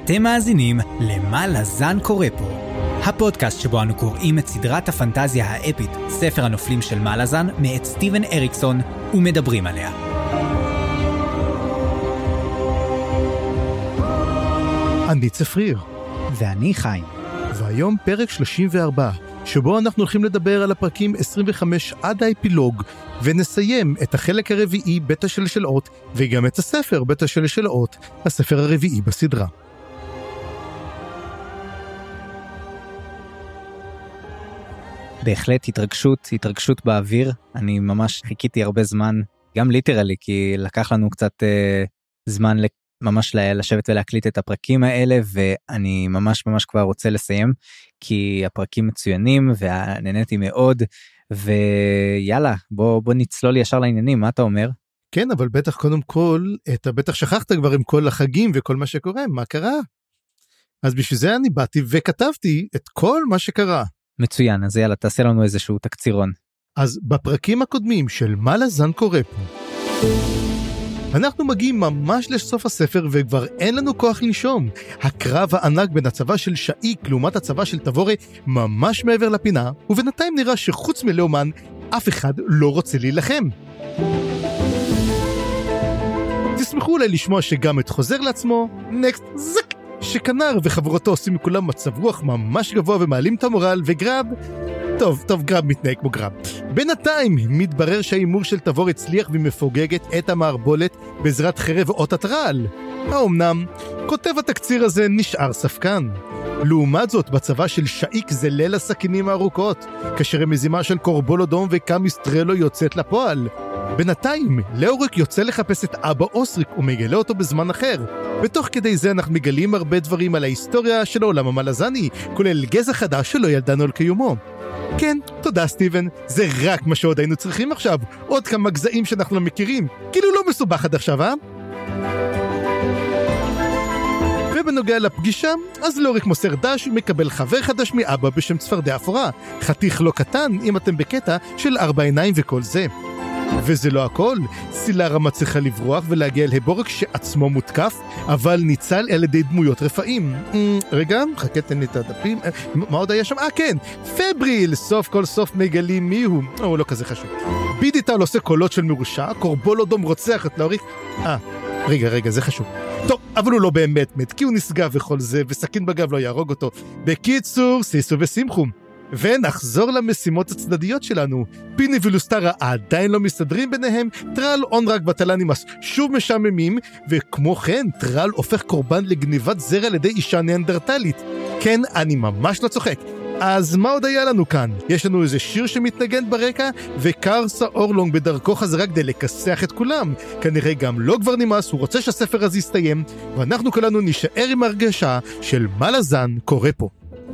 אתם מאזינים למה לזן קורא פה, הפודקאסט שבו אנו קוראים את סדרת הפנטזיה האפית, ספר הנופלים של מה לזן, מאת סטיבן אריקסון, ומדברים עליה. אני צפריר. ואני חיים. והיום פרק 34, שבו אנחנו הולכים לדבר על הפרקים 25 עד האפילוג, ונסיים את החלק הרביעי בית השלשלאות, וגם את הספר בית השלשלאות, הספר הרביעי בסדרה. בהחלט התרגשות באוויר. אני ממש חיכיתי הרבה זמן, גם ליטרלי, כי לקח לנו קצת זמן ממש לשבת ולהקליט את הפרקים האלה, ואני ממש כבר רוצה לסיים, כי הפרקים מצוינים, ונהניתי מאוד, ויאללה, בוא נצלול ישר לעניינים, מה אתה אומר? כן, אבל בטח קודם כל, אתה בטח שכחת כבר עם כל החגים וכל מה שקורה, מה קרה? אז בשביל זה אני באתי וכתבתי את כל מה שקרה. מצוין, אז יאללה, תעשה לנו איזשהו תקצירון. אז בפרקים הקודמים של מה לזן קורא פה, אנחנו מגיעים ממש לסוף הספר וכבר אין לנו כוח לנשום. הקרב הענק בין הצבא של שאיק לעומת הצבא של תבורי ממש מעבר לפינה, ובינתיים נראה שחוץ מלאומן אף אחד לא רוצה להילחם. תשמחו אולי לשמוע שגם את חוזר לעצמו, נקסט זק, שכנר וחבורתו עושים מכולם מצב רוח ממש גבוה ומעלים את המורל, וגרב, טוב, גרב מתנהג כמו גרב. בינתיים מתברר שהאימור של תבור הצליח ומפוגגת את המערבולת בעזרת חרב אות הטרל. האומנם, כותב התקציר הזה נשאר ספקן. לעומת זאת, בצבא של שאיק זה ליל הסכינים הארוכות, כאשר המזימה של קורבולודום וקמיסטרלו יוצאת לפועל. בינתיים, לאוריק יוצא לחפש את אבא אוסריק ומגלה אותו בזמן אחר. ותוך כדי זה אנחנו מגלים הרבה דברים על ההיסטוריה של העולם המלזני, כולל גזע חדש שלא ידענו על קיומו. כן, תודה סטיבן, זה רק מה שעוד היינו צריכים עכשיו, עוד כמה גזעים שאנחנו לא מכירים, כאילו לא מסובך עד עכשיו, אה? ובנוגע לפגישה, אז לאוריק מוסר דש ומקבל חבר חדש מאבא בשם צפרדע אפורה, חתיך לא קטן אם אתם בקטע של 4 עיניים וכל זה. וזה לא הכל, סילרה מצליחה לברוח ולהגיע אל הבורק שעצמו מותקף, אבל ניצל על ידי דמויות רפאים. רגע, חכה תן לי את הדפים, מה עוד היה שם? כן, פבריל, סוף כל סוף מגלים מיהו, לא כזה חשוב. בידיטל עושה קולות של מרושע, קורבולודום רוצח את לאוריק, רגע, זה חשוב. טוב, אבל הוא לא באמת מת, כי הוא נסגר וכל זה, וסכין בגב לא יהרוג אותו. בקיצור, סיסו ושמחו. ונחזור למשימות הצדדיות שלנו. פיני ולוסטרה עדיין לא מסתדרים ביניהם, טרל, אונרק וטלנימאס שוב משעממים, וכמו כן, טרל הופך קורבן לגניבת זרע על ידי אישה ניאנדרטלית. כן, אני ממש לא צוחק. אז מה עוד היה לנו כאן? יש לנו איזה שיר שמתנגן ברקע, וקרסה אורלונג בדרכו חזרה כדי לקסח את כולם. כנראה גם לא כבר נמאס, הוא רוצה שהספר הזה יסתיים, ואנחנו כולנו נשאר עם הרגשה של מה לזן קורא פה.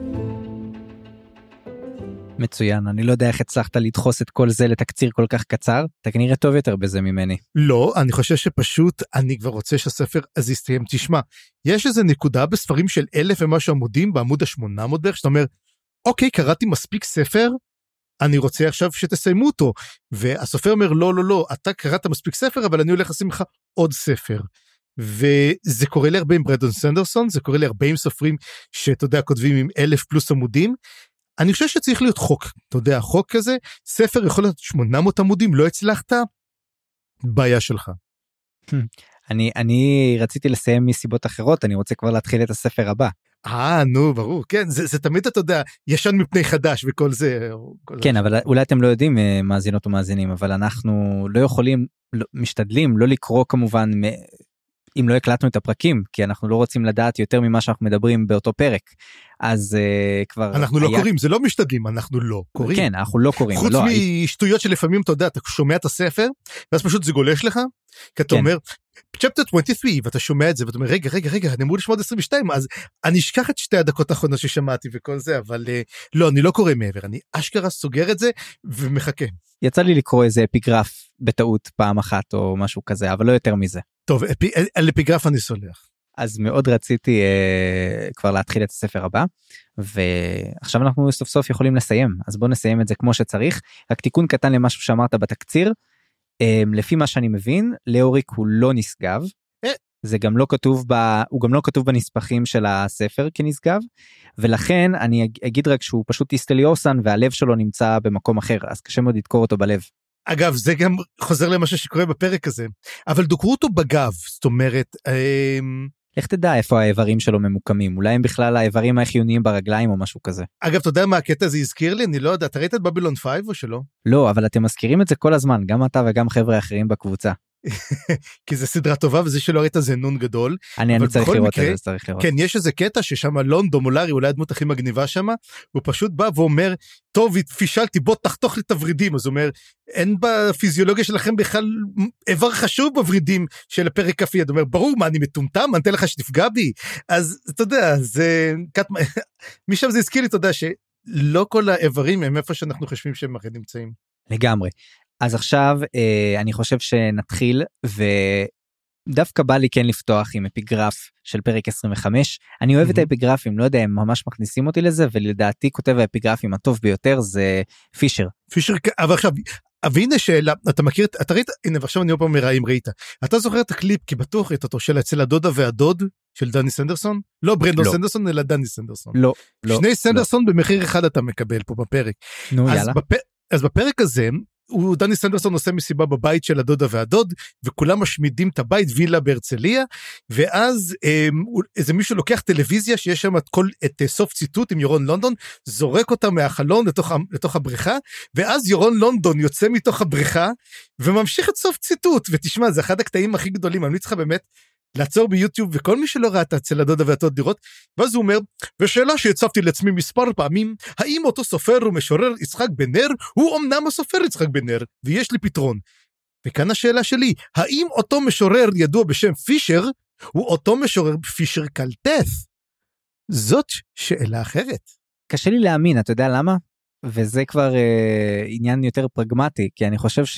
מצוין, אני לא יודע איך הצלחת לדחוס את כל זה לתקציר כל כך קצר, אתה כנראה טוב יותר בזה ממני. לא, אני חושב שפשוט אני כבר רוצה שהספר אז יסתיים. תשמע, יש איזו נקודה בספרים של 1000 ומשהו עמודים, בעמוד ה-800 בערך, שאתה אומר, אוקיי, קראתי מספיק ספר, אני רוצה עכשיו שתסיימו אותו, והסופר אומר, לא, אתה קראת מספיק ספר, אבל אני הולך לשים לך עוד ספר. וזה קורה לי הרבה עם ברנדון סנדרסון, זה קורה לי הרבה עם סופרים שאתה יודע, כותבים עם 1000 פלוס עמודים, אני חושב שצריך להיות חוק, אתה יודע, חוק כזה, ספר יכול להיות 800 עמודים, לא הצלחת, בעיה שלך. אני רציתי לסיים מסיבות אחרות, אני רוצה כבר להתחיל את הספר הבא. נו, ברור, כן, זה תמיד אתה יודע, ישן מפני חדש וכל זה. כן, אבל אולי אתם לא יודעים מאזינות ומאזינים, אבל אנחנו לא יכולים, משתדלים לא לקרוא כמובן, אם לא הקלטנו את הפרקים, כי אנחנו לא רוצים לדעת יותר ממה שאנחנו מדברים באותו פרק, אז כבר... אנחנו לא קוראים, זה לא משתדלים, אנחנו לא קוראים. כן, אנחנו לא קוראים. חוץ משטויות שלפעמים, אתה יודע, אתה שומע את הספר, ואז פשוט זה גולש לך, כי אתה אומר, chapter 23, ואתה שומע את זה, ואתה אומר, רגע, אני אמור לשמוע 22, אז אני אשכח את 2 הדקות האחרונות ששמעתי וכל זה, אבל לא, אני לא קורא מעבר, אני אשכרה סוגר את זה, ומחכה. יצא לי לקרוא איזה אפיגרף בטעות פעם אחת, או משהו כזה, אבל לא יותר מזה. טוב, על אפיגרף אני סולח. אז מאוד רציתי כבר להתחיל את הספר הבא, ועכשיו אנחנו סוף סוף יכולים לסיים, אז בואו נסיים את זה כמו שצריך. רק תיקון קטן למשהו שאמרת בתקציר, לפי מה שאני מבין, לאוריק הוא לא נשגב. זה גם לא כתוב הוא גם לא כתוב בנספחים של הספר כנשגב, ולכן אני אגיד רק שהוא פשוט היסטליוסן, והלב שלו נמצא במקום אחר, אז קשה מאוד לדקור אותו בלב. אגב, זה גם חוזר למשהו שקורה בפרק הזה, אבל דוקרו אותו בגב, זאת אומרת, איך תדע איפה האיברים שלו ממוקמים? אולי הם בכלל האיברים החיוניים ברגליים או משהו כזה. אגב, אתה יודע מה הקטע הזה הזכיר לי? אני לא יודע, אתה ראית את בבילון 5 או שלא? לא, אבל אתם מזכירים את זה כל הזמן, גם אתה וגם חבר'ה אחרים בקבוצה. כי זה סדרה טובה, וזה שלא ראית זה נון גדול. אני צריך לראות את זה, צריך לראות. כן, יש איזה קטע ששם לונדו מולרי, אולי הדמות הכי מגניבה שם, הוא פשוט בא ואומר, טוב, פישלתי, בוא תחתוך לי את הורידים, אז הוא אומר, אין בפיזיולוגיה שלכם בכלל איבר חשוב בורידים של הפרק כפי, הוא אומר, ברור, מה, אני מטומטם, אני אתן לך שתפגע בי, אז אתה יודע, זה, משם זה הזכיר לי, אתה יודע, שלא כל האיברים הם איפה שאנחנו חושבים שהם הרי נמצאים. לגמרי. אז עכשיו אני חושב שנתחיל, ודווקא בא לי כן לפתוח עם אפיגרף של פרק 25, אני אוהב את האפיגרפים, לא יודע, הם ממש מכניסים אותי לזה, ולדעתי כותב האפיגרפים הטוב ביותר זה פישר. פישר, אבל עכשיו, והנה שאלה, אתה מכיר, אתה ראית, הנה ועכשיו אני עוד פעם מראה אם ראית, אתה זוכר את הקליפ, כי בטוח ראית אותו, של אצל הדודה והדוד, של דני סנדרסון? לא ברנדון סנדרסון, אלא דני סנדרסון. לא. שני סנדרסון במחיר אחד אתה מקבל פה בפרק. נו, יאללה. אז בפרק הזה, דני סנדרסון עושה מסיבה בבית של הדודה והדוד, וכולם משמידים את הבית, וילה בהרצליה, ואז איזה מישהו לוקח טלוויזיה, שיש שם את סוף ציטוט עם ירון לונדון, זורק אותה מהחלון לתוך הבריכה, ואז ירון לונדון יוצא מתוך הבריכה, וממשיך את סוף ציטוט, ותשמע, זה אחד הקטעים הכי גדולים, אני צריכה באמת לעצור ביוטיוב, וכל מי שלא ראה את אצל הדודה והדוד לראות, ואז הוא אומר, ושאלה שהצבתי לעצמי מספר פעמים, האם אותו סופר ומשורר יצחק בן נר, הוא אמנם הסופר יצחק בן נר, ויש לי פתרון. וכאן השאלה שלי, האם אותו משורר ידוע בשם פישר, הוא אותו משורר פישר קלטף? זאת שאלה אחרת. קשה לי להאמין, אתה יודע למה? וזה כבר עניין יותר פרגמטי, כי אני חושב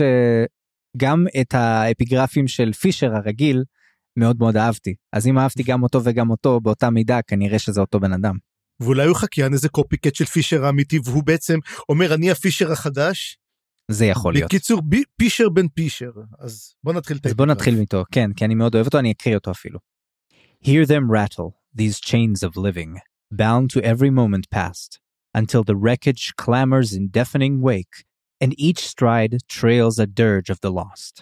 שגם את האפיגרפים של פישר הרגיל, מאוד מאוד אהבתי. אז אם אהבתי גם אותו וגם אותו, באותה מידה, כנראה שזה אותו בן אדם. ואולי הוא חקיין איזה קופיקט של פישר האמיתי, והוא בעצם אומר, אני הפישר החדש? זה יכול להיות. בקיצור, פישר בן פישר. אז בוא נתחיל את אז בוא נתחיל איתו, כן, כי אני מאוד אוהב אותו, אני אקריא אותו אפילו. Hear them rattle, these chains of living, bound to every moment past, until the wreckage clamors in deafening wake, and each stride trails a dirge of the lost.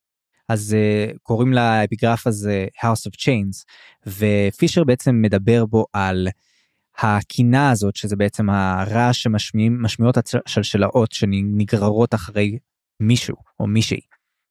אז קוראים לאפיגרף הזה House of Chains, ופישר בעצם מדבר בו על הקינה הזאת, שזה בעצם הרעש שמשמיעות השלשלאות שנגררות אחרי מישהו או מישהי.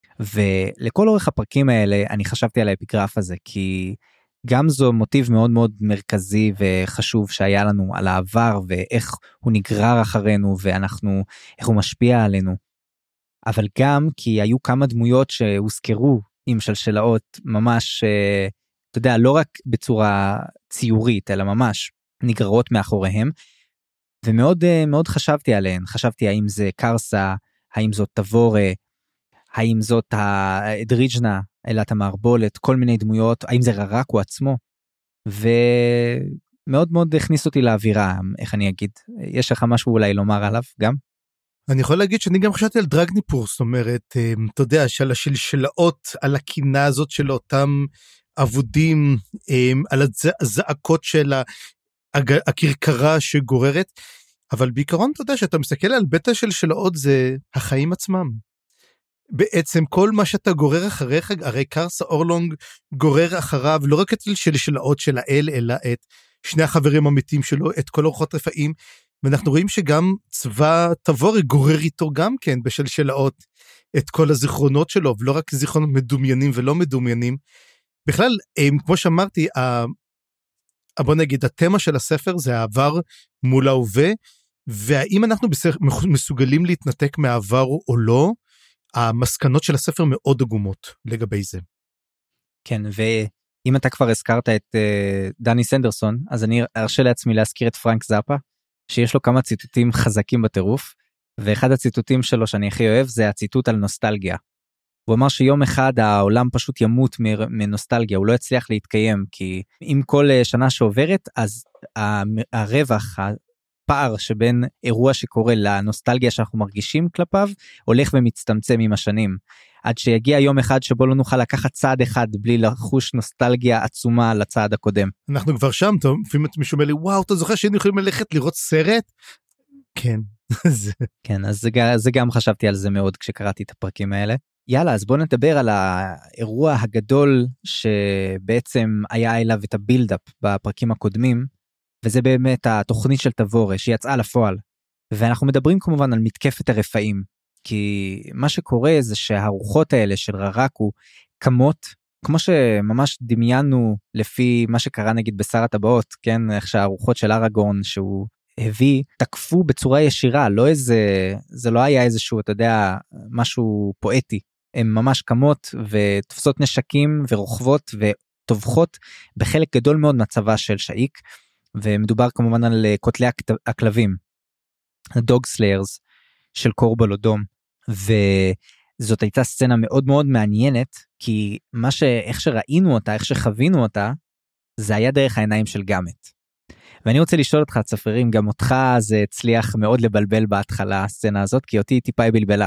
ולכל אורך הפרקים האלה אני חשבתי על האפיגרף הזה, כי גם זו מוטיב מאוד מאוד מרכזי וחשוב שהיה לנו על העבר, ואיך הוא נגרר אחרינו, איך הוא משפיע עלינו. אבל גם כי היו כמה דמויות שהוזכרו עם שלשלאות ממש, אתה יודע, לא רק בצורה ציורית, אלא ממש נגררות מאחוריהם, ומאוד מאוד חשבתי עליהן. חשבתי האם זה קרסה, האם זאת תבורה, האם זאת הדריג'נה, אלת המערבולת, כל מיני דמויות, האם זה ררקו עצמו, ומאוד מאוד הכניס אותי לאווירה, איך אני אגיד, יש לך משהו אולי לומר עליו גם? אני יכול להגיד שאני גם חשבתי על דרגניפור, זאת אומרת, אתה יודע, של השלשלאות, על הקינה הזאת של אותם עבודים, על הזעקות של הכרכרה שגוררת, אבל בעיקרון אתה יודע שאתה מסתכל על בית השלשלאות זה החיים עצמם. בעצם כל מה שאתה גורר אחריך, הרי קרסה אורלונג גורר אחריו, לא רק את שלשלאות של האל, אלא את שני החברים המתים שלו, את כל אורחות רפאים, ואנחנו רואים שגם צבא תבורי גורר איתו גם כן בשלשלאות את כל הזיכרונות שלו, ולא רק זיכרונות מדומיינים ולא מדומיינים. בכלל, כמו שאמרתי, בוא נגיד, התמה של הספר זה העבר מול ההווה, והאם אנחנו מסוגלים להתנתק מהעבר או לא, המסקנות של הספר מאוד עגומות לגבי זה. כן, ואם אתה כבר הזכרת את דני סנדרסון, אז אני ארשה לעצמי להזכיר את פרנק זאפה, שיש לו כמה ציטוטים חזקים בטירוף, ואחד הציטוטים שלו שאני הכי אוהב, זה הציטוט על נוסטלגיה. הוא אמר שיום אחד העולם פשוט ימות מנוסטלגיה, הוא לא יצליח להתקיים, כי אם כל שנה שעוברת, אז הרווח, הפער שבין אירוע שקורה לנוסטלגיה שאנחנו מרגישים כלפיו, הולך ומצטמצם עם השנים, עד שיגיע יום אחד שבו לא נוכל לקחת צעד אחד בלי לחוש נוסטלגיה עצומה לצעד הקודם. אנחנו כבר שם, טוב, לפעמים מישהו אומר לי, וואו, אתה זוכר שהיינו יכולים ללכת לראות סרט? כן. כן, אז זה גם חשבתי על זה מאוד כשקראתי את הפרקים האלה. יאללה, אז בואו נדבר על האירוע הגדול שבעצם היה אליו את הבילדאפ בפרקים הקודמים, וזה באמת התוכנית של תבורה שיצאה לפועל. ואנחנו מדברים כמובן על מתקפת הרפאים, כי מה שקורה זה שהרוחות האלה של ררקו קמות, כמו שממש דמיינו לפי מה שקרה נגיד בשר הטבעות, כן, איך שהרוחות של ארגורן שהוא הביא, תקפו בצורה ישירה, זה לא היה איזשהו, אתה יודע, משהו פואטי, הן ממש קמות ותופסות נשקים ורוכבות וטובחות בחלק גדול מאוד מהצבא של שאיק, ומדובר כמובן על קוטלי הכלבים, הדוג סליירס של קורבול אדום, וזאת הייתה סצנה מאוד מאוד מעניינת, כי איך שראינו אותה, איך שחווינו אותה, זה היה דרך העיניים של גאמט. ואני רוצה לשאול אותך, צפרים, גם אותך זה הצליח מאוד לבלבל בהתחלה הסצנה הזאת, כי אותי טיפה היא בלבלה.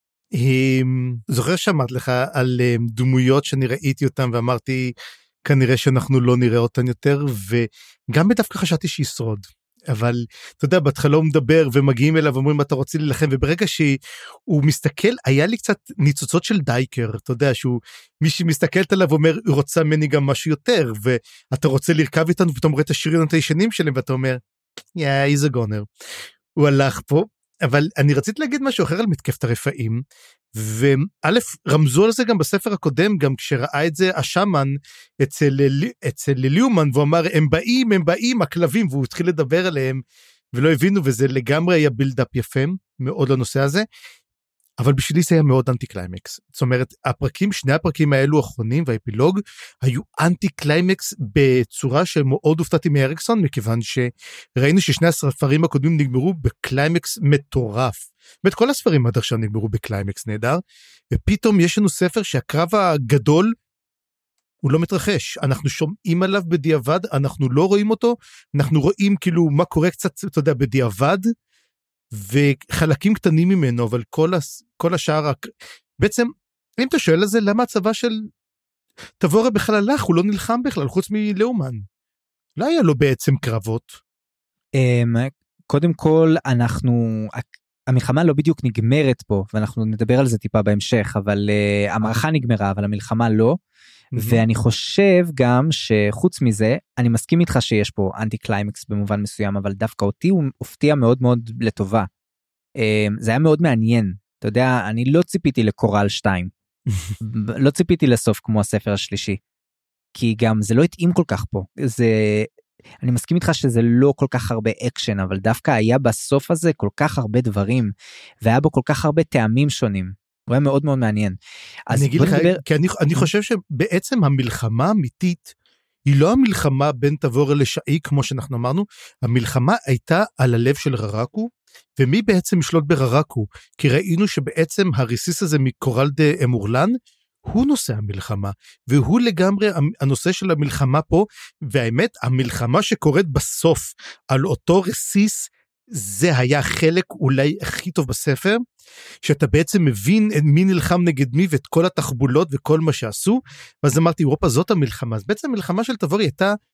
זוכר שאמרת לך על דמויות שאני ראיתי אותן ואמרתי, כנראה שאנחנו לא נראה אותן יותר, וגם דווקא חשבתי שישרוד. אבל אתה יודע, בהתחלה הוא מדבר ומגיעים אליו ואומרים אתה רוצה להילחם, וברגע שהוא מסתכל, היה לי קצת ניצוצות של דייקר, אתה יודע, מישהי מסתכלת עליו ואומר, הוא רוצה ממני גם משהו יותר, ואתה רוצה לרכב איתנו, ופתאום רואה את השריונות הישנים שלהם, ואתה אומר, he's a goner. הוא הלך פה, אבל אני רציתי להגיד משהו אחר על מתקפת הרפאים, וא' רמזו על זה גם בספר הקודם, גם כשראה את זה השמן אצל ליומן, והוא אמר, הם באים, הכלבים, והוא התחיל לדבר עליהם, ולא הבינו, וזה לגמרי היה בילדאפ יפה, מאוד לנושא הזה, אבל בשבילי זה היה מאוד אנטי קליימקס, זאת אומרת, שני הפרקים האלו האחרונים, והאפילוג, היו אנטי קליימקס, בצורה שמאוד הופתעתי מאריקסון, מכיוון שראינו ששני הספרים הקודמים נגמרו בקליימקס מטורף, ואת כל הספרים עד עכשיו נגמרו בקליימקס נהדר, ופתאום יש לנו ספר שהקרב הגדול, הוא לא מתרחש, אנחנו שומעים עליו בדיעבד, אנחנו לא רואים אותו, אנחנו רואים כאילו מה קורה קצת, אתה יודע, בדיעבד, וחלקים קטנים ממנו, אבל כל השאר, בעצם, אם אתה שואל על זה, למה הצבא של תבורה בכלל הלך, הוא לא נלחם בכלל, חוץ מלאומן, לא היה לו בעצם קרבות. קודם כל, המלחמה לא בדיוק נגמרת פה, ואנחנו נדבר על זה טיפה בהמשך, אבל המערכה נגמרה, אבל המלחמה לא, ואני חושב גם שחוץ מזה, אני מסכים איתך שיש פה אנטי קליימקס במובן מסוים, אבל דווקא אותי הוא הופתיע מאוד מאוד לטובה. זה היה מאוד מעניין, אתה יודע, אני לא ציפיתי לקורל 2, לא ציפיתי לסוף כמו הספר השלישי, כי גם זה לא התאים כל כך פה, אני מסכים איתך שזה לא כל כך הרבה אקשן, אבל דווקא היה בסוף הזה כל כך הרבה דברים, והיה בו כל כך הרבה טעמים שונים, הוא היה מאוד מאוד מעניין. אני אגיד לך, כי אני חושב שבעצם המלחמה האמיתית, היא לא המלחמה בין תבורה לשאיק, כמו שאנחנו אמרנו, המלחמה הייתה על הלב של ררקו, ומי בעצם ישלוט בררקו? כי ראינו שבעצם הריסיס הזה מקורל דה אמורלן, הוא נושא המלחמה, והוא לגמרי הנושא של המלחמה פה, והאמת, המלחמה שקורית בסוף, על אותו רסיס, זה היה חלק אולי הכי טוב בספר, שאתה בעצם מבין מי נלחם נגד מי, ואת כל התחבולות וכל מה שעשו, ואז אמרתי, אירופה זאת המלחמה, אז בעצם המלחמה של תבורי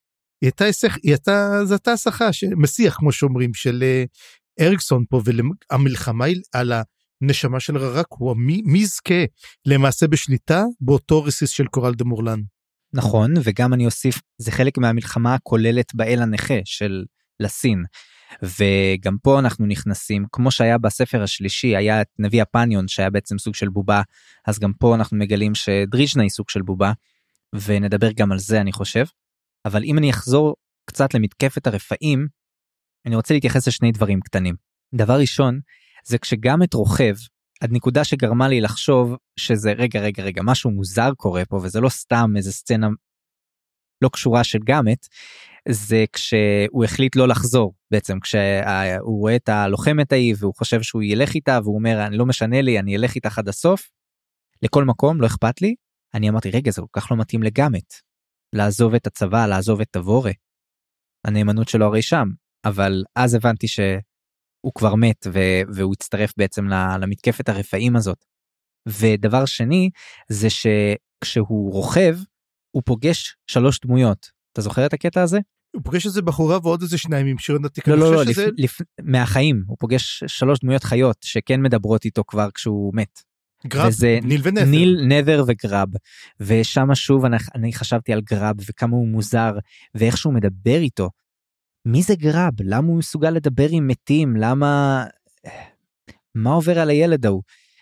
הייתה השכה, מסיח כמו שאומרים, של אריקסון פה, והמלחמה היא על הנשמה של ררקו, מי יזכה למעשה בשליטה, באותו רסיס של קורל דה מורלן. נכון, וגם אני אוסיף, זה חלק מהמלחמה הכוללת באל הנכה של לסין, וגם פה אנחנו נכנסים, כמו שהיה בספר השלישי, היה את נביא הפניון שהיה בעצם סוג של בובה, אז גם פה אנחנו מגלים שדריז'נה היא סוג של בובה, ונדבר גם על זה אני חושב, אבל אם אני אחזור קצת למתקפת הרפאים, אני רוצה להתייחס לשני דברים קטנים. דבר ראשון, זה כשגם את רוכב, הנקודה שגרמה לי לחשוב שזה רגע, משהו מוזר קורה פה, וזה לא סתם איזה סצנה לא קשורה של גאמט, זה כשהוא החליט לא לחזור, בעצם כשהוא רואה את הלוחמת ההיא, והוא חושב שהוא ילך איתה, והוא אומר, אני לא משנה לי, אני אלך איתך עד הסוף, לכל מקום, לא אכפת לי, אני אמרתי, רגע, זה כל כך לא מתאים לגאמט, לעזוב את הצבא, לעזוב את תבורה, הנאמנות שלו הרי שם, אבל אז הבנתי שהוא כבר מת, והוא הצטרף בעצם למתקפת הרפאים הזאת. ודבר שני, זה שכשהוא רוכב, הוא פוגש 3 דמויות. אתה זוכר את הקטע הזה? הוא פוגש איזה בחורה ועוד איזה 2 עם שיר נתיק. לא, מהחיים. הוא פוגש 3 דמויות חיות שכן מדברות איתו כבר כשהוא מת. גרב, ניל ונת'ר. ניל, נת'ר וגרב. ושם שוב אני חשבתי על גרב וכמה הוא מוזר, ואיך שהוא מדבר איתו. מי זה גרב? למה הוא מסוגל לדבר עם מתים? למה... מה עובר על הילד ההוא?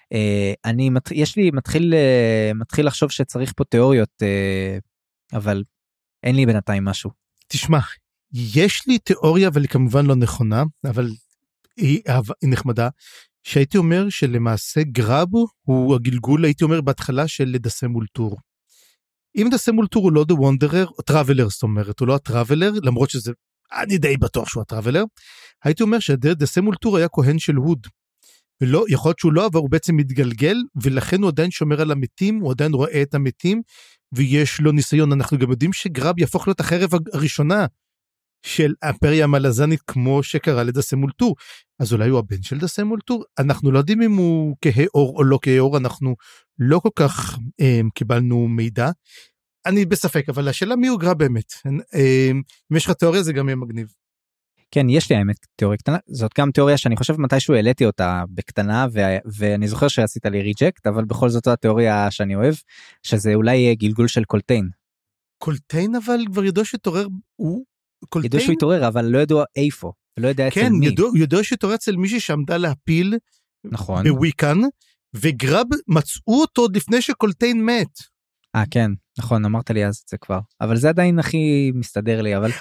מתחיל לחשוב שצריך פה תיאוריות, אבל אין לי בינתיים משהו. תשמע, יש לי תיאוריה, אבל היא כמובן לא נכונה, אבל היא נחמדה, שהייתי אומר שלמעשה גרב הוא הגלגול, הייתי אומר בהתחלה של דסה מולטור. אם דסה מולטור הוא לא The Wanderer, או Traveler, זאת אומרת, הוא לא הטראבלר, למרות שזה, אני די בטוח שהוא הטראבלר, הייתי אומר שדסה מולטור היה כהן של הוד, ולא, יכול להיות שהוא לא, אבל הוא בעצם מתגלגל, ולכן הוא עדיין שומר על המתים, הוא עדיין רואה את המתים, ויש לו ניסיון. אנחנו גם יודעים שגרב יהפוך להיות החרב הראשונה של האימפריה המלזנית, כמו שקרה לדסה מולטור. אז אולי הוא הבן של דסה מולטור? אנחנו לא יודעים אם הוא כהאור או לא כהאור, אנחנו לא כל כך קיבלנו מידע. אני בספק, אבל השאלה מי הוא גרב באמת. אם יש לך תיאוריה זה גם יהיה מגניב. כן, יש לי האמת תיאוריה קטנה, זאת גם תיאוריה שאני חושב מתישהו העליתי אותה בקטנה, ואני זוכר שעשית לי ריג'קט, אבל בכל זאת התיאוריה שאני אוהב, שזה אולי גלגול של קולטיין. קולטיין אבל כבר ידוע שתעורר, ידוע שהוא יתעורר, אבל לא ידוע איפה, לא יודע אצל מי. כן, ידוע שתעורר אצל מישהי שעמדה להפיל, נכון. בוויקן, וגרב מצאו אותו עוד לפני שקולטיין מת. כן, נכון, אמרת לי אז את זה כבר, אבל זה עדיין הכי מסתדר לי, אבל...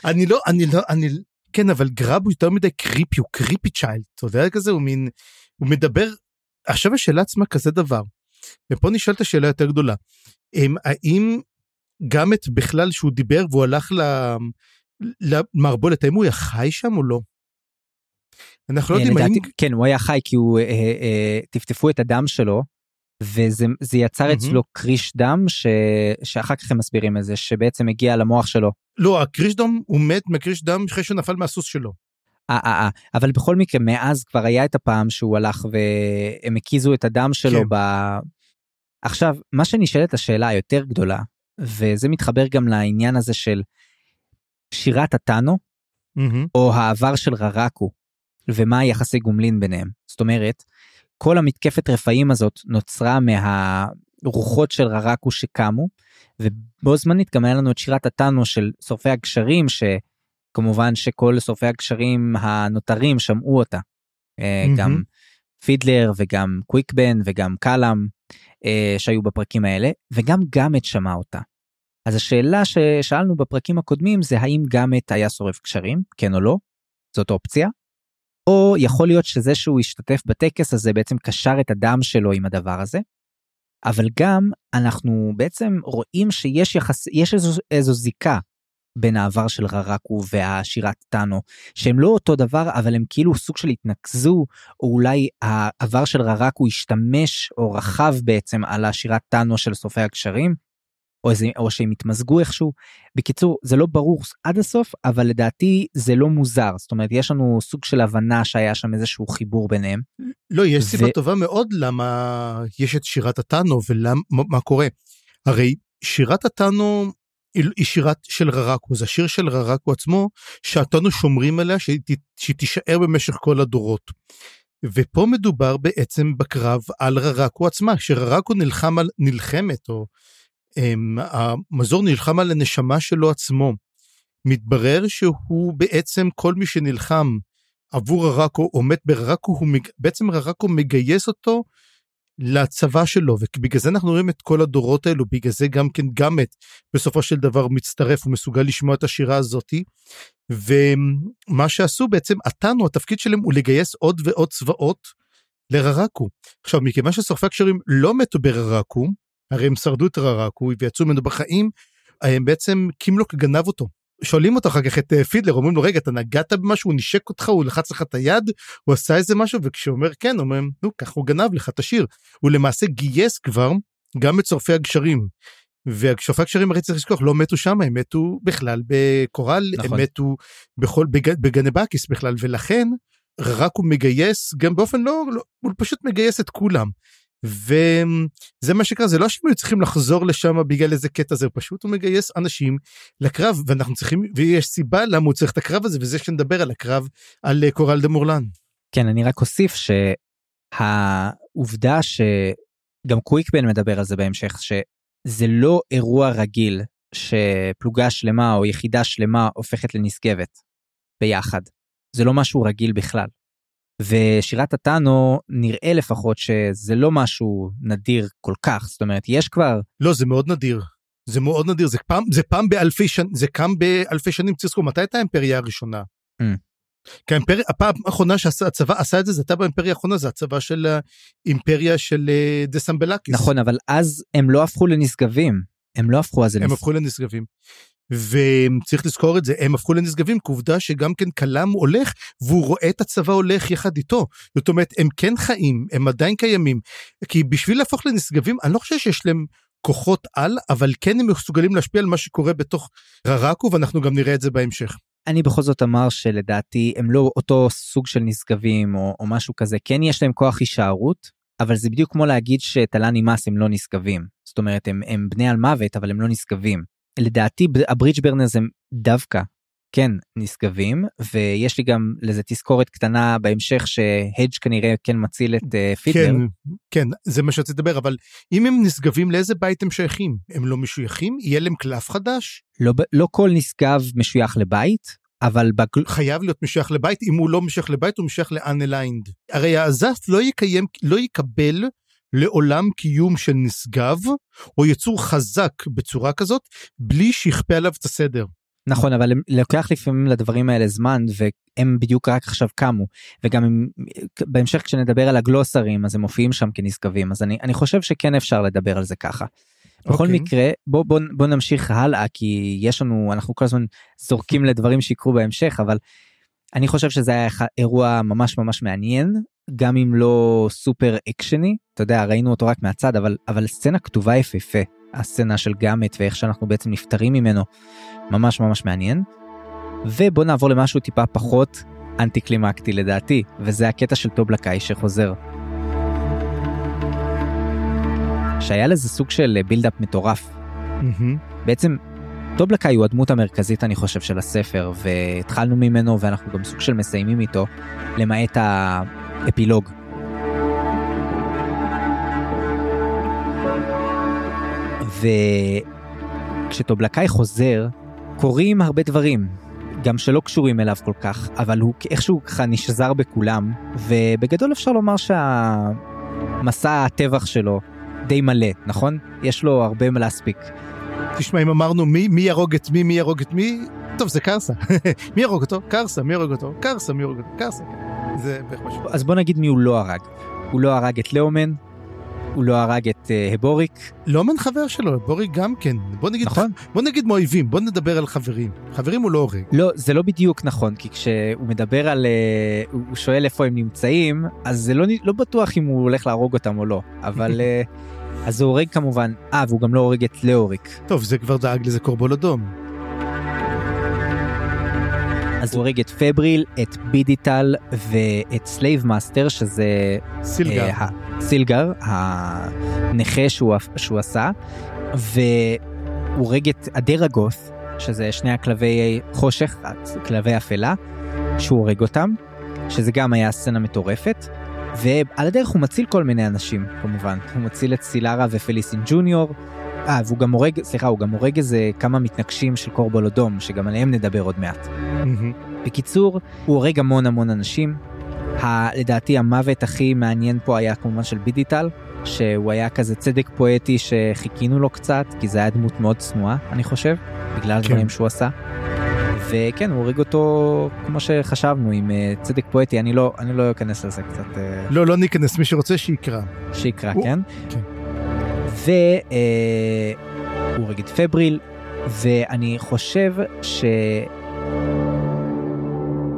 כן, אבל גרב הוא יותר מדי קריפי, הוא קריפי צ'יילד, אתה יודע כזה, הוא מדבר, עכשיו השאלה עצמה כזה דבר, ופה נשאלת השאלה יותר גדולה, האם גם את בכלל שהוא דיבר, והוא הלך למערבולת, האם הוא היה חי שם או לא? אנחנו לא יודעים האם... כן, הוא היה חי, כי הוא טפטפו את הדם שלו, וזה יצר אצלו קריש דם, שאחר כך הם מסבירים את זה, שבעצם הגיע למוח שלו. לא, הקריש דם, הוא מת מקריש דם אחרי שהוא נפל מהסוס שלו. אבל בכל מקרה, מאז כבר היה את הפעם שהוא הלך, והם הקיזו את הדם שלו. עכשיו, מה שנשאלת השאלה היותר גדולה, וזה מתחבר גם לעניין הזה של שירת הטאנו, או העבר של ררקו, ומה היחסי גומלין ביניהם. זאת אומרת, כל המתקפת רפאים הזאת נוצרה מהרוחות של ררקו שקמו, ובו זמנית גם היה לנו את שירת הטאנו של שורפי הגשרים, שכמובן שכל שורפי הגשרים הנותרים שמעו אותה. גם פידלר וגם קוויקבן וגם קלאם שהיו בפרקים האלה, וגם גאמט שמע אותה. אז השאלה ששאלנו בפרקים הקודמים זה האם גאמט היה שורף גשרים, כן או לא, זאת אופציה. או יכול להיות שזה שהוא השתתף בטקס הזה בעצם קשר את הדם שלו עם הדבר הזה, אבל גם אנחנו בעצם רואים שיש איזו זיקה בין העבר של ררקו והשירת טאנו, שהם לא אותו דבר, אבל הם כאילו סוג של התנקזו, או אולי העבר של ררקו השתמש או רחב בעצם על השירת טאנו של סופי הגשרים, או שהם התמזגו איכשהו. בקיצור, זה לא ברור עד הסוף, אבל לדעתי זה לא מוזר. זאת אומרת, יש לנו סוג של הבנה שהיה שם איזשהו חיבור ביניהם. לא, יש סיבה טובה מאוד למה יש את שירת הטאנו, ומה קורה. הרי שירת הטאנו היא שירת של ררקו, זה השיר של ררקו עצמו, שהטאנו שומרים עליה, שהיא תישאר במשך כל הדורות. ופה מדובר בעצם בקרב על ררקו עצמה, שררקו נלחמת, או המזור נלחם על הנשמה שלו עצמו. מתברר שהוא בעצם כל מי שנלחם עבור ררקו, או מת בררקו, בעצם ררקו מגייס אותו לצבא שלו, ובגלל זה אנחנו רואים את כל הדורות האלו, בגלל זה גם כן גאמט בסופו של דבר מצטרף, הוא מסוגל לשמוע את השירה הזאת, ומה שעשו בעצם, הטאנו, התפקיד שלהם הוא לגייס עוד ועוד צבאות לררקו. עכשיו, מכיוון ששורפי הגשרים לא מתו בררקו, הרי הם שרדו את ררקו ויצאו ממנו בחיים, הם בעצם קימלוק גנב אותו. שואלים אותו אחר כך את פידלר, אומרים לו, רגע, אתה נגעת במשהו, הוא נשק אותך, הוא לחץ לך את היד, הוא עשה איזה משהו, וכשהוא אומר כן, אומרים, נו, כך הוא גנב לך את השיר. הוא למעשה גייס כבר גם את שורפי הגשרים. והשופט קשרים הרי צריך לזכור, לא מתו שם, הם מתו בכלל בקורל, נכון. הם מתו בגנבקיס בכלל, ולכן רק הוא מגייס, גם באופן הוא פשוט מגייס את כולם. וזה מה שקרה, זה לא שהם היו צריכים לחזור לשם בגלל איזה קטע, זה פשוט הוא מגייס אנשים לקרב, ואנחנו צריכים, ויש סיבה למה הוא צריך את הקרב הזה, וזה שנדבר על הקרב על קורל דה מורלן. כן, אני רק אוסיף שהעובדה שגם קוויקבן מדבר על זה בהמשך, שזה לא אירוע רגיל שפלוגה שלמה או יחידה שלמה הופכת לנשגבת ביחד. זה לא משהו רגיל בכלל. ושירת הטאנו נראה לפחות שזה לא משהו נדיר כל כך, זאת אומרת יש כבר... לא, זה מאוד נדיר, זה מאוד נדיר, זה פעם באלפי שנים, זה קם באלפי שנים, תזכרו, מתי הייתה האימפריה הראשונה? כי הפעם האחרונה שהצבא עשה את זה, זה הייתה באימפריה האחרונה, זה הצבא של האימפריה של דסמבלקיס. נכון, אבל אז הם לא הפכו לנשגבים, הם לא הפכו אז הם הפכו לנשגבים. וצריך לזכור את זה, הם הפכו לנשגבים, כעובדה שגם כן קלם הולך, והוא רואה את הצבא הולך יחד איתו, זאת אומרת, הם כן חיים, הם עדיין קיימים, כי בשביל להפוך לנשגבים, אני לא חושב שיש להם כוחות על, אבל כן הם מסוגלים להשפיע על מה שקורה בתוך ררקו, ואנחנו גם נראה את זה בהמשך. אני בכל זאת אמר שלדעתי, הם לא אותו סוג של נשגבים, או משהו כזה, כן יש להם כוח הישארות, אבל זה בדיוק כמו להגיד שתלה נימאס הם לא נשגבים, זאת אומרת, הם בני על מוות, אבל הם לא נשגבים. לדעתי הברידג'ברנרס הם דווקא כן נשגבים, ויש לי גם לזה תזכורת קטנה בהמשך שהדג' כנראה כן מציל את פידלר. כן, זה מה שרציתי לדבר, אבל אם הם נשגבים לאיזה בית הם שייכים? הם לא משויכים? יהיה להם קלף חדש? לא כל נשגב משוייך לבית, אבל... חייב להיות משוייך לבית, אם הוא לא משוייך לבית הוא משוייך לאנליינד. הרי העזף לא יקבל לעולם קיום של נשגב, או יצור חזק בצורה כזאת, בלי שיכפה עליו את הסדר. נכון, אבל לוקח לפעמים לדברים האלה זמן, והם בדיוק רק עכשיו קמו, וגם בהמשך כשנדבר על הגלוסרים, אז הם מופיעים שם כנשגבים, אז אני חושב שכן אפשר לדבר על זה ככה. בכל מקרה, בוא נמשיך הלאה, כי אנחנו כל הזמן זורקים לדברים שיקרו בהמשך, אבל אני חושב שזה היה אירוע ממש ממש מעניין, גם אם לא סופר אקשני, אתה יודע, ראינו אותו רק מהצד, אבל סצנה כתובה יפה, הסצנה של גאמט ואיך שאנחנו בעצם נפטרים ממנו, ממש ממש מעניין. ובוא נעבור למשהו טיפה פחות אנטי קלימקטי לדעתי, וזה הקטע של טובלקאי שחוזר. שהיה לזה סוג של בילדאפ מטורף. בעצם טובלקאי הוא הדמות המרכזית אני חושב של הספר, והתחלנו ממנו ואנחנו גם סוג של מסיימים איתו, למעט האפילוג. וכשטובלקאי חוזר, קורים הרבה דברים, גם שלא קשורים אליו כל כך, אבל הוא איכשהו ככה נשזר בכולם, ובגדול אפשר לומר שהמסע הטבח שלו די מלא, נכון? יש לו הרבה מה להספיק. תשמע, אם אמרנו מי ירוג את מי ירוג את מי, טוב, זה קרסה. מי ירוג אותו? קרסה, מי ירוג אותו? קרסה, מי ירוג אותו? קרסה. זה בערך משהו. אז בוא נגיד מי הוא לא הרג. הוא לא הרג את לאומן, הוא לא הרג את הבוריק. לאומן חבר שלו, הבוריק גם כן. נכון. בוא נגיד מאויבים, בוא נדבר על חברים. חברים הוא לא הורג. לא, זה לא בדיוק נכון, כי כשהוא מדבר על, הוא שואל איפה הם נמצאים, אז זה לא בטוח אם הוא הולך להרוג אותם או לא, אבל... אז הוא הורג כמובן, והוא גם לא הורג את לאוריק. טוב, זה כבר דאג לזה קורבול אדום. אז הוא הורג את פבריל, את בידיטל ואת סלייב מאסטר, שזה... סילגר, הנכה שהוא עשה, והוא הורג את אדרגות, שזה שני הכלבי חושך, כלבי אפלה, שהוא הורג אותם, שזה גם היה סצנה מטורפת, ועל הדרך הוא מציל כל מיני אנשים, כמובן. הוא מציל את סילרה ופליסין ג'וניור, והוא גם הורג איזה כמה מתנגשים של קורבול אדום, שגם עליהם נדבר עוד מעט. בקיצור, הוא הורג המון אנשים. לדעתי המוות הכי מעניין פה היה כמובן של בידיטל, שהוא היה כזה צדק פואטי שחיכינו לו קצת, כי זה היה דמות מאוד צנועה, אני חושב, בגלל דברים שהוא עשה. וכן, הוא הורג אותו כמו שחשבנו, עם צדק פואטי, אני לא אכנס לזה קצת. לא ניכנס, מי שרוצה שיקרא. כן? כן. והוא הורג את פבריל, ואני חושב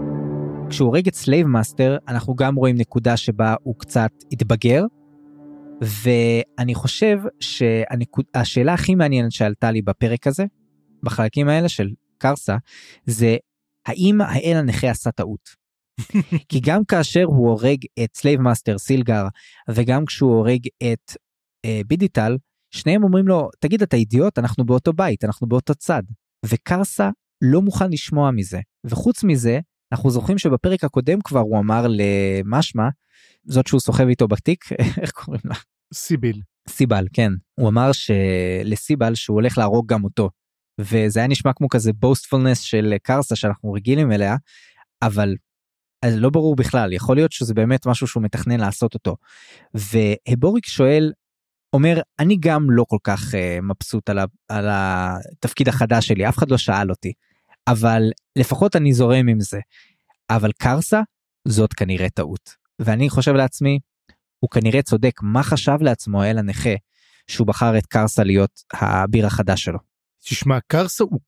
כשהוא הורג את סלייב מאסטר, אנחנו גם רואים נקודה שבה הוא קצת התבגר, ואני חושב שהשאלה הכי מעניינת שעלתה לי בפרק הזה, בחלקים האלה של קרסה, זה האם האל הנכה עשה טעות? כי גם כאשר הוא הורג את סלייב מאסטר סילגר, וגם כשהוא הורג את בידיטל, שניהם אומרים לו, תגיד אתה אידיוט, אנחנו באותו בית, אנחנו באותו צד. וקרסה לא מוכן לשמוע מזה. וחוץ מזה, אנחנו זוכרים שבפרק הקודם כבר הוא אמר למשמע, זאת שהוא סוחב איתו בתיק, איך קוראים לה? סיבל, כן. הוא אמר לסיבל שהוא הולך להרוג גם אותו. וזה היה נשמע כמו כזה בוסטפולנס של קרסה שאנחנו רגילים אליה, אבל לא ברור בכלל, יכול להיות שזה באמת משהו שהוא מתכנן לעשות אותו. והבוריק שואל, אומר, אני גם לא כל כך מבסוט על התפקיד החדש שלי, אף אחד לא שאל אותי, אבל לפחות אני זורם עם זה. אבל קרסה, זאת כנראה טעות. ואני חושב לעצמי, הוא כנראה צודק, מה חשב לעצמו האל הנכה, שהוא בחר את קרסה להיות האביר החדש שלו. תשמע, קרסה הוא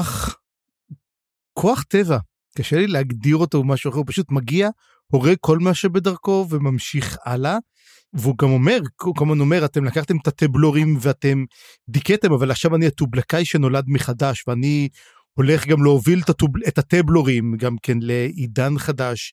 כוח טבע, קשה לי להגדיר אותו משהו אחר, הוא פשוט מגיע, הורג כל מה שבדרכו וממשיך הלאה, והוא גם אומר, הוא כמובן אומר, אתם לקחתם את הטבלורים ואתם דיכאתם, אבל עכשיו אני הטובלקאי שנולד מחדש, ואני הולך גם להוביל את הטבלורים, גם כן לעידן חדש,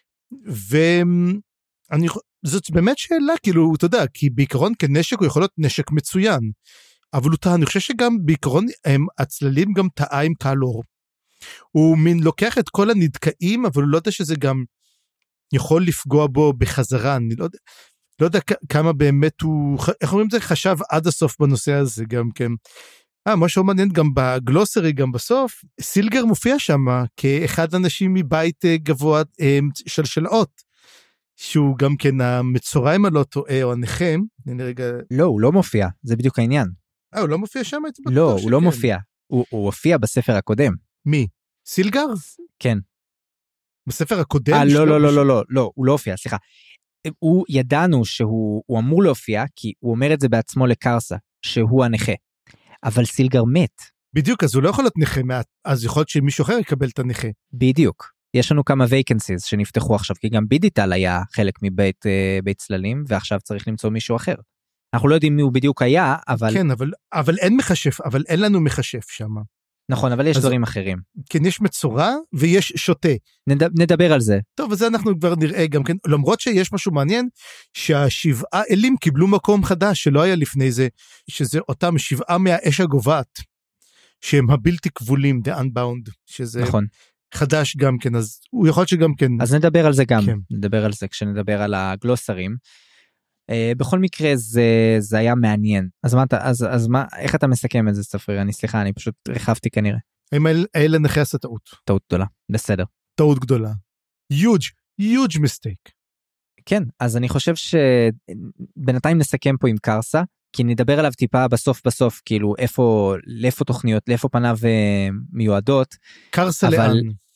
זאת באמת שאלה, כאילו, אתה יודע, כי בעיקרון כנשק הוא יכול להיות נשק מצוין, אבל אני חושב שגם בעיקרון הצללים גם טעה עם קלור, הוא מין לוקח את כל הנדכאים, אבל הוא לא יודע שזה גם יכול לפגוע בו בחזרה, אני לא יודע כמה באמת הוא, איך אומרים את זה, חשב עד הסוף בנושא הזה גם כן. משהו מעניין גם בגלוסרי, גם בסוף, סילגר מופיע שם כאחד האנשים מבית גבוה של שלעות, שהוא גם כן המצוריים הלא טועה, או הנכה, לא, הוא לא מופיע, זה בדיוק העניין. הוא לא מופיע שם? לא, הוא לא מופיע, הוא הופיע בספר הקודם. מי? סילגר? כן. בספר הקודם? לא, הוא לא הופיע, סליחה. הוא ידענו שהוא אמור להופיע, כי הוא אומר את זה בעצמו לקרסה, שהוא הנכה. אבל סילגר מת. בדיוק, אז הוא לא יכול להיות נכה, אז יכול להיות שמישהו אחר יקבל את הנכה. בדיוק. יש לנו כמה vacancies שנפתחו עכשיו, כי גם בידיטל היה חלק מבית צללים, ועכשיו צריך למצוא מישהו אחר. אנחנו לא יודעים מי הוא בדיוק היה, אבל... כן, אבל אין מחשף, אבל אין לנו מחשף שם. נכון, אבל יש דברים אחרים. כן, יש מצורע ויש שוטה. נדבר על זה. טוב, אז אנחנו כבר נראה גם כן, למרות שיש משהו מעניין, שהשבעה אלים קיבלו מקום חדש שלא היה לפני זה, שזה אותם 7 מהאש הגובעת, שהם הבלתי כבולים, the unbound, שזה נכון. חדש גם כן, אז הוא יכול להיות שגם כן. אז נדבר על זה גם, כן. נדבר על זה כשנדבר על הגלוסרים. בכל מקרה זה היה מעניין. אז מה, איך אתה מסכם את זה, ספרי? סליחה, אני פשוט רחבתי כנראה. האלה נכה עשה טעות. טעות גדולה, בסדר. טעות גדולה. huge mistake. כן, אז אני חושב שבינתיים נסכם פה עם קרסה, כי נדבר עליו טיפה בסוף, כאילו לאיפה תוכניות, לאיפה פניו מיועדות. קרסה לאן?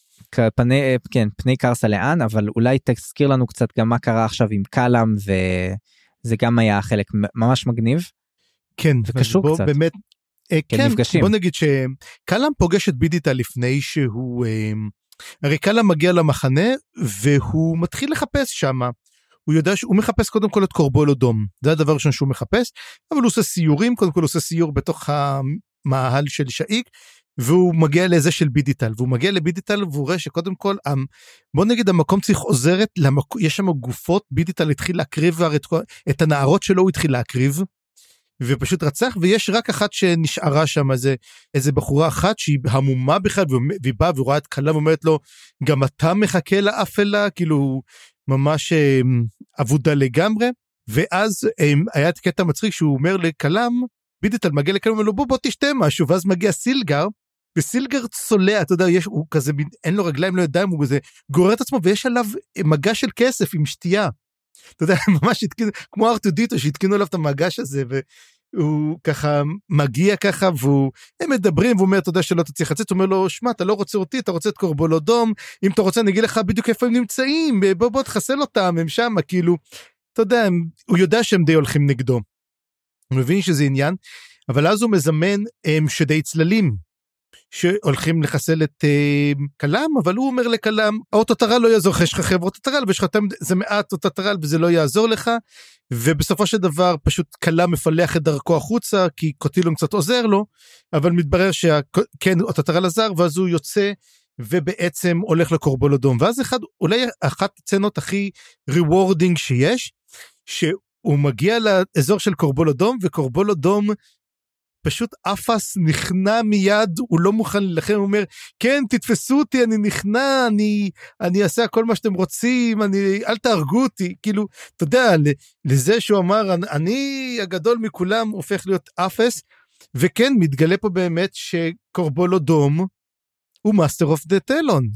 פני קרסה לאן, אבל אולי תזכיר לנו קצת גם מה קרה עכשיו עם קלאם, וזה גם היה חלק ממש מגניב. כן, וקשור קצת. באמת, כן, נפגשים. בוא נגיד שקלאם פוגש את בידיטל לפני שהוא, הרי קלאם מגיע למחנה, והוא מתחיל לחפש שם, הוא יודע שהוא מחפש קודם כל את קורבול אדום, זה הדבר ראשון שהוא מחפש, אבל הוא עושה סיורים, קודם כל הוא עושה סיור בתוך המאהל של שאיק, והוא מגיע לזה של בידיטל, והוא מגיע לבידיטל והוא רואה שקודם כל, בוא נגיד המקום צריך עוזרת, יש שם גופות, בידיטל התחיל להקריב, את הנערות שלו הוא התחיל להקריב, ופשוט רצח, ויש רק אחת שנשארה שם, איזה בחורה אחת שהיא המומה בכלל, והיא באה ורואה את קלאם ואומרת לו, גם אתה מחכה לאפלה, כאילו ממש עבודה לגמרי, ואז היה את קטע מצחיק שהוא אומר לקלאם, בידיטל מגיע לקלאם, אומר לו בוא תשתה משהו, ואז מגיע סילגר, וסילגר צולע, אתה יודע, הוא כזה, אין לו רגליים, לא ידיים, הוא כזה גורר את עצמו, ויש עליו מגש של כסף עם שתייה, אתה יודע, ממש התקינו, כמו ארטודיטו, שהתקינו עליו את המגש הזה, והוא ככה מגיע ככה, הם מדברים, והוא אומר, אתה יודע שלא תצליח לצאת, הוא אומר לו, שמע, אתה לא רוצה אותי, אתה רוצה את קורבול אדום, אם אתה רוצה, אני אגיד לך בדיוק איפה הם נמצאים, בוא תחסל אותם, הם שם, כאילו, אתה יודע, הוא יודע שהם די הולכים נגדו, הוא מבין שזה עניין, אבל אז הוא מזמן שדי צללים, שהולכים לחסל את קלם, אבל הוא אומר לקלם, האוטוטרל לא יעזור, יש לך חבר'ה אוטוטרל, זה מעט אוטוטרל וזה לא יעזור לך, ובסופו של דבר פשוט קלם מפלח את דרכו החוצה, כי קוטילון קצת עוזר לו, אבל מתברר שכן אוטוטרל עזר, ואז הוא יוצא, ובעצם הולך לקורבולודום, ואז אולי אחת הצנות הכי ריוורדינג שיש, שהוא מגיע לאזור של קורבולודום, וקורבולודום פשוט אפס נכנע מיד, הוא לא מוכן ללחם, הוא אומר, כן, תתפסו אותי, אני נכנע, אני אעשה כל מה שאתם רוצים, אל תהרגו אותי, כאילו, אתה יודע, לזה שהוא אמר, אני הגדול מכולם, הופך להיות אפס, וכן, מתגלה פה באמת שקורבולודום, הוא מאסטר אוף דה טלון,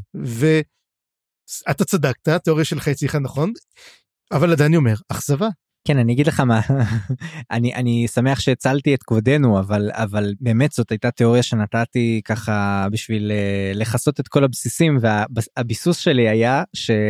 ואתה צדקת, התיאוריה שלך הצליחה נכון, אבל עדיין אני אומר, אכזבה. כן, אני אגיד לך מה, אני שמח שהצלתי את כבודנו, אבל באמת זאת הייתה תיאוריה שנתתי ככה בשביל לחסות את כל הבסיסים, והביסוס שלי היה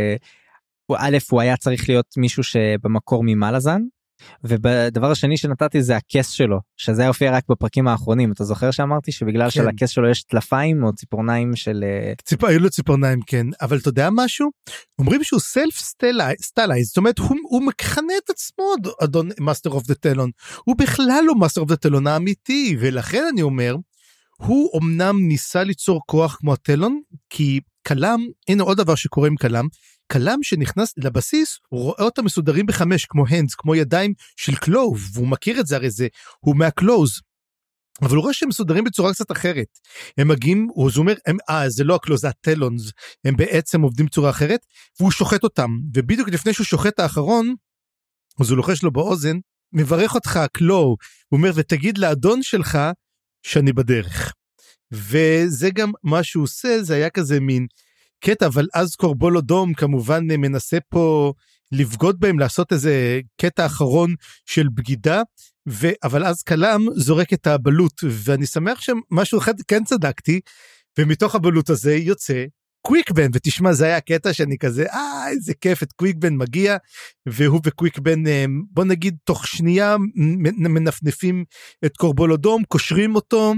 שא' הוא היה צריך להיות מישהו שבמקור ממלאזן, ובדבר השני שנתתי זה הכס שלו, שזה הופיע רק בפרקים האחרונים, אתה זוכר שאמרתי שבגלל של הכס שלו יש טלפיים או ציפורניים של... היו לו ציפורניים, כן, אבל אתה יודע משהו? אומרים שהוא self-stylized, זאת אומרת, הוא מכנה את עצמו, אדון מאסטר אוף דה טלון, הוא בכלל לא מאסטר אוף דה טלון האמיתי, ולכן אני אומר, הוא אמנם ניסה ליצור כוח כמו הטלון, כי קלם, הנה עוד דבר שקורה עם קלם, קלם שנכנס לבסיס, הוא רואה אותם מסודרים בחמש, כמו הנדס, כמו ידיים של קלוב, והוא מכיר את זה, הרי זה, הוא מהקלוז, אבל הוא רואה שהם מסודרים בצורה קצת אחרת, הם מגיעים, הוא אומר, זה לא הקלוז, זה הטלונס, הם בעצם עובדים בצורה אחרת, והוא שוחט אותם, ובדיוק לפני שהוא שוחט את האחרון, אז הוא לוחש לו באוזן, מברך אותך קלו, הוא אומר, ותגיד לאדון שלך, שאני בדרך, וזה גם מה שהוא עושה, זה היה כזה מין, קטע, אבל אז קורבולודום כמובן מנסה פה לבגוד בהם, לעשות איזה קטע אחרון של בגידה, אבל אז קלם זורק את הבלוט, ואני שמח שמשהו אחד כן צדקתי, ומתוך הבלוט הזה יוצא קוויקבן, ותשמע זה היה הקטע שאני כזה, איזה כיף, את קוויקבן מגיע, והוא וקוויקבן, בוא נגיד תוך שנייה, מנפנפים את קורבולודום, קושרים אותו,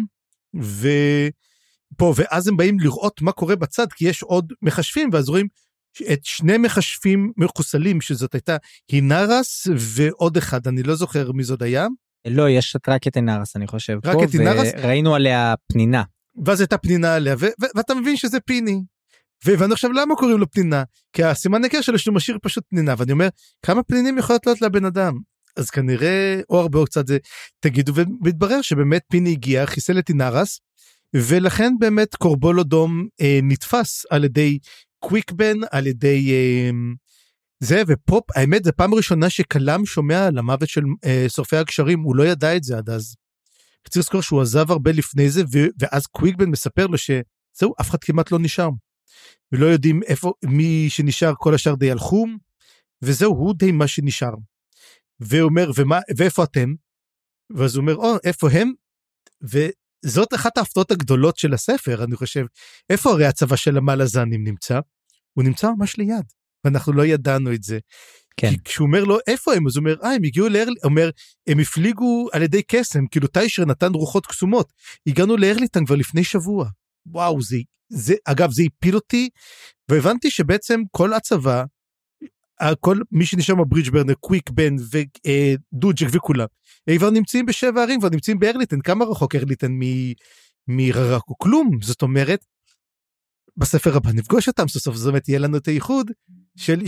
פה, ואז הם באים לראות מה קורה בצד, כי יש עוד מחשבים, ואז רואים את שני מחשבים מחוסלים, שזאת הייתה הינרס, ועוד אחד, אני לא זוכר מי זאת היה. לא, יש רק את הינרס, אני חושב. רק פה, את הינרס? וראינו עליה פנינה. ואז הייתה פנינה עליה, ואתה מבין שזה פיני. ואני חושב למה קוראים לו פנינה? כי הסימן הכר שלו שהוא משאיר פשוט פנינה, ואני אומר, כמה פנינים יכולות להיות לבן אדם? אז כנראה, או הרבה או קצת זה, תגידו, ומתברר שבאמת פיני הגיע, חיסל את הינרס, ולכן באמת קורבולודום נתפס על ידי קוויקבן, על ידי זה, ופופ, האמת זה פעם ראשונה שקלם שומע על המוות של שורפי הגשרים, הוא לא ידע את זה עד אז. צריך לזכור שהוא עזב הרבה לפני זה, ואז קוויקבן מספר לו שזהו, אף אחד כמעט לא נשאר. ולא יודעים איפה, מי שנשאר, כל השאר די הלכו, וזהו, הוא די מה שנשאר. והוא אומר, ואיפה אתם? ואז הוא אומר, איפה הם? זאת אחת ההפתעות הגדולות של הספר, אני חושב, איפה הרי הצבא של המלאזנים נמצא? הוא נמצא ממש ליד, ואנחנו לא ידענו את זה. כן. כי כשהוא אומר לו, איפה הם? אז הוא אומר, הם הגיעו לארליטן, אומר, הם הפליגו על ידי קסם, כאילו טיישר נתן רוחות קסומות, הגענו לארליטן כבר לפני שבוע. וואו, אגב, זה הפיל אותי, והבנתי שבעצם כל הצבא, כל מי שנשאר מהברידג'ברנר, קוויקבן ודוג'ק וכולם, הם כבר נמצאים בשבע ערים, כבר נמצאים בארליטן, כמה רחוק ארליטן מררק או כלום, זאת אומרת, בספר הבא נפגוש אותם, סוף זאת אומרת, יהיה לנו את הייחוד של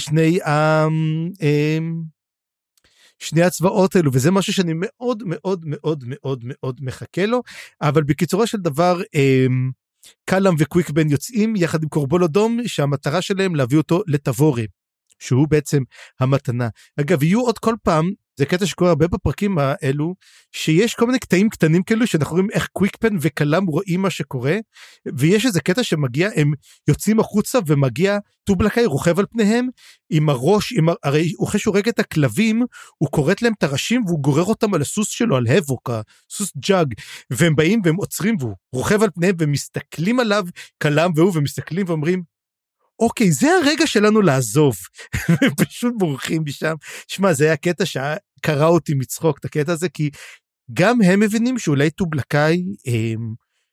שני הצבאות האלו, וזה משהו שאני מאוד מאוד מאוד מאוד מאוד מחכה לו, אבל בקיצורו של דבר, קלם וקוויקבן יוצאים יחד עם קורבולודום, שהמטרה שלהם להביא אותו לטבורי, שהוא בעצם המתנה. אגב, יהיו עוד כל פעם, זה קטע שקורה הרבה בפרקים האלו, שיש כל מיני קטעים קטנים כאלו, שאנחנו רואים איך קוויקבן וקלם רואים מה שקורה, ויש איזה קטע שמגיע, הם יוצאים החוצה, ומגיע טובלקאי רוכב על פניהם, עם הראש, הרי אחרי שהוא רגע את הכלבים, הוא קוראת להם את הראשים, והוא גורר אותם על הסוס שלו, על הבוק, הסוס ג'אג, והם באים והם עוצרים, והוא רוכב על פניהם, ומסתכלים עליו, קלם והוא, ומסתכלים ואומרים, אוקיי, זה הרגע שלנו לעזוב, פשוט בורחים משם. שמע, זה היה קטע שקרא אותי מצחוק, את הקטע הזה, כי גם הם מבינים שאולי טובלקאי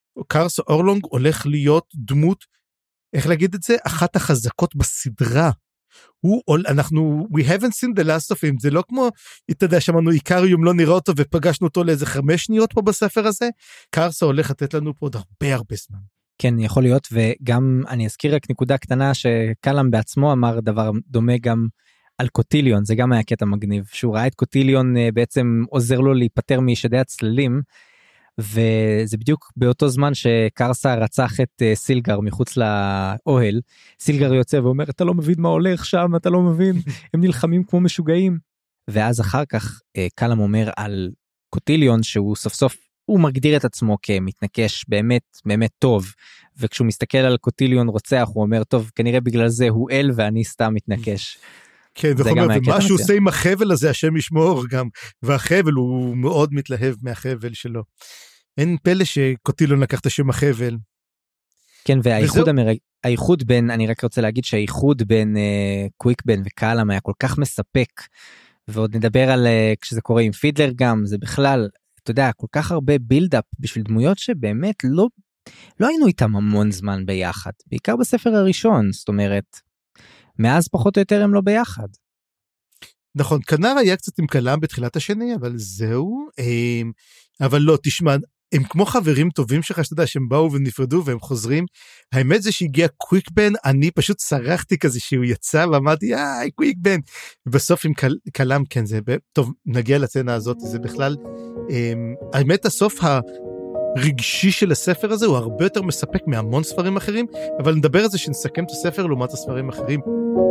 קרס אורלונג הולך להיות דמות, איך להגיד את זה? אחת החזקות בסדרה. we haven't seen the last of him, זה לא כמו, אתה יודע, שמענו איקריום, לא נראה אותו ופגשנו אותו לאיזה 5 שניות פה בספר הזה, קרסה הולך לתת לנו פה עוד הרבה זמן. כן, יכול להיות, וגם אני אזכיר רק נקודה קטנה שקלם בעצמו אמר דבר דומה גם על קוטיליון, זה גם היה קטע מגניב, שהוא ראה את קוטיליון בעצם עוזר לו להיפטר מישדי הצללים, וזה בדיוק באותו זמן שקרסה רצח את סילגר מחוץ לאוהל, סילגר יוצא ואומר, אתה לא מבין מה הולך שם, אתה לא מבין, הם נלחמים כמו משוגעים, ואז אחר כך קלם אומר על קוטיליון, שהוא סוף סוף, הוא מגדיר את עצמו כמתנקש באמת טוב, וכשהוא מסתכל על קוטיליון רוצח, הוא אומר, טוב, כנראה בגלל זה הוא אל ואני סתם מתנקש. כן, ומה שהוא עושה עם החבל הזה, השם ישמור גם, והחבל הוא מאוד מתלהב מהחבל שלו. אין פלא שקוטיליון לקח את השם החבל. כן, והאיחוד בין, אני רק רוצה להגיד שהאיחוד בין קוויקבן וקלם היה כל כך מספק, ועוד נדבר על כשזה קורה עם פידלר גם, זה בכלל, אתה יודע, כל כך הרבה בילדאפ בשביל דמויות שבאמת לא היינו איתם המון זמן ביחד, בעיקר בספר הראשון, זאת אומרת, מאז פחות או יותר הם לא ביחד. נכון, כנר היה קצת עם קלם בתחילת השני, אבל זהו, אבל לא, תשמע, הם כמו חברים טובים שלך, שאתה יודע, שהם באו ונפרדו והם חוזרים, האמת זה שהגיע קוויקבן, אני פשוט שרחתי כזה שהוא יצא, ואמרתי, קוויקבן, ובסוף עם קלם, כן, זה, טוב, נגיע לצנה הזאת, זה בכלל, האמת הסוף הרגשי של הספר הזה, הוא הרבה יותר מספק מהמון ספרים אחרים, אבל נדבר על זה שנסכם את הספר לעומת הספרים האחרים.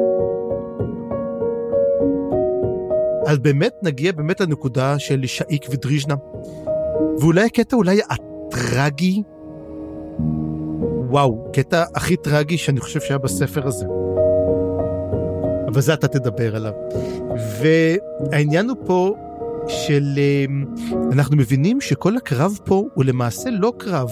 אז באמת נגיע באמת לנקודה של שאיק ודריז'נה, ואולי הקטע אולי הטרגי, וואו, קטע הכי טרגי שאני חושב שהיה בספר הזה. אבל זה אתה תדבר עליו. והעניין הוא פה של, אנחנו מבינים שכל הקרב פה הוא למעשה לא קרב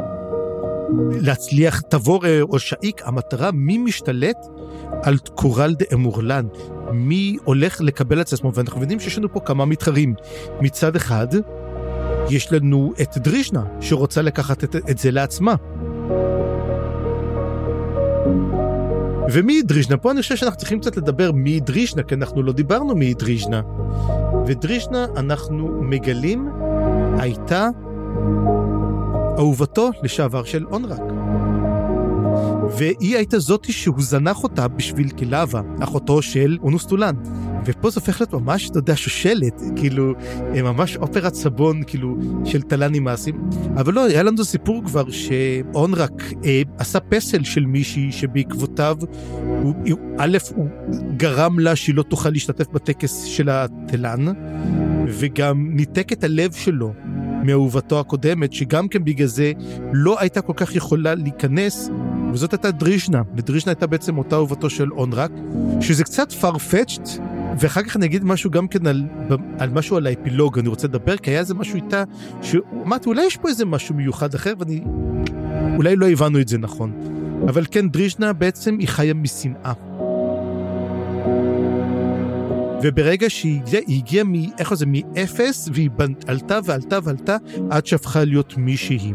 להצליח תבור או שאיק, המטרה מי משתלט על קורל דה אמורלן, מי הולך לקבל את עצמו, ואנחנו מבינים שיש לנו פה כמה מתחרים. מצד אחד, יש לנו את דריז'נה, שרוצה לקחת את זה לעצמה. ומי דריז'נה? פה אני חושב שאנחנו צריכים קצת לדבר מי דריז'נה, כי אנחנו לא דיברנו מי דריז'נה. ודריז'נה, אנחנו מגלים, הייתה אהובתו לשעבר של אונרק. והיא הייתה זאתי שהוא זנח אותה בשביל קילאבה, אחותו של אונוסטולן. ופה זה הופך להיות ממש, אתה יודע, שושלת, כאילו, ממש אופרת סבון, כאילו, של תלני מעשים. אבל לא, היה לנו סיפור כבר שאונרק עשה פסל של מישהי שבעקבותיו, הוא גרם לה שהיא לא תוכל להשתתף בטקס של התלן, וגם ניתק את הלב שלו מאהובתו הקודמת, שגם כן בגלל זה לא הייתה כל כך יכולה להיכנס, וזאת הייתה דריז'נה, ודריז'נה הייתה בעצם אותה אהובתו של אונרק, שזה קצת farfetched, ואחר כך אני אגיד משהו גם כן על משהו על האפילוג, אני רוצה לדבר, כי היה איזה משהו איתה, שאומרתי, אולי יש פה איזה משהו מיוחד אחר, אולי לא הבנו את זה נכון, אבל כן, דריז'נה בעצם היא חיה משנאה. וברגע שהיא הגיעה מאפס, והיא עלתה ועלתה ועלתה, עד שהפכה להיות מישהי.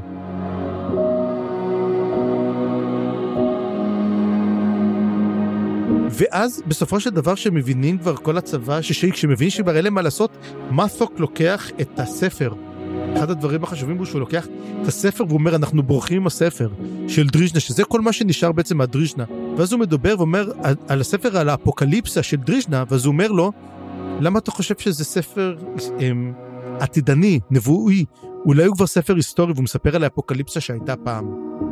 ואז בסופו של דבר שמבינים כבר כל הצבא, שמבין שבר אין להם מה לעשות, מת'וק לוקח את הספר. אחד הדברים החשובים הוא שהוא לוקח את הספר והוא אומר, אנחנו בורחים עם הספר של דריז'נה, שזה כל מה שנשאר בעצם מהדריז'נה. ואז הוא מדבר ואומר על הספר, על האפוקליפסה של דריז'נה, ואז הוא אומר לו, למה אתה חושב שזה ספר עתידני, נבואי? אולי הוא כבר ספר היסטורי, והוא מספר על האפוקליפסה שהייתה פעם.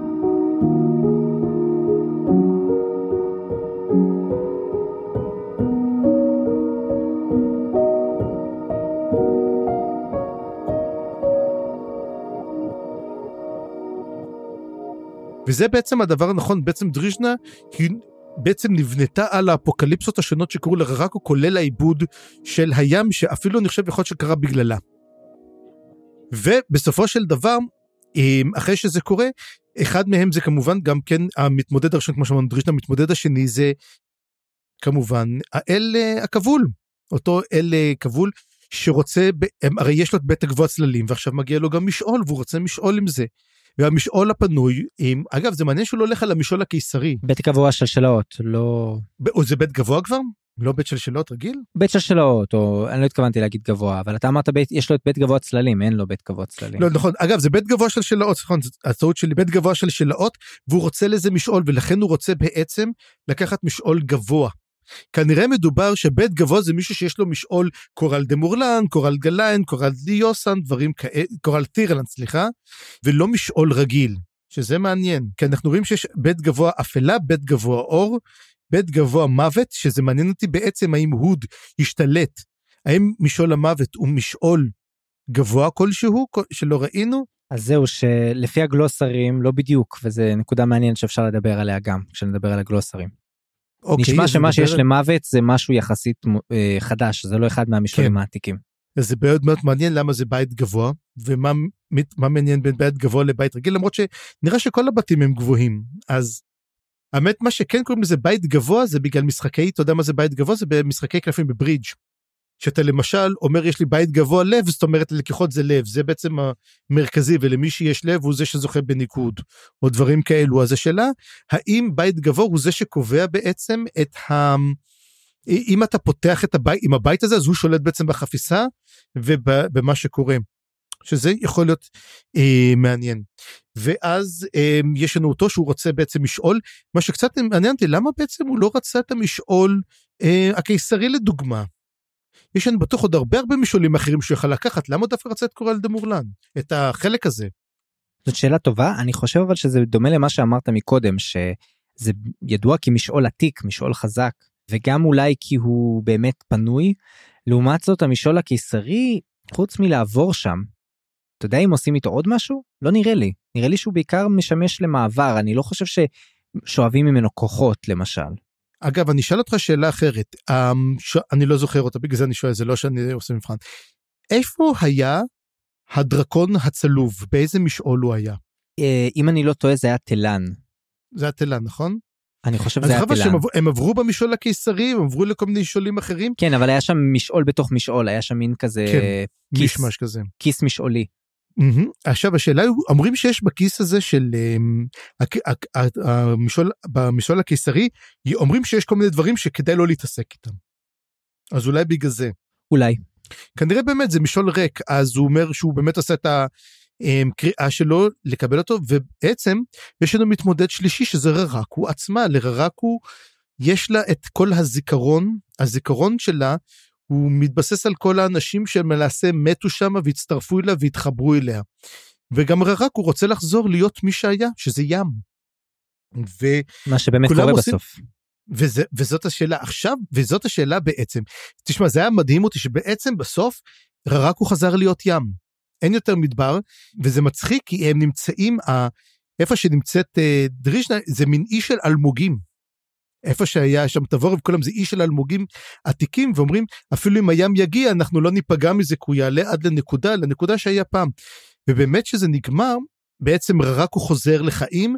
וזה בעצם הדבר הנכון, בעצם דריז'נה היא בעצם נבנתה על האפוקליפסות השונות שקראו לרק, כולל העיבוד של הים, שאפילו אני חושב יכול שקרה בגללה. ובסופו של דבר, אחרי שזה קורה, אחד מהם זה כמובן גם כן המתמודד הראשון, כמו שאמרנו דריז'נה, המתמודד השני זה כמובן האל הכבול, אותו אל כבול שרוצה, הרי יש לו את בית הגבוה צללים, ועכשיו מגיע לו גם משאול, והוא רוצה משאול עם זה. והמשעול הפנוי, אגב, זה מעניין שהוא לא הולך על המשעול הקיסרי. בית גבוה של שלאות, לא... או זה בית גבוה כבר? לא בית של שלאות רגיל? בית של שלאות, או אני לא התכוונתי להגיד גבוה, אבל אתה אמרת, יש לו את בית גבוה צללים, אין לו בית גבוה צללים. לא, נכון, אגב, זה בית גבוה של שלאות, נכון, הטעות שלי, בית גבוה של שלאות, והוא רוצה לזה משעול, ולכן הוא רוצה בעצם לקחת משעול גבוה. כנראה מדובר שבית גבוה זה מישהו שיש לו משעול קורל דה מורלן, קורל גליין, קורל דיוסן, דברים כאלה, קורל טירלנד, סליחה, ולא משעול רגיל, שזה מעניין, כי אנחנו רואים שיש בית גבוה אפלה, בית גבוה אור, בית גבוה מוות, שזה מעניין אותי בעצם האם הוד ישתלט, האם משעול המוות הוא משעול גבוה כלשהו, שלא ראינו? אז זהו, שלפי הגלוסרים, לא בדיוק, וזה נקודה מעניינת שאפשר לדבר עליה גם, כשנדבר על הגלוסרים. נשמע שמה שיש למוות זה משהו יחסית חדש, זה לא אחד מהמשעולים העתיקים. אז זה מאוד מאוד מעניין למה זה בית גבוה, ומה מעניין בין בית גבוה לבית רגיל, למרות שנראה שכל הבתים הם גבוהים, אז האמת מה שכן קוראים לזה בית גבוה, זה בגלל משחקי, אתה יודע מה זה בית גבוה? זה במשחקי קלפים בברידג'. שאתה למשל אומר יש לי בית גבוה לב, זאת אומרת ללקיחות זה לב, זה בעצם המרכזי, ולמי שיש לב הוא זה שזוכה בניקוד, או דברים כאלו. אז השאלה, האם בית גבוה הוא זה שקובע בעצם את אם אתה פותח את הבית, עם הבית הזה, אז הוא שולט בעצם בחפיסה, ובמה שקורה, שזה יכול להיות מעניין. ואז יש לנו אותו שהוא רוצה בעצם משעול, מה שקצת מעניין אותי, למה בעצם הוא לא רצה את המשעול הקיסרי לדוגמה? יש לנו בטוח עוד הרבה משעולים אחרים שהוא יכול לקחת, למה דווקא רצה את קורל דה מורלן? את החלק הזה. זאת שאלה טובה, אני חושב אבל שזה דומה למה שאמרת מקודם, שזה ידוע כמשעול עתיק, משעול חזק, וגם אולי כי הוא באמת פנוי, לעומת זאת המשעול הקיסרי, חוץ מלעבור שם, אתה יודע אם עושים איתו עוד משהו? לא נראה לי, נראה לי שהוא בעיקר משמש למעבר, אני לא חושב ששואבים ממנו כוחות למשל. אגב, אני אשאל אותך שאלה אחרת, אני לא זוכר אותה, בגלל זה אני שואל, זה לא שאני עושה מבחן. איפה היה הדרקון הצלוב? באיזה משעול הוא היה? אם אני לא טועה, זה היה תלן. זה היה תלן, נכון? אני חושב זה היה תלן. הם עברו במשעול הקיסרי, הם עברו לכל מיני משעולים אחרים? כן, אבל היה שם משעול בתוך משעול, היה שם מין כזה כיס, משמש כזה. כיס משעולי. עכשיו השאלה, אומרים שיש בכיס הזה של במשעול הקיסרי, אומרים שיש כל מיני דברים שכדאי לא להתעסק איתם. אז אולי בגלל זה. אולי. כנראה באמת זה משעול ריק, אז הוא אומר שהוא באמת עושה את הקריאה שלו לקבל אותו, ובעצם יש לנו מתמודד שלישי שזה ררקו עצמה, לררקו יש לה את כל הזיכרון שלה, הוא מתבסס על כל האנשים שמלעשה מתו שם והצטרפו אליה והתחברו אליה. וגם ררק הוא רוצה לחזור להיות מי שהיה, שזה ים. מה שבאמת קורה בסוף. וזאת השאלה עכשיו, וזאת השאלה בעצם. תשמע, זה היה מדהים אותי שבעצם בסוף ררק הוא חזר להיות ים. אין יותר מדבר, וזה מצחיק כי הם נמצאים, איפה שנמצאת דרישנה, זה מין אי של אלמוגים. איפה שהיה שם תבור וכולם זה אי של אלמוגים עתיקים, ואומרים אפילו אם הים יגיע אנחנו לא ניפגע מזה, כי הוא יעלה עד לנקודה שהיה פעם, ובאמת שזה נגמר, בעצם ררק הוא חוזר לחיים,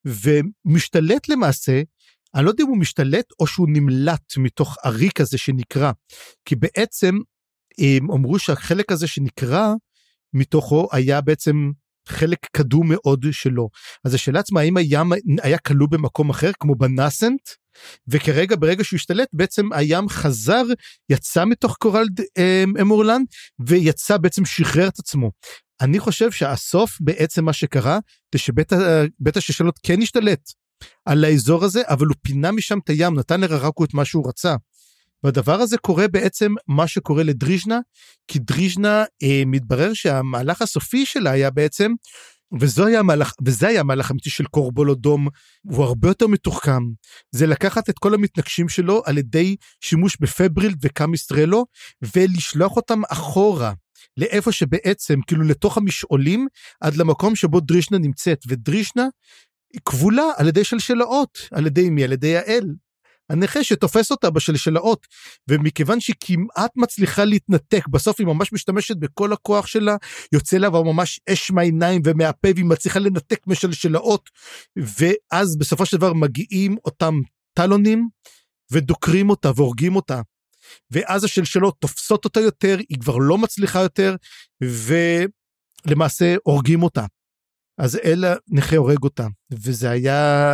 ומשתלט למעשה, אני לא יודע אם הוא משתלט או שהוא נמלט מתוך אריק הזה שנקרא, כי בעצם אמרו שהחלק הזה שנקרא מתוכו היה בעצם חלק קדום מאוד שלו, אז השאלה עצמה האם הים היה כלוא במקום אחר כמו בנסנט, וכרגע ברגע שהוא השתלט בעצם הים חזר, יצא מתוך קורל אמורלן, ויצא בעצם שחרר את עצמו. אני חושב שהסוף בעצם מה שקרה, זה שבית השושלות כן השתלט על האזור הזה, אבל הוא פינה משם את הים, נתן לררקו את מה שהוא רצה, והדבר הזה קורה בעצם מה שקורה לדריז'נה, כי דריז'נה מתברר שהמהלך הסופי שלה היה בעצם, וזה היה המהלך אמיתי של קורבולודום, הוא הרבה יותר מתוחכם, זה לקחת את כל המתנגשים שלו על ידי שימוש בפברילד וקמיסטרלו, ולשלוח אותם אחורה, לאיפה שבעצם, כאילו לתוך המשעולים, עד למקום שבו דריז'נה נמצאת, ודריז'נה היא כבולה על ידי שלשלאות, על ידי מי? על ידי האל. הנחש שתופס אותה בשלשלאות, ומכיוון שהיא כמעט מצליחה להתנתק, בסוף היא ממש משתמשת בכל הכוח שלה, יוצא לה ממש אש מהעיניים ומהפה, והיא מצליחה לנתק משלשלאות, ואז בסופו של דבר מגיעים אותם טלונים, ודוקרים אותה והורגים אותה, ואז השלשלות תופסות אותה יותר, היא כבר לא מצליחה יותר, ולמעשה הורגים אותה. אז אלה נכה הורג אותה, וזה היה,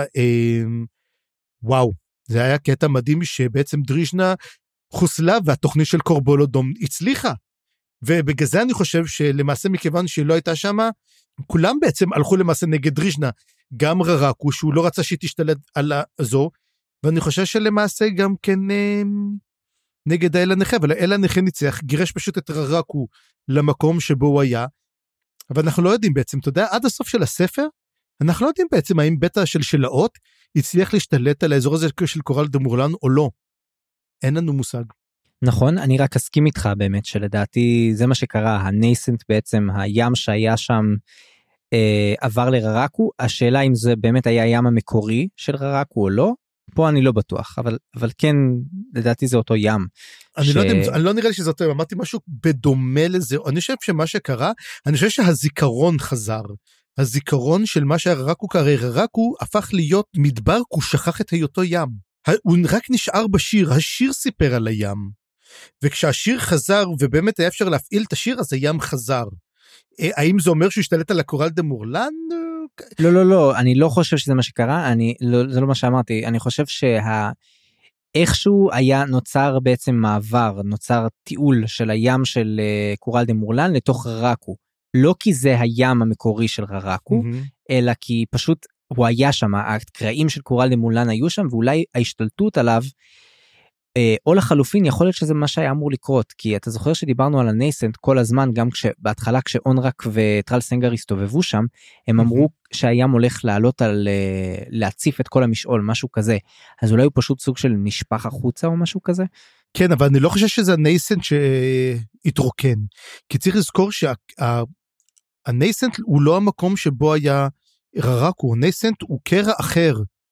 וואו, זה היה קטע מדהים שבעצם דריז'נה חוסלה, והתוכנית של קורבולודום הצליחה, ובגלל זה אני חושב שלמעשה מכיוון שהיא לא הייתה שמה, כולם בעצם הלכו למעשה נגד דריז'נה, גם ררקו, שהוא לא רצה שהיא תשתלט על הזו, ואני חושב שלמעשה גם כן נגד האל הנכה, אבל האל הנכה ניצח, גירש פשוט את ררקו למקום שבו הוא היה, אבל אנחנו לא יודעים בעצם, אתה יודע, עד הסוף של הספר, אנחנו לא יודעים בעצם האם בטא של שלאות הצליח להשתלט על האזור הזה של קורל דה מורלן או לא. אין לנו מושג. נכון, אני רק אסכים איתך באמת, שלדעתי זה מה שקרה, הנייסנט בעצם, הים שהיה שם עבר לררקו, השאלה אם זה באמת היה הים המקורי של ררקו או לא, פה אני לא בטוח, אבל כן, לדעתי זה אותו ים. אני לא יודע, אני לא נראה לי שזה אותו ים, אמרתי משהו בדומה לזה, אני חושב שמה שקרה, אני חושב שהזיכרון חזר, הזיכרון של מה שהררקו קרה, ררקו הפך להיות מדבר, הוא שכח את היותו ים, הוא רק נשאר בשיר, השיר סיפר על הים, וכשהשיר חזר, ובאמת היה אפשר להפעיל את השיר, אז הים חזר. האם זה אומר שהוא השתלט על הקורל דה מורלן? לא, אני לא חושב שזה מה שקרה, זה לא מה שאמרתי, אני חושב איכשהו היה נוצר בעצם מעבר, נוצר טיול של הים של קורל דה מורלן לתוך ררקו, לא כי זה הים המקורי של ררקו, אלא כי פשוט הוא היה שם, הקרעים של קורל דה מורלן היו שם, ואולי ההשתלטות עליו, או לחלופין, יכול להיות שזה מה שהיה אמור לקרות, כי אתה זוכר שדיברנו על הנייסנט כל הזמן, גם בהתחלה כשאונרק וטרל סנגר הסתובבו שם, הם אמרו שהים הולך לעלות על, להציף את כל המשעול, משהו כזה, אז אולי הוא פשוט סוג של נשפח החוצה או משהו כזה? כן, אבל אני לא חושב שזה הנייסנט שהתרוקן, כי צריך לזכור שהנייסנט הוא לא המקום שבו היה ררקו, הנייסנט הוא קרע אחר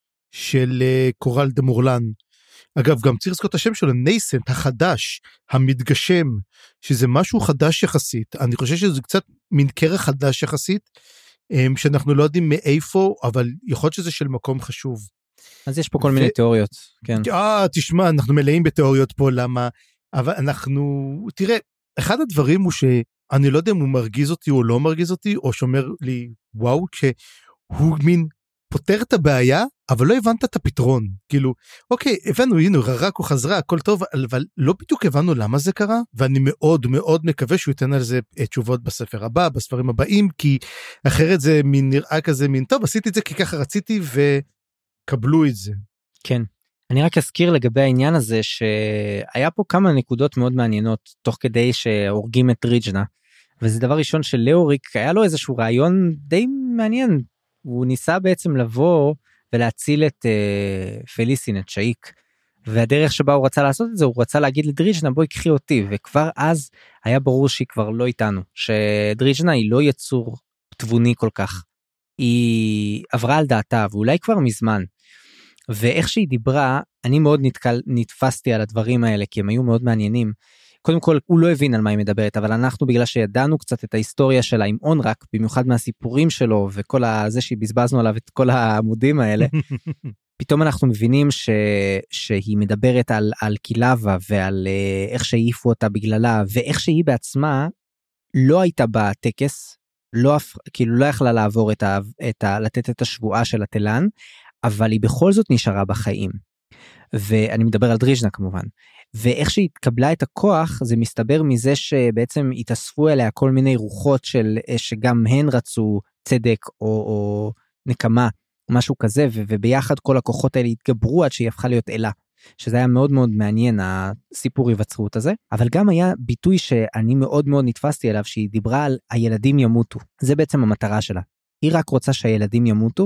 של קורל דה מורלן, אגב, גם צריך לזכור את השם שלו, נייסנט, החדש, המתגשם, שזה משהו חדש יחסית, אני חושב שזה קצת מין קרע חדש יחסית, שאנחנו לא יודעים מאיפה, אבל יכול להיות שזה של מקום חשוב. אז יש פה כל מיני תיאוריות, כן. תשמע, אנחנו מלאים בתיאוריות פה, למה? אבל אנחנו, תראה, אחד הדברים הוא שאני לא יודע אם הוא מרגיז אותי או לא מרגיז אותי, או שאומר לי, וואו, שהוא מין פותר את הבעיה, אבל לא הבנת את הפתרון, כאילו, אוקיי, הבנו, הנה, ררקו חזרה, הכל טוב, אבל לא בדיוק הבנו למה זה קרה, ואני מאוד מאוד מקווה שהוא ייתן על זה תשובות בספר הבא, בספרים הבאים, כי אחרת זה מין נראה כזה, מין טוב, עשיתי את זה כי ככה רציתי, וקבלו את זה. כן, אני רק אזכיר לגבי העניין הזה, שהיה פה כמה נקודות מאוד מעניינות, תוך כדי שהורגים את דריז'נה, וזה דבר ראשון של לאוריק, היה לו איזשהו רעיון די מעניין, הוא ניסה בעצם לבוא ולהציל את פליסין, את שאיק, והדרך שבה הוא רצה לעשות את זה, הוא רצה להגיד לדריז'נה, בואי קחי אותי, וכבר אז היה ברור שהיא כבר לא איתנו, שדריז'נה היא לא יצור תבוני כל כך, היא עברה על דעתה, ואולי כבר מזמן, ואיך שהיא דיברה, אני מאוד נתפסתי על הדברים האלה, כי הם היו מאוד מעניינים, קודם כל, הוא לא הבין על מה היא מדברת, אבל אנחנו, בגלל שידענו קצת את ההיסטוריה שלה עם אונרק, במיוחד מהסיפורים שלו, וכל זה שבזבזנו עליו את כל העמודים האלה, פתאום אנחנו מבינים שהיא מדברת על קילאבה, ועל איך שהעיפו אותה בגללה, ואיך שהיא בעצמה לא הייתה בטקס, כאילו לא יכלה לעבור לתת את השבועה של התלן, אבל היא בכל זאת נשארה בחיים. ואני מדבר על דריז'נה כמובן. ואיך שהיא התקבלה את הכוח, זה מסתבר מזה שבעצם התאספו אליה כל מיני רוחות שגם הן רצו צדק או נקמה, משהו כזה, וביחד כל הכוחות האלה התגברו עד שהיא הפכה להיות אלה, שזה היה מאוד מאוד מעניין, הסיפור היווצרות הזה, אבל גם היה ביטוי שאני מאוד מאוד נתפסתי אליו, שהיא דיברה על הילדים ימותו, זה בעצם המטרה שלה, היא רק רוצה שהילדים ימותו,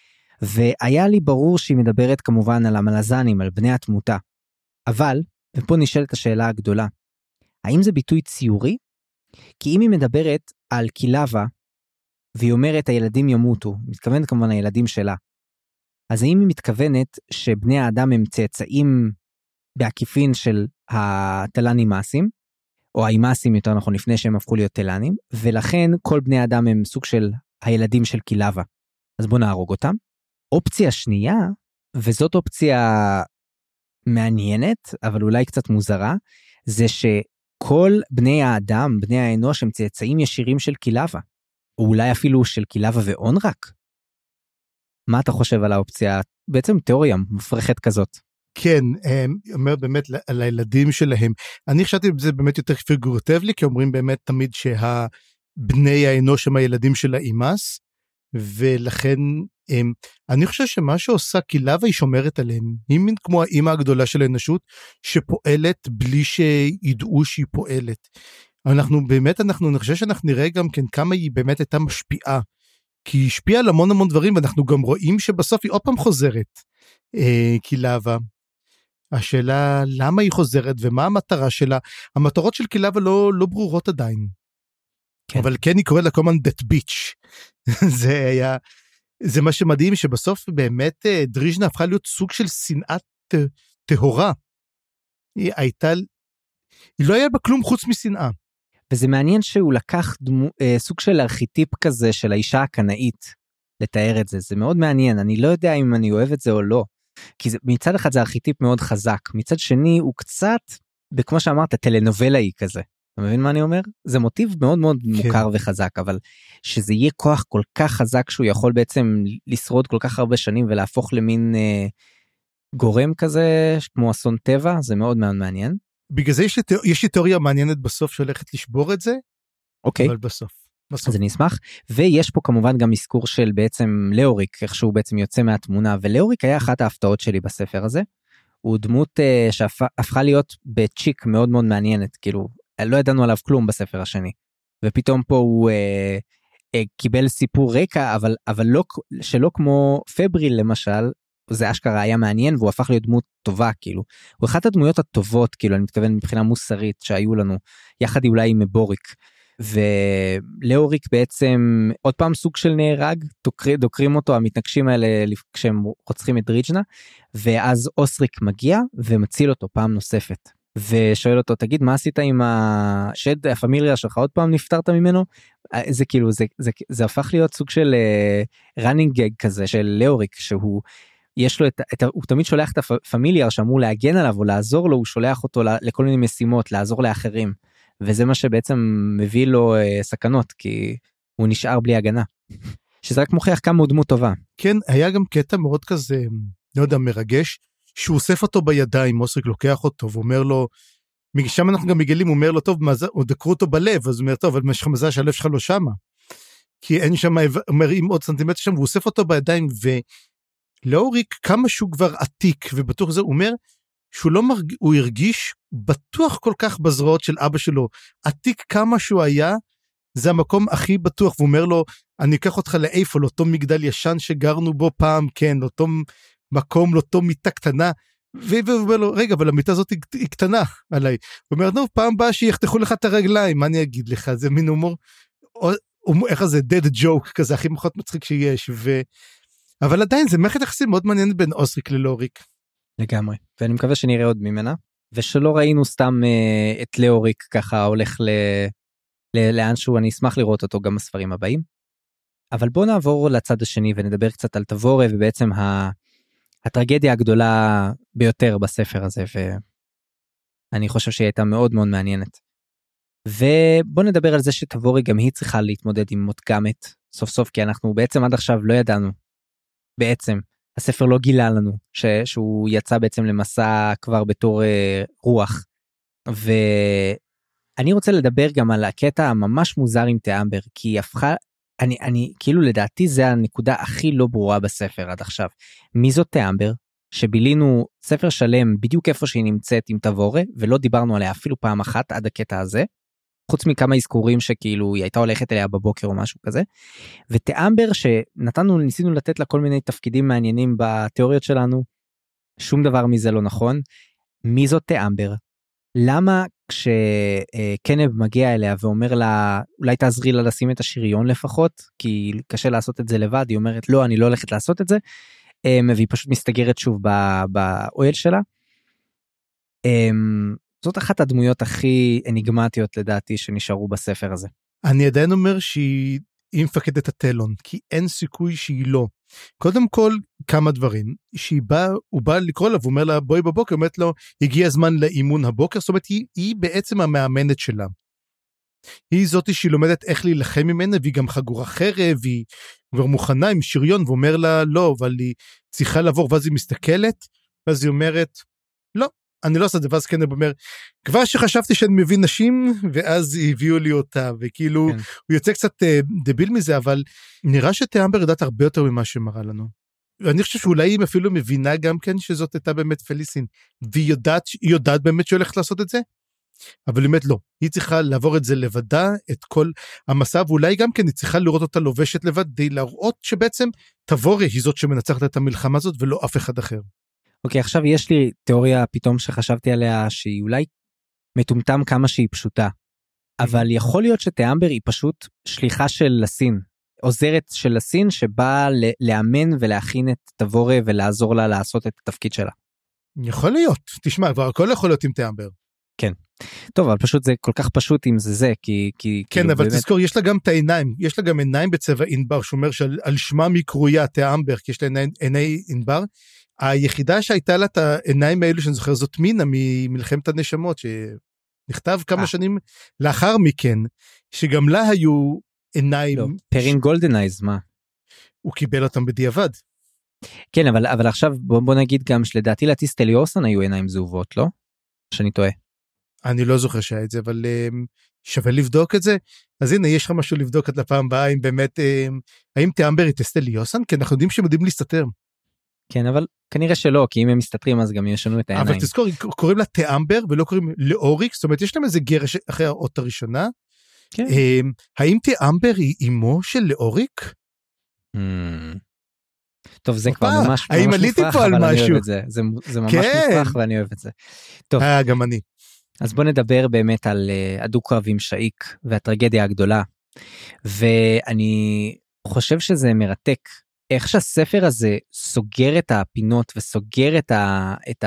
והיה לי ברור שהיא מדברת כמובן על המלזנים, על בני התמותה, אבל, ופה נשאלת השאלה הגדולה, האם זה ביטוי ציורי? כי אם היא מדברת על קילאבה, והיא אומרת הילדים ימותו, מתכוונת כמובן הילדים שלה, אז האם היא מתכוונת שבני האדם הם צאצאים בעקיפין של התלנים מעשים, או האימאסים יותר נכון לפני שהם הפכו להיות תלנים, ולכן כל בני האדם הם סוג של הילדים של קילאבה, אז בוא נהרוג אותם. אופציה שנייה, וזאת אופציה מעניינת, אבל אולי קצת מוזרה, זה שכל בני האדם, בני האנוש, הם צאצאים ישירים של קילאבה. או אולי אפילו של קילבה ואונרק? מה אתה חושב על האופציה? בעצם תיאוריה מופרכת כזאת. כן, אומר באמת על הילדים שלהם. אני חשבתי שזה באמת יותר פיגורטיבי, כי אומרים באמת תמיד שהבני האנוש הם הילדים של האימאס, ולכן אני חושב שמה שעושה קילבה היא שומרת עליהם. היא מין כמו האימא הגדולה של האנושות, שפועלת בלי שידעו שהיא פועלת. אני חושב שאנחנו נראה גם כן כמה היא באמת הייתה משפיעה, כי היא השפיעה על המון דברים, ואנחנו גם רואים שבסוף היא עוד פעם חוזרת, קילבה. השאלה למה היא חוזרת ומה המטרה שלה, המטרות של קילבה לא ברורות עדיין. כן. אבל כן היא קוראת לה כל הזמן that bitch. זה מה שמדהים, שבסוף באמת דריז'נה הפכה להיות סוג של שנאת טהורה. היא לא היה בה כלום חוץ משנאה. וזה מעניין שהוא לקח סוג של ארכיטיפ כזה של האישה הקנאית, לתאר את זה. זה מאוד מעניין, אני לא יודע אם אני אוהב את זה או לא. כי מצד אחד זה ארכיטיפ מאוד חזק, מצד שני הוא קצת, כמו שאמרת, טלנובלאי כזה. אתה מבין מה אני אומר? זה מוטיב מאוד מאוד מוכר וחזק, אבל שזה יהיה כוח כל כך חזק שהוא יכול בעצם לשרוד כל כך הרבה שנים ולהפוך למין גורם כזה, כמו אסון טבע, זה מאוד מאוד מעניין. בגלל זה יש לי תיאוריה מעניינת בסוף שהולכת לשבור את זה, אוקיי. אבל בסוף. אז אני אשמח, ויש פה כמובן גם מזכור של בעצם לאוריק, איך שהוא בעצם יוצא מהתמונה, ולאוריק היה אחת ההפתעות שלי בספר הזה, הוא דמות שהפכה להיות בצ'יק מאוד מאוד מעניינת, כאילו, לא ידענו עליו כלום בספר השני, ופתאום פה הוא קיבל סיפור רקע, אבל לא, שלא כמו פבריל למשל, זה אשכרה היה מעניין, והוא הפך להיות דמות טובה, כאילו, הוא אחת הדמויות הטובות, כאילו, אני מתכוון מבחינה מוסרית שהיו לנו, יחד אולי עם בוריק, ולאוריק בעצם עוד פעם סוג של נהרג, דוקרים אותו המתנגשים האלה כשהם רוצחים את דריג'נה, ואז אוסריק מגיע ומציל אותו פעם נוספת, ושואל אותו, תגיד מה עשית עם השד, הפמיליה שלך עוד פעם נפטרת ממנו? זה כאילו, זה הפך להיות סוג של running gag כזה של לאוריק, שהוא יש לו הוא תמיד שולח את הפמיליה שאמור להגן עליו או לעזור לו, הוא שולח אותו לכל מיני משימות, לעזור לאחרים. וזה מה שבעצם מביא לו סכנות, כי הוא נשאר בלי הגנה. שזה רק מוכיח כמה הוא דמות טובה. כן, היה גם קטע מאוד כזה, לא יודע, מרגש, שהוא אוסף אותו בידיים, אוסריק לוקח אותו, ואומר לו, משם אנחנו גם מגלים, הוא אומר לו, טוב, הוא דקרו אותו בלב, אז הוא אומר, טוב, אבל יש לך מזל שהלב שלך לא שמה. כי אין שם, אומר, עם עוד סנטימטר שם, והוא אוסף אותו בידיים, ולאוריק, כמה שהוא כבר עתיק, ובטוח זה, הוא אומר, שהוא לא הוא הרגיש בטוח כל כך בזרועות של אבא שלו, עתיק כמה שהוא היה, זה המקום הכי בטוח, והוא אומר לו, אני אקח אותך לאיפה, לאותו מגדל ישן שגרנו בו פעם, כן, לאותו מקום, לאותו מיטה קטנה, והוא אומר לו, רגע, אבל המיטה הזאת היא קטנה עליי, הוא אומר, נו, פעם באה שיחתכו לך את הרגליים, מה אני אגיד לך, זה מין הומור, איך זה, dead joke כזה, הכי פחות מצחיק שיש, אבל עדיין זה מערכת יחסים מאוד מעניינת בין אוסריק ללאוריק. לגמרי, ואני מקווה שנראה עוד ממנה, ושלא ראינו סתם את לאוריק ככה הולך לאן שהוא, אני אשמח לראות אותו גם בספרים הבאים. אבל בואו נעבור לצד השני ונדבר קצת על תבורה, ובעצם הטרגדיה הגדולה ביותר בספר הזה, ואני חושב שהיא הייתה מאוד מאוד מעניינת. ובואו נדבר על זה שתבורה גם היא צריכה להתמודד עם מותגמת, סוף סוף, כי אנחנו בעצם עד עכשיו לא ידענו, בעצם, הספר לא גילה לנו שהוא יצא בעצם למסע כבר בתור רוח, ואני רוצה לדבר גם על הקטע הממש מוזר עם תיאמבר, כי היא הפכה, אני כאילו לדעתי זה הנקודה הכי לא ברורה בספר עד עכשיו. מי זאת תיאמבר? שבילינו ספר שלם בדיוק איפה שהיא נמצאת עם תבורה, ולא דיברנו עליה אפילו פעם אחת עד הקטע הזה, חוץ מכמה אזכורים שכאילו היא הייתה הולכת אליה בבוקר או משהו כזה, ותיאמבר ניסינו לתת לה כל מיני תפקידים מעניינים בתיאוריות שלנו, שום דבר מזה לא נכון. מי זאת תיאמבר? למה כשקנב מגיע אליה ואומר לה, אולי תעזרי לה לשים את השריון לפחות, כי קשה לעשות את זה לבד, היא אומרת לא, אני לא הולכת לעשות את זה, והיא פשוט מסתגרת שוב באוהל שלה. זאת אחת הדמויות הכי אניגמטיות לדעתי שנשארו בספר הזה. אני עדיין אומר שהיא מפקדת הטלון, כי אין סיכוי שהיא לא. קודם כל, כמה דברים, הוא בא לקרוא לה, והוא אומר לה, בואי בבוקר, אומרת לו, הגיע הזמן לאימון הבוקר, זאת אומרת, היא בעצם המאמנת שלה. היא זאתי שהיא לומדת איך להילחם ממנה, והיא גם חגורה חרב, והיא כבר מוכנה עם שריון, ואומר לה לא, אבל היא צריכה לעבור, ואז היא מסתכלת, ואז היא אומרת, לא, אני לא עושה את זה, ואז כן הוא אומר, כבר שחשבתי שאני מבין נשים, ואז הביאו לי אותה, וכאילו, כן. הוא יוצא קצת דביל מזה, אבל נראה שתיאמבר יודעת הרבה יותר ממה שמראה לנו. ואני חושב שאולי היא אפילו מבינה גם כן, שזאת הייתה באמת פליסין, והיא יודעת באמת שהיא הולכת לעשות את זה, אבל באמת לא, היא צריכה לעבור את זה לבדה, את כל המסע, ואולי גם כן היא צריכה לראות אותה לובשת לבד, די להראות שבעצם תבורי היא זאת שמנצחת את המלחמה הזאת, ולא אף אחד אחר. אוקיי, עכשיו יש לי תיאוריה פתאום שחשבתי עליה, שהיא אולי מטומטם כמה שהיא פשוטה, אבל יכול להיות שתיאמבר היא פשוט שליחה של לסין, עוזרת של לסין, שבאה לאמן ולהכין את תבורי, ולעזור לה לעשות את התפקיד שלה. יכול להיות, תשמע, כבר הכל יכול להיות עם תיאמבר. כן. טוב, אבל פשוט זה כל כך פשוט אם זה, כי כן, אבל באמת... תזכור, יש לה גם את העיניים, יש לה גם עיניים בצבע ענבר, שאומר שעל שמה מקרויה תיאמבר, כי יש לה עיני ענבר, היחידה שהייתה לה את העיניים האלו, שאני זוכר, זאת מינה ממלחמת הנשמות, שנכתב כמה שנים לאחר מכן, שגם לה היו עיניים... לא, פרין גולדנייז, מה? הוא קיבל אותם בדיעבד. כן, אבל עכשיו בוא נגיד גם שלדעתי לטיסטליוסן היו עיניים זהובות, לא? שאני טועה. אני לא זוכר שהיה את זה, אבל שווה לבדוק את זה. אז הנה, יש לך משהו לבדוק עד לפעם הבאה, אם באמת, האם תיאמבר היא טסטליוסן? כי אנחנו יודעים שהם יודעים להסתתר. כן, אבל כנראה שלא, כי אם הם מסתתרים, אז גם ישנו את העיניים. אבל תזכור, קוראים לה תיאמבר, ולא קוראים לאוריק, זאת אומרת, יש להם איזה גרש אחרי האות הראשונה. כן. האם תיאמבר היא אימו של לאוריק? טוב, זה כבר ממש מופרך, אבל אני אוהב את זה. זה ממש מופרך, ואני אוהב את זה. טוב. גם אני. אז בוא נדבר באמת על הדו-קרב עם שאיק, והטרגדיה הגדולה. ואני חושב שזה מרתק, איך שהספר הזה סוגר את הפינות, וסוגר את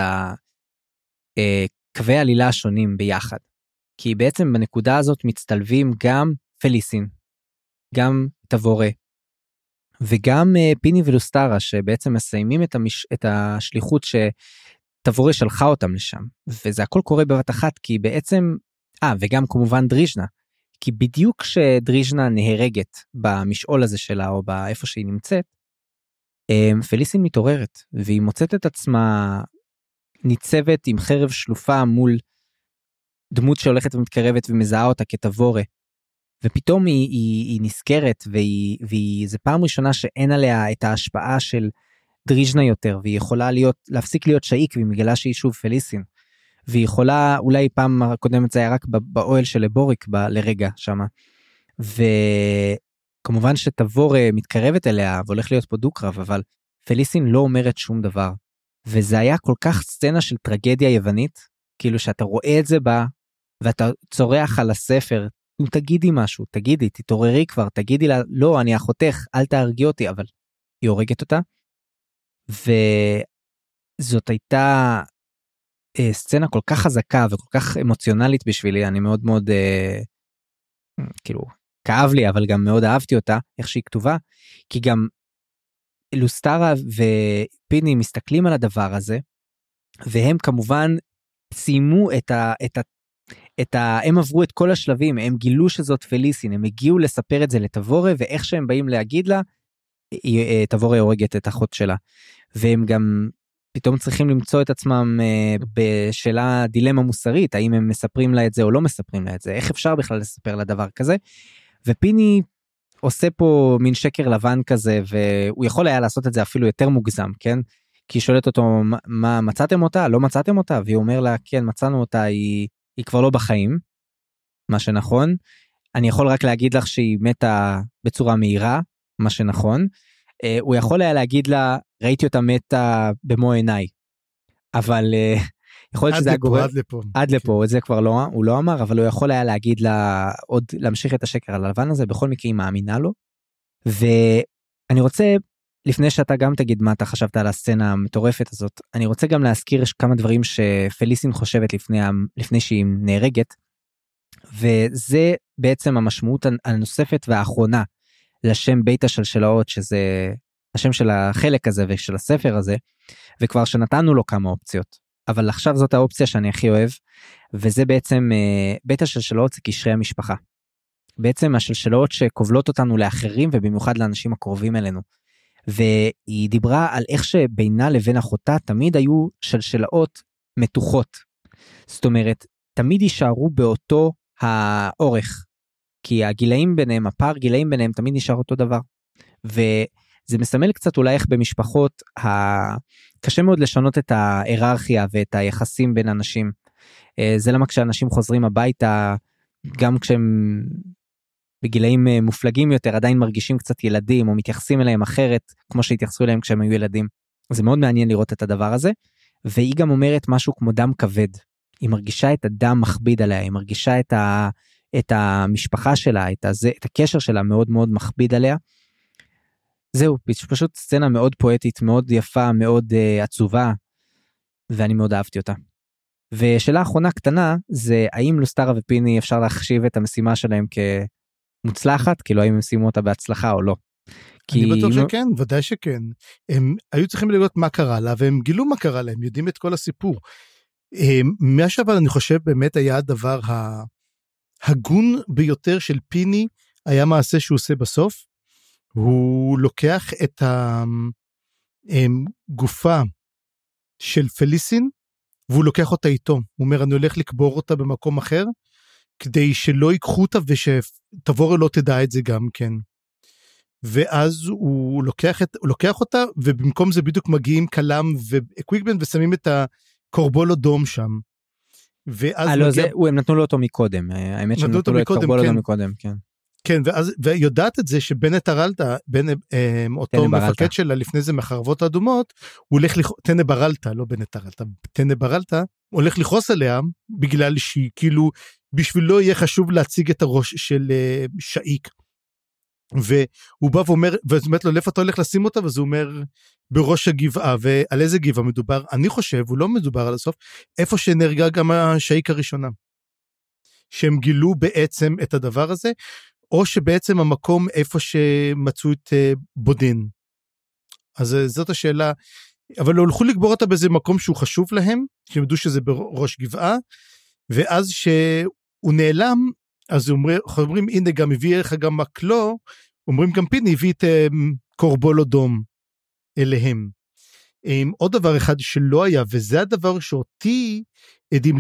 קווי העלילה השונים ביחד. כי בעצם בנקודה הזאת מצטלבים גם פליסין, גם תבורי, וגם פיני ולוסטרה, שבעצם מסיימים את השליחות שתבורי שלחה אותם לשם, וזה הכל קורה בבת אחת, כי בעצם, וגם כמובן דריז'נה, כי בדיוק כשדריז'נה נהרגת במשעול הזה שלה, או באיפה שהיא נמצאת, פליסין מתעוררת, והיא מוצאת את עצמה ניצבת עם חרב שלופה מול דמות שהולכת ומתקרבת ומזהה אותה כתבורי, ופתאום היא נזכרת, זה פעם ראשונה שאין עליה את ההשפעה של דריז'נה יותר, והיא יכולה להפסיק להיות שאיק, והיא מגלה שהיא שוב פליסין, והיא יכולה, אולי פעם הקודמת זה היה רק באוהל של לבוריק לרגע שמה, וכמובן שתבורי מתקרבת אליה, והולך להיות פה דו-קרב, אבל פליסין לא אומרת שום דבר, וזה היה כל כך סצנה של טרגדיה יוונית, כאילו שאתה רואה את זה בה, ואתה צורח על הספר, תגידי משהו, תגידי, תתעוררי כבר, תגידי לה, לא, אני אחותך, אל תהרגי אותי, אבל היא הורגת אותה, וזאת הייתה סצנה כל כך חזקה, וכל כך אמוציונלית בשבילי, אני מאוד מאוד, כאילו, כאב לי, אבל גם מאוד אהבתי אותה, איך שהיא כתובה, כי גם לוסטרה ופיני מסתכלים על הדבר הזה, והם כמובן סיימו הם עברו את כל השלבים, הם גילו שזאת פליסין, הם הגיעו לספר את זה לתבורי, ואיך שהם באים להגיד לה, תבורי הורגת את אחות שלה, והם גם פתאום צריכים למצוא את עצמם בשאלה דילמה מוסרית, האם הם מספרים לה את זה או לא מספרים לה את זה, איך אפשר בכלל לספר לה דבר כזה, ופיני עושה פה מין שקר לבן כזה, והוא יכול היה לעשות את זה אפילו יותר מוגזם, כן? כי היא שואלת אותו, מה, מצאתם אותה? לא מצאתם אותה? והיא אומר לה, כן, מצאנו אותה, היא כבר לא בחיים, מה שנכון. אני יכול רק להגיד לך שהיא מתה בצורה מהירה, מה שנכון. הוא יכול היה להגיד לה, ראיתי אותה מתה במו עיניי. אבל יכול להיות שזה היה גורם. עד לפה, את זה כבר לא, הוא לא אמר, אבל הוא יכול היה להגיד לה, עוד להמשיך את השקר הלבן הזה, בכל מקרה היא מאמינה לו. ואני רוצה, לפני שאתה גם תגיד מה אתה חשבת על הסצנה המטורפת הזאת, אני רוצה גם להזכיר כמה דברים שפליסין חושבת לפני שהיא נהרגת, וזה בעצם המשמעות הנוספת והאחרונה לשם בית השלשלאות, שזה השם של החלק הזה ושל הספר הזה, וכבר שנתנו לו כמה אופציות, אבל עכשיו זאת האופציה שאני הכי אוהב, וזה בעצם בית השלשלאות זה קשרי המשפחה, בעצם השלשלות שכובלות אותנו לאחרים, ובמיוחד לאנשים הקרובים אלינו. והיא דיברה על איך שבינה לבין אחותה, תמיד היו שלשלאות מתוחות. זאת אומרת, תמיד יישארו באותו האורך, כי הגילאים ביניהם, הפער גילאים ביניהם, תמיד נשאר אותו דבר. וזה מסמל קצת אולי איך במשפחות, קשה מאוד לשנות את ההיררכיה ואת היחסים בין אנשים. זה למה כשאנשים חוזרים הביתה, גם כשהם בגילאים מופלגים יותר, עדיין מרגישים קצת ילדים, או מתייחסים אליהם אחרת, כמו שהתייחסו אליהם כשהם היו ילדים. זה מאוד מעניין לראות את הדבר הזה, והיא גם אומרת משהו כמו דם כבד. היא מרגישה את הדם מכביד עליה, היא מרגישה את המשפחה שלה, את הקשר שלה מאוד מאוד מכביד עליה. זהו, פשוט סצנה מאוד פואטית, מאוד יפה, מאוד עצובה, ואני מאוד אהבתי אותה. ושאלה אחרונה קטנה, זה האם לוסטרה ופיני אפשר להחשיב את המשימה שלהם כמוצלחת, כאילו האם הם שימו אותה בהצלחה או לא. אני בטוח שכן, ודאי שכן. הם היו צריכים לראות מה קרה לה, והם גילו מה קרה לה, הם יודעים את כל הסיפור. מה שעבר אני חושב באמת היה הדבר הגון ביותר של פיני, היה מעשה שהוא עושה בסוף, הוא לוקח את הגופה של פליסין, והוא לוקח אותה איתו, הוא אומר אני הולך לקבור אותה במקום אחר, כדי שלא ייקחו אותה ושתבור לא תדע את זה גם כן. ואז הוא לוקח אותה, ובמקום זה בדיוק מגיעים קלם וקוויקבן ושמים את הקורבולו דום שם. לא, הם נתנו לו אותו מקודם, האמת שהם נתנו לו את קורבולו דום מקודם, כן. כן, ויודעת את זה שבנט הרלטה, אותו מפקד שלה לפני זה מחרבות האדומות, הוא הולך, תנה ברלטה, לא בנט הרלטה, תנה ברלטה, הולך לכעוס עליה, בגלל שהיא כאילו, בשבילו יהיה חשוב להציג את הראש של שאיק. והוא בא ואומר, ואז אומרת לו, איפה אתה הולך לשים אותה? ואז הוא אומר, בראש הגבעה, ועל איזה גבעה מדובר? אני חושב, הוא לא מדובר על הסוף, איפה שנרגע גם השאיק הראשונה. שהם גילו בעצם את הדבר הזה, או שבעצם המקום איפה שמצאו את בודין. אז זאת השאלה, אבל הולכו לגבור אותה באיזה מקום שהוא חשוב להם, שהם ידעו שזה בראש גבעה, ואז שהוא נעלם, אז אומרים, הנה גם הביא לך גם מקלו, אומרים גם פיני, הביא את קורבולו דום אליהם. עוד דבר אחד שלא היה, וזה הדבר שאותי עדים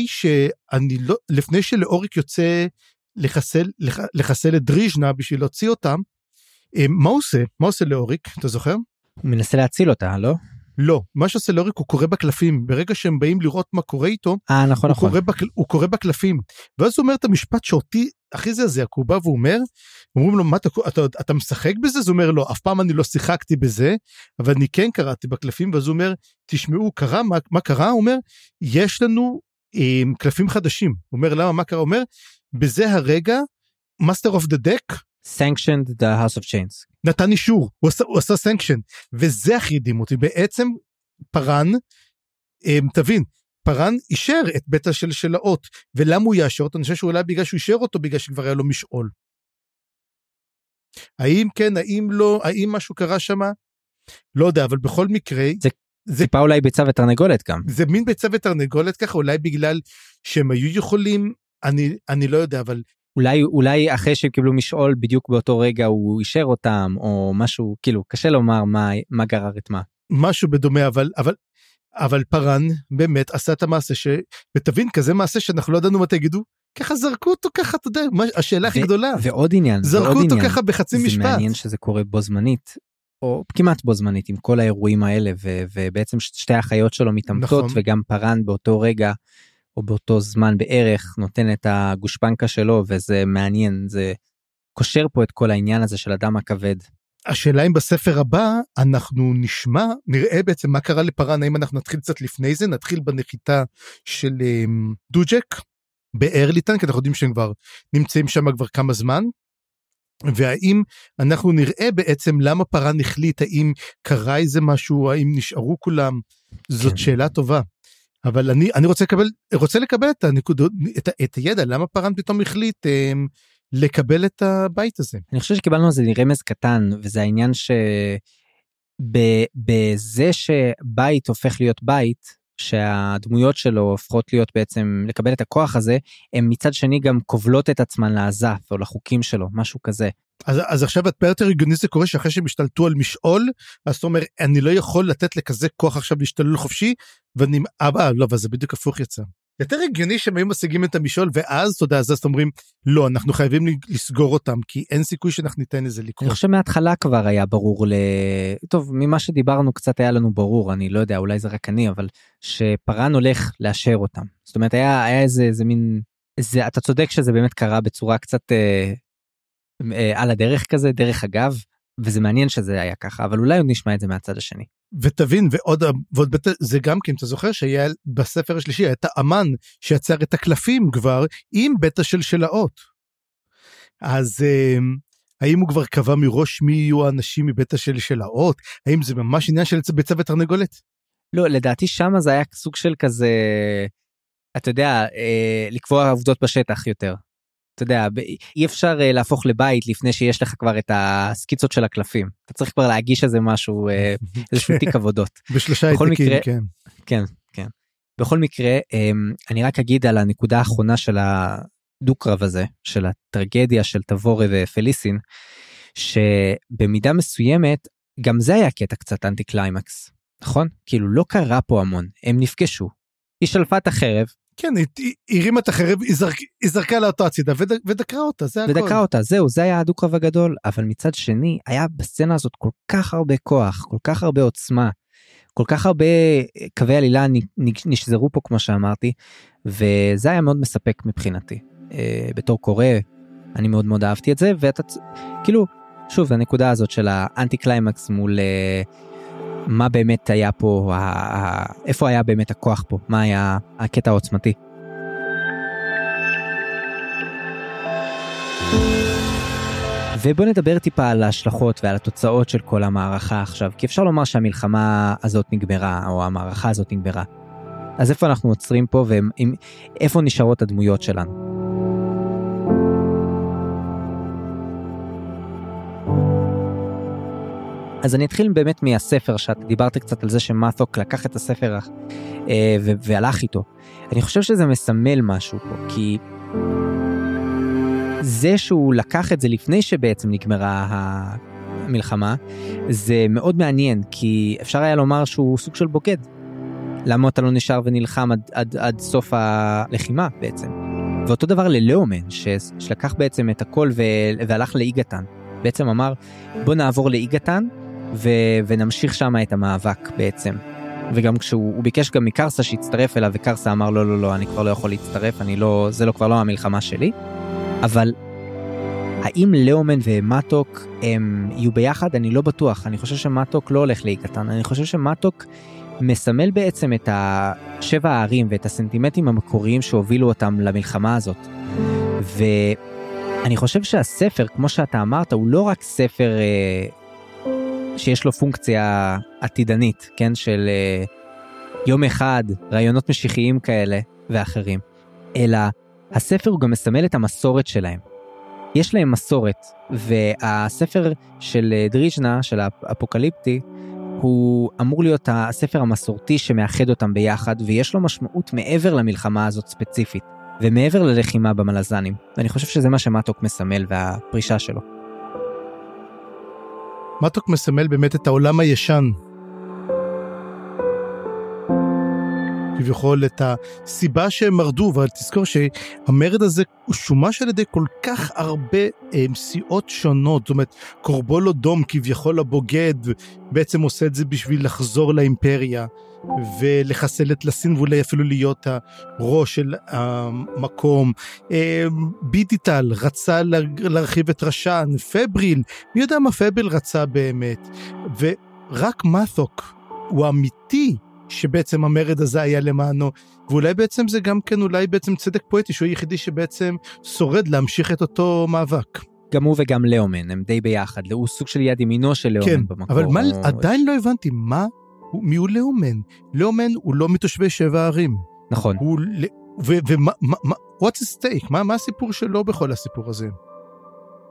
לפני שלאוריק יוצא לחסל את דריז'נה בשביל להוציא אותם, מה הוא עושה? מה עושה לאוריק? אתה זוכר? הוא מנסה להציל אותה, לא? לא, מה שעושה לאוריק הוא קורא בקלפים, ברגע שהם באים לראות מה קורה איתו, נכון. הוא קורא בקלפים, ואז הוא אומר את המשפט שאותי, אחרי זה הוא בא ואומר, אומרים לו, מה אתה משחק בזה? אז הוא אומר לו, אף פעם אני לא שיחקתי בזה, אבל אני כן קראתי בקלפים, ואז הוא אומר, תשמעו, קרה, מה קרה? הוא אומר, יש לנו קלפים חדשים, הוא אומר, למה, מה קרה? הוא אומר, בזה הרגע, Master of the Deck, sanctioned the House of Chains. נתן אישור, הוא עשה סנקשן, וזה הכי הדהים אותי, בעצם פרן, תבין, פרן אישר את בית השלשלאות, ולמה הוא יאשר אותו? אני חושב שאולי בגלל שהוא אישר אותו, בגלל שכבר היה לו משעול. האם כן, האם לא, האם משהו קרה שם? לא יודע, אבל בכל מקרה, זה טיפה אולי ביצה ותרנגולת גם. זה מין ביצה ותרנגולת ככה, אולי בגלל שהם היו יכולים, אני לא יודע, אבל אולי אחרי שהם קיבלו משעול בדיוק באותו רגע הוא אישר אותם או משהו, כאילו קשה לומר מה גרר את מה. משהו בדומה, אבל פרן באמת עשה את המעשה ותבין כזה מעשה שאנחנו לא ידענו מה תגידו, ככה זרקו אותו ככה, אתה יודע, השאלה הכי גדולה. ועוד עניין. זרקו אותו ככה בחצי משפט. זה מעניין שזה קורה בו זמנית, או כמעט בו זמנית עם כל האירועים האלה, ובעצם שתי האחיות שלו מתעמתות, וגם פרן באותו רגע, או באותו זמן בערך, נותן את הגושפנקה שלו, וזה מעניין, זה קושר פה את כל העניין הזה של אדם הכבד. השאלה אם בספר הבא, אנחנו נראה בעצם מה קרה לפרן, האם אנחנו נתחיל קצת לפני זה, נתחיל בנחיתה של דוג'ק, בארליטן, כי אנחנו יודעים שהם כבר נמצאים שם כבר כמה זמן, והאם אנחנו נראה בעצם למה פרן החליט, האם קרה איזה משהו, האם נשארו כולם, זאת שאלה טובה. אבל אני רוצה לקבל את הידע, למה פרן פתאום החליט לקבל את הבית הזה. אני חושב שקיבלנו איזה רמז קטן, וזה העניין שבזה שבית הופך להיות בית, שהדמויות שלו הופכות להיות בעצם, לקבל את הכוח הזה, הם מצד שני גם כובלות את עצמן לעזף, או לחוקים שלו, משהו כזה. אז עכשיו את יותר הגיוני זה קורה שאחרי שהם השתלטו על משעול, אז אתה אומר, אני לא יכול לתת לכזה כוח עכשיו להשתולל חופשי, ואני, לא, אבל זה בדיוק הפוך יצא. יותר הגיוני שהם היו משיגים את המשעול, ואז, אתה יודע, אז אתם אומרים, לא, אנחנו חייבים לסגור אותם, כי אין סיכוי שאנחנו ניתן לזה לקרות. אני חושב מההתחלה כבר היה ברור טוב, ממה שדיברנו קצת היה לנו ברור, אני לא יודע, אולי זה רק אני, אבל שפרן הולך לאשר אותם. זאת אומרת, היה איזה מין, אתה צודק שזה באמת קרה בצורה קצת על הדרך כזה, דרך אגב, וזה מעניין שזה היה ככה, אבל אולי עוד נשמע את זה מהצד השני. ותבין, ועוד זה גם כי אם אתה זוכר שהיה בספר השלישי, היה את האמן שיצר את הקלפים כבר עם בית השלשלאות. אז האם הוא כבר קבע מראש מי יהיו האנשים מבית השלשלאות? האם זה ממש עניין של ביצה ותרנגולת? לא, לדעתי שם זה היה סוג של כזה, אתה יודע, לקבוע עובדות בשטח יותר. אתה יודע, אי אפשר להפוך לבית לפני שיש לך כבר את הסקיצות של הקלפים. אתה צריך כבר להגיש איזה משהו, איזשהו תיק עבודות. בשלושה עתיקים, כן. כן, כן. בכל מקרה, אני רק אגיד על הנקודה האחרונה של הדו-קרב הזה, של הטרגדיה של תבורי ופליסין, שבמידה מסוימת, גם זה היה קטע קצת אנטי-קליימקס, נכון? כאילו לא קרה פה המון, הם נפגשו, היא שלפה את החרב, כן, היא הרימה את החרב, היא זרקה לאותו הצידה, ודקרה אותה, זה הכל. ודקרה אותה, זהו, זה היה הדו-קרב הגדול, אבל מצד שני, היה בסצנה הזאת כל כך הרבה כוח, כל כך הרבה עוצמה, כל כך הרבה קווי עלילה נשזרו פה, כמו שאמרתי, וזה היה מאוד מספק מבחינתי. בתור קורא, אני מאוד מאוד אהבתי את זה, ואתה, כאילו, שוב, הנקודה הזאת של האנטי-קליימקס מול מה באמת היה פה, איפה היה באמת הכוח פה, מה היה הקטע העוצמתי. ובוא נדבר טיפה על ההשלכות ועל התוצאות של כל המערכה עכשיו, כי אפשר לומר שהמלחמה הזאת נגמרה, או המערכה הזאת נגמרה. אז איפה אנחנו עוצרים פה, ואיפה נשארות הדמויות שלנו? אז אני אתחיל באמת מהספר, שאת דיברת קצת על זה שמאתוק לקח את הספר והלך איתו. אני חושב שזה מסמל משהו פה, כי זה שהוא לקח את זה לפני שבעצם נגמרה המלחמה, זה מאוד מעניין, כי אפשר היה לומר שהוא סוג של בוגד. למה אתה לא נשאר ונלחם עד סוף הלחימה בעצם? ואותו דבר ללאומן, שלקח בעצם את הכל והלך לאיגתן. בעצם אמר, בוא נעבור לאיגתן, ונמשיך שם את המאבק בעצם. וגם כשהוא ביקש גם מקרסה שיצטרף אליו, וקרסה אמר, לא, אני כבר לא יכול להצטרף, זה כבר לא המלחמה שלי. אבל האם לאומן ומאטוק הם יהיו ביחד? אני לא בטוח. אני חושב שמאטוק לא הולך לאיגתן. אני חושב שמאטוק מסמל בעצם את 7 הערים ואת הסנטימנטים המקוריים שהובילו אותם למלחמה הזאת. ואני חושב שהספר, כמו שאתה אמרת, הוא לא רק ספר שיש לו פונקציה עתידנית, כן? של יום אחד, רעיונות משיחיים כאלה ואחרים. אלא הספר הוא גם מסמל את המסורת שלהם. יש להם מסורת, והספר של דריז'נה, של האפוקליפטי, הוא אמור להיות הספר המסורתי שמאחד אותם ביחד, ויש לו משמעות מעבר למלחמה הזאת ספציפית, ומעבר ללחימה במלזנים. ואני חושב שזה מה שמאטוק מסמל, והפרישה שלו. מאטוק מסמל באמת את העולם הישן. כביכול את הסיבה שהם מרדו, אבל תזכור שהמרד הזה הוא שומש על ידי כל כך הרבה סיעות שונות, זאת אומרת, קורבולו דום כביכול הבוגד, בעצם עושה את זה בשביל לחזור לאימפריה, ולחסל את לסין, ואולי אפילו להיות הראש של המקום. ביטיטל רצה להרחיב את רשן, פבריל, מי יודע מה פבריל רצה באמת, ורק מאטוק הוא אמיתי, שבעצם המרד הזה היה למענו, ואולי בעצם זה גם כן, אולי בעצם צדק פואטי, שהוא היחידי שבעצם שורד להמשיך את אותו מאבק. גם הוא וגם לאומן, הם די ביחד, הוא סוג של יד ימינו של לאומן כן, במקור. אבל מה, עדיין לא הבנתי, מי הוא לאומן? לאומן הוא לא מתושבי 7 הערים. נכון. what's the stake? מה הסיפור שלו בכל הסיפור הזה?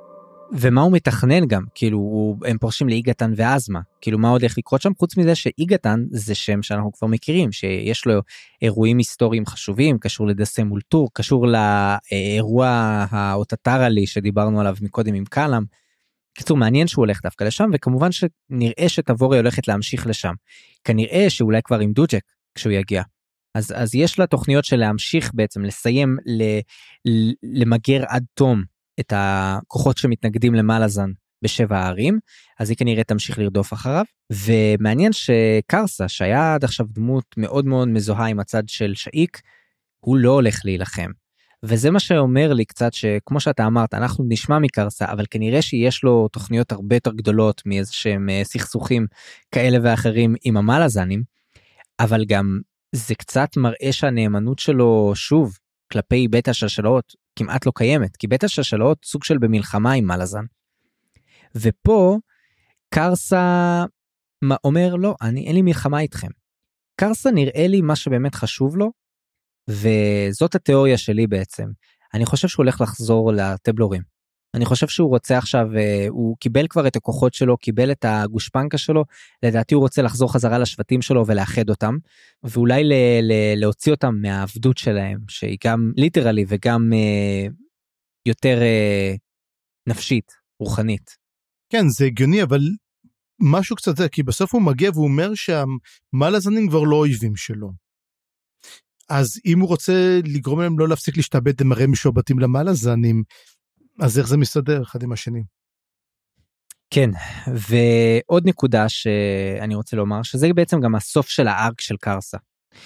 ומה הוא מתכנן גם, כאילו הם פורשים לאיגתן ואזמה, כאילו מה עוד הולך לקרות שם, חוץ מזה שאיגתן זה שם שאנחנו כבר מכירים, שיש לו אירועים היסטוריים חשובים, קשור לדסה מול טור, קשור לאירוע האוטטרלי שדיברנו עליו מקודם עם קלאם, קיצור מעניין שהוא הולך דווקא לשם, וכמובן שנראה שתבורי הולכת להמשיך לשם, כנראה שאולי כבר עם דוג'ק כשהוא יגיע, אז יש לה תוכניות של להמשיך בעצם, לסיים, למגר עד תום, את הכוחות שמתנגדים למלאזן בשבע הערים, אז היא כנראה תמשיך לרדוף אחריו, ומעניין שקרסה, שהיה עד עכשיו דמות מאוד מאוד מזוהה עם הצד של שאיק, הוא לא הולך להילחם, וזה מה שאומר לי קצת שכמו שאתה אמרת, אנחנו נשמע מקרסה, אבל כנראה שיש לו תוכניות הרבה יותר גדולות, מאיזה שהם סכסוכים כאלה ואחרים עם המלאזנים, אבל גם זה קצת מראה שהנאמנות שלו שוב, כלפי בית השלשלות, כמעט לא קיימת, כי בית השלשלות סוג של במלחמה עם מלאזן. ופה קרסה אומר לא, אין לי מלחמה איתכם. קרסה נראה לי מה שבאמת חשוב לו, וזאת התיאוריה שלי בעצם. אני חושב שהוא הולך לחזור לטבלורים. אני חושב שהוא רוצה עכשיו, הוא קיבל כבר את הכוחות שלו, קיבל את הגושפנקה שלו, לדעתי הוא רוצה לחזור חזרה לשבטים שלו ולאחד אותם, ואולי להוציא אותם מהעבדות שלהם, שהיא גם ליטרלי וגם יותר נפשית, רוחנית. כן, זה הגיוני, אבל משהו קצת זה, כי בסוף הוא מגיע והוא אומר שהמלאזנים כבר לא אויבים שלו. אז אם הוא רוצה לגרום להם לא להפסיק להשתעבד למראה משועבטים למלאזנים, אז איך זה מסתדר אחד עם השני? כן, ועוד נקודה שאני רוצה לומר, שזה בעצם גם הסוף של הארק של קרסה.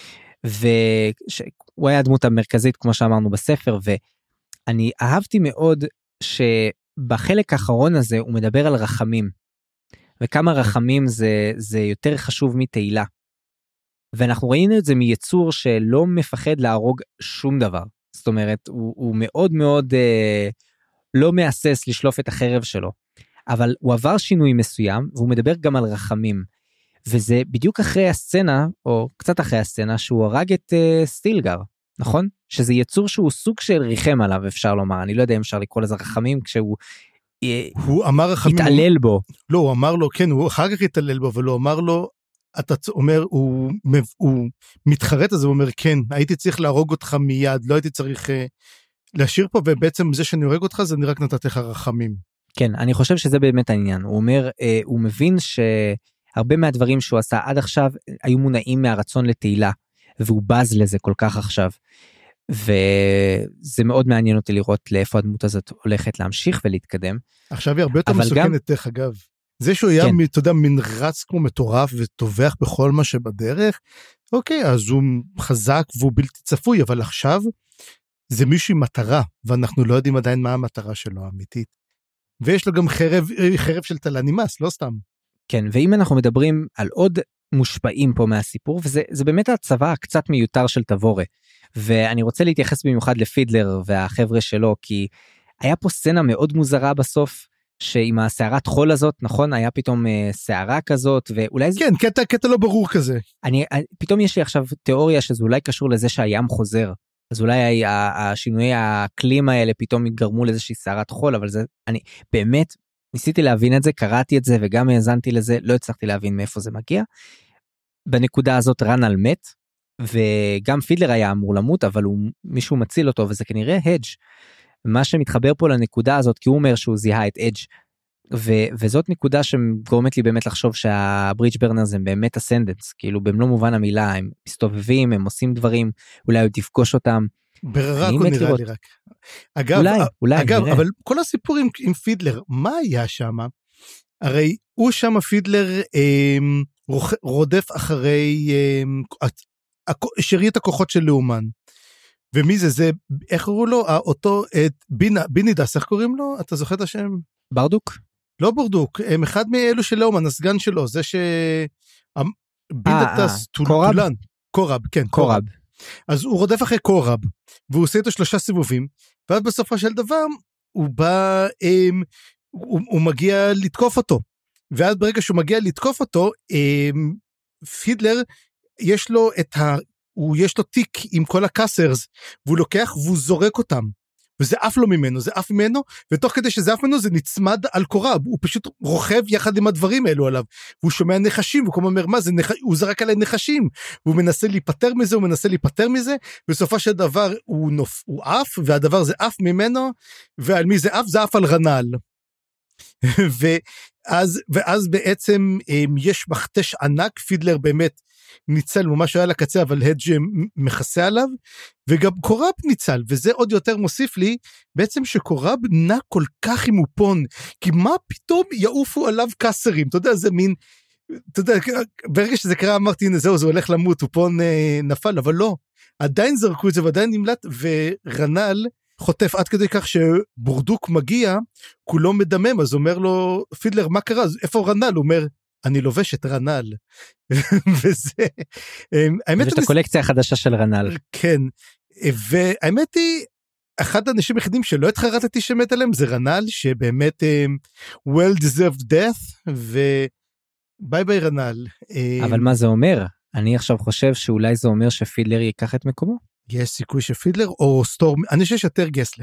והוא היה הדמות המרכזית, כמו שאמרנו בספר, ואני אהבתי מאוד שבחלק האחרון הזה הוא מדבר על רחמים, וכמה רחמים זה יותר חשוב מתהילה. ואנחנו ראינו את זה מיצור שלא מפחד להרוג שום דבר. זאת אומרת, הוא מאוד מאוד לא מאסס לשלוף את החרב שלו. אבל הוא עבר שינוי מסוים, והוא מדבר גם על רחמים. וזה בדיוק אחרי הסצנה, או קצת אחרי הסצנה, שהוא הרג את סטילגר, נכון? שזה יצור שהוא סוג של ריחם עליו, אפשר לומר. אני לא יודע אם אפשר לקרוא לזה רחמים, כשהוא אמר רחמים, התעלל בו. לא, הוא אמר לו, כן, הוא אחר כך התעלל בו, אבל הוא אמר לו, אתה אומר, הוא מתחרט על זה, הוא אומר, כן, הייתי צריך להרוג אותך מיד, לא הייתי צריך להשאיר פה, ובעצם זה שאני הורג אותך, זה אני רק נתת לך רחמים. כן, אני חושב שזה באמת העניין. הוא אומר, הוא מבין שהרבה מהדברים שהוא עשה עד עכשיו, היו מונעים מהרצון לתהילה, והוא בז לזה כל כך עכשיו. וזה מאוד מעניין אותי לראות לאיפה הדמות הזאת הולכת להמשיך ולהתקדם. עכשיו היא הרבה יותר מסוכנת, דרך אגב. זה שהוא היה, אתה יודע, מין רץ כמו מטורף וטובח בכל מה שבדרך, אוקיי, אז הוא חזק והוא בלתי צפוי, אבל עכשיו זה מישהו עם מטרה, ואנחנו לא יודעים עדיין מה המטרה שלו האמיתית. ויש לו גם חרב של תלנימס, לא סתם. כן, ואם אנחנו מדברים על עוד מושפעים פה מהסיפור, וזה באמת הצבא הקצת מיותר של תבורה, ואני רוצה להתייחס במיוחד לפידלר והחבר'ה שלו, כי היה פה סצנה מאוד מוזרה בסוף, שעם הסערת חול הזאת, נכון, היה פתאום סערה כזאת, ואולי זה... כן, קטע לא ברור כזה. פתאום יש לי עכשיו תיאוריה שזה אולי קשור לזה שהים חוזר, אז אולי השינויי האקלים האלה פתאום יגרמו לאיזושהי סערת חול, אבל זה, אני באמת ניסיתי להבין את זה, קראתי את זה וגם האזנתי לזה, לא הצלחתי להבין מאיפה זה מגיע. בנקודה הזאת רנל מת, וגם פידלר היה אמור למות, אבל מישהו מציל אותו, וזה כנראה הדג'. מה שמתחבר פה לנקודה הזאת, כי הוא אומר שהוא זיהה את אדג', וזאת נקודה שגורמת לי באמת לחשוב שהברידג' ברנרס הם באמת אסנדנס, כאילו במלוא מובן המילה, הם מסתובבים, הם עושים דברים, אולי הוא תפגוש אותם. ברק הוא נראה לי רק. אגב, אבל כל הסיפור עם פידלר, מה היה שם? הרי הוא שם פידלר רודף אחרי שארית הכוחות של לאומן. ומי זה, איך קראו לו? אותו, בינידס, איך קוראים לו? אתה זוכר את השם? ברדוק? לא ברדוק, הם אחד מאלו של לאומן, הסגן שלו, זה בינידס טולן. קורב, כן. קורב. אז הוא רודף אחרי קורב, והוא עושה איתו 3 סיבובים, ואז בסופו של דבר, הוא בא, הוא מגיע לתקוף אותו, ואז ברגע שהוא מגיע לתקוף אותו, פידלר, יש לו תיק עם כל הקאסרס, והוא לוקח והוא זורק אותם, וזה אף לא ממנו, זה אף ממנו, ותוך כדי שזה אף ממנו זה נצמד על קורב, הוא פשוט רוכב יחד עם הדברים האלו עליו, והוא שומע נחשים, והוא אומר, מה זה, הוא זרק עליי נחשים, והוא מנסה להיפטר מזה, בסופו של דבר הוא אף, והדבר זה אף ממנו, ועל מי זה אף? זה אף על רנל. ואז בעצם יש מכתש ענק, פידלר באמת ניצל ממש היה לקצה, אבל הדג' מכסה עליו, וגם קורב ניצל, וזה עוד יותר מוסיף לי, בעצם שקורב נע כל כך עם אופון, כי מה פתאום יעופו עליו קסרים, אתה יודע, זה מין, אתה יודע, ברגע שזה קרה אמרתי, הנה זהו, זה הולך למות, אופון נפל, אבל לא, עדיין זרקו את זה, ועדיין נמלט, ורנל חוטף עד כדי כך שבורדוק מגיע, כולו מדמם, אז אומר לו, פידלר, מה קרה? איפה רנל? הוא אומר, אני לובש את רנל. וזה, האמת... יש את הקולקציה החדשה של רנל. כן, והאמת היא, אחד האנשים היחידים שלא התחרטתי שמת עליהם, זה רנל, שבאמת well deserved death, וביי ביי רנל. אבל מה זה אומר? אני עכשיו חושב שאולי זה אומר שפידלר ייקח את מקומו. יש סיכוי שפידלר או סטורם, אני חושב שיותר גסלר.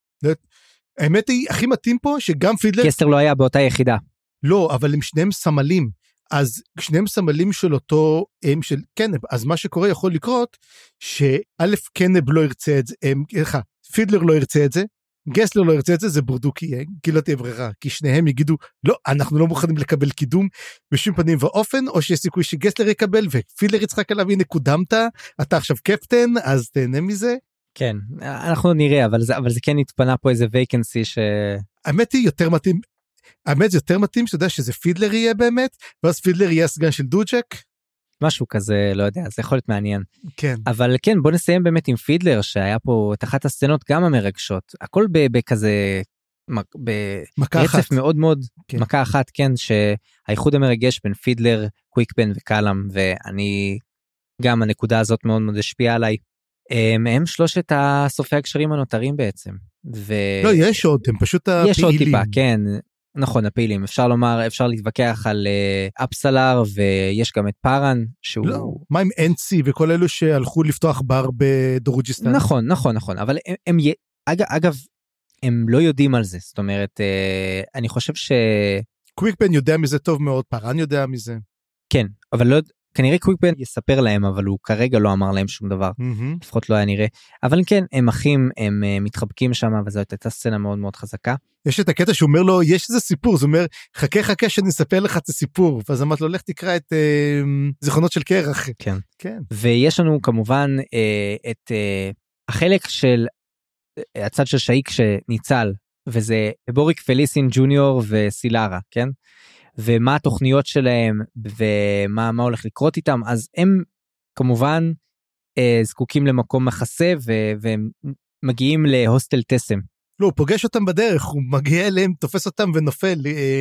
האמת היא, הכי מתאים פה שגם פידלר... גסלר לא היה באותה יחידה. לא, אבל הם שניהם סמלים. אז שניהם סמלים של אותו הם של קנב. אז מה שקורה יכול לקרות, שא' קנב לא ירצה את זה, פידלר לא ירצה את זה, גסלר לא ירצה את זה, זה בורדוק יהיה, כי לא תהיה ברירה, כי שניהם יגידו, לא, אנחנו לא מוכנים לקבל קידום בשום פנים ואופן, או שיש סיכוי שגסלר יקבל, ופידלר יצחק עליו, הנה קודמת, אתה עכשיו קפטן, אז תהנה מזה. כן, אנחנו נראה, אבל זה כן התפנה פה איזה וייקנסי ש... האמת היא יותר מתאים, האמת זה יותר מתאים, שאתה יודע שזה פידלר יהיה באמת, ואז פידלר יהיה הסגן של דוג'ק. משהו כזה, לא יודע, זה יכול להיות מעניין. כן. אבל כן, בוא נסיים באמת עם פידלר, שהיה פה את אחת הסצנות גם המרגשות, הכל בכזה, ברצף מאוד מאוד, כן. מכה אחת, כן, שהאיחוד המרגש בין פידלר, קוויקבן וקלאם, ואני, גם הנקודה הזאת מאוד מאוד השפיעה עליי, הם שלושת הסופי הקשרים הנותרים בעצם. לא, יש עוד, הם פשוט הפעילים. יש עוד טיפה, כן. נכון, הפעילים, אפשר לומר, אפשר להתווכח על אפסלר, ויש גם את פארן, שהוא... לא, מה עם אנצי וכל אלו שהלכו לפתוח בר בדרוג'יסטן? נכון, אבל הם, אגב, הם לא יודעים על זה, זאת אומרת, אני חושב ש... קוויקבן יודע מזה טוב מאוד, פארן יודע מזה. כן, אבל לא... כנראה קוויקבן יספר להם, אבל הוא כרגע לא אמר להם שום דבר, לפחות לא היה נראה, אבל כן, הם אחים, הם מתחבקים שם, וזאת הייתה סצנה מאוד מאוד חזקה. יש את הקטע שאומר לו, יש איזה סיפור, זה אומר, חכה שאני אספר לך את הסיפור, ואז אמרת לו, לך תקרא את זיכרונות של קרח. כן. כן. ויש לנו כמובן את החלק של, הצד של שאיק שניצל, וזה בוריק פליסין ג'וניור וסילרה, כן? ומה התוכניות שלהם, ומה הולך לקרות איתם, אז הם כמובן זקוקים למקום מחסה, והם מגיעים להוסטל תסם. לא, הוא פוגש אותם בדרך, הוא מגיע אליהם, תופס אותם ונופל,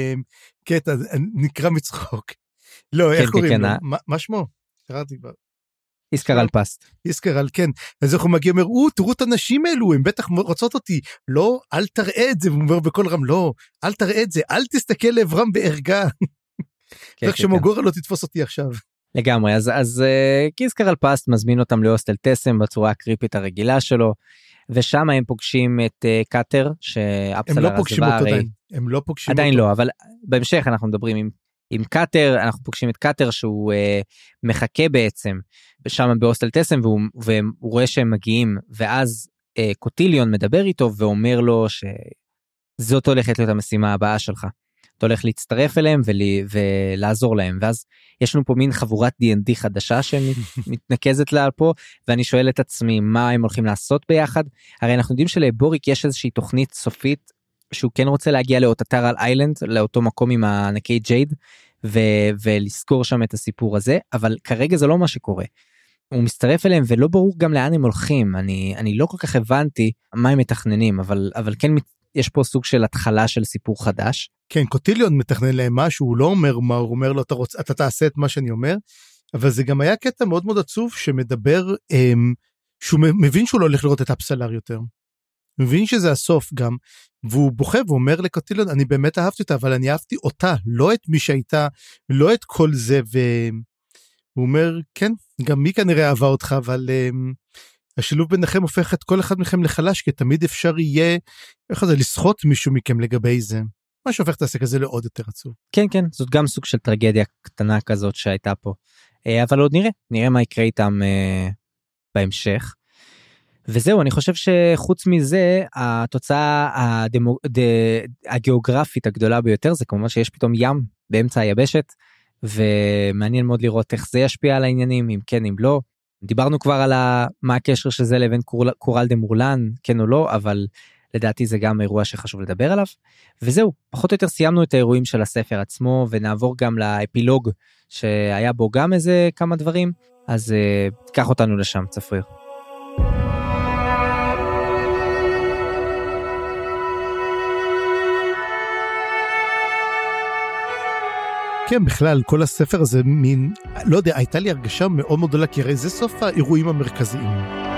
קטע, נקרא מצחוק. לא, איך קוראים לו? מה שמו? קראתי כבר. איסקר על פסט. איסקר על, כן. אז איך הוא מגיע, אומר, תראו את הנשים האלו, הם בטח רוצות אותי. לא, אל תראה את זה, הוא אומר בכל רם, לא, אל תראה את זה, אל תסתכל לעברם בערגה. איך שמוגורה לא תתפוס אותי עכשיו. לגמרי, אז איסקר על פסט מזמין אותם להוסטל תסם, בצורה הקריפית הרגילה שלו, ושם הם פוגשים את קאטר, הם לא פוגשים אותו עדיין. הם לא פוגשים אותו. עדיין לא, אבל בהמשך אנחנו מדברים עם קאטר, אנחנו פוגשים את קאטר שהוא מחכה בעצם, שם בהוסטל תסם, והוא רואה שהם מגיעים, ואז קוטיליון מדבר איתו, ואומר לו שזאת הולכת להיות המשימה הבאה שלך. אתה הולך להצטרף אליהם ולעזור להם, ואז יש לנו פה מין חבורת D&D חדשה שמתנקזת לה פה, ואני שואל את עצמי מה הם הולכים לעשות ביחד, הרי אנחנו יודעים שלבוריק יש איזושהי תוכנית סופית, שהוא כן רוצה להגיע לאוטטר על איילנד, לאותו מקום עם הענקי ג'ייד, ולזכור שם את הסיפור הזה, אבל כרגע זה לא מה שקורה. הוא מצטרף אליהם ולא ברור גם לאן הם הולכים, אני לא כל כך הבנתי מה הם מתכננים, אבל כן יש פה סוג של התחלה של סיפור חדש. כן, קוטיליון מתכנן להם משהו, הוא לא אומר מה, הוא אומר לו, אתה תעשה את מה שאני אומר, אבל זה גם היה קטע מאוד מאוד עצוב, שמדבר, שהוא מבין שהוא לא הולך לראות את אפסלר יותר, מבין שזה הסוף גם, והוא בוכה ואומר לקוטיליון, אני באמת אהבתי אותה, אבל אני אהבתי אותה, לא את מי שהייתה, לא את כל זה, והוא אומר, כן, גם מי כנראה אהבה אותך, אבל השילוב ביניכם הופך את כל אחד מכם לחלש, כי תמיד אפשר יהיה, לסחוט מישהו מכם לגבי זה. מה שהופך את העסק הזה לעוד יותר עצוב. כן, כן, זאת גם סוג של טרגדיה קטנה כזאת שהייתה פה. אבל עוד נראה מה יקרה איתם בהמשך. וזהו, אני חושב שחוץ מזה, התוצאה הגיאוגרפית הגדולה ביותר, זה כמובן שיש פתאום ים באמצע היבשת, ומעניין מאוד לראות איך זה ישפיע על העניינים, אם כן, אם לא. דיברנו כבר על מה הקשר של זה לבין קורל דה מורלן, כן או לא, אבל לדעתי זה גם אירוע שחשוב לדבר עליו. וזהו, פחות או יותר סיימנו את האירועים של הספר עצמו, ונעבור גם לאפילוג שהיה בו גם איזה כמה דברים, אז תיקח אותנו לשם, צפריר. כן, בכלל, כל הספר הזה מין, לא יודע, הייתה לי הרגשה מאוד מאוד גדולה, כי הרי זה סוף האירועים המרכזיים.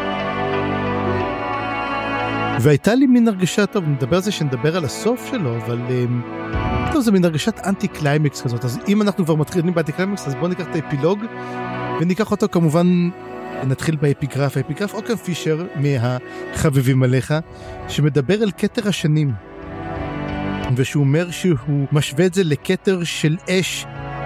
והייתה לי מין הרגשה, טוב, נדבר על זה שנדבר על הסוף שלו, אבל טוב, זה מין הרגשת אנטי-קליימקס כזאת, אז אם אנחנו כבר מתחילים באנטי-קליימקס, אז בואו ניקח את האפילוג, וניקח אותו כמובן, נתחיל באפיגרף, האפיגרף אוקם פישר, מהחביבים עליך, שמדבר על כתר השנים, ושהוא אומר שהוא משווה את זה לכתר של אש.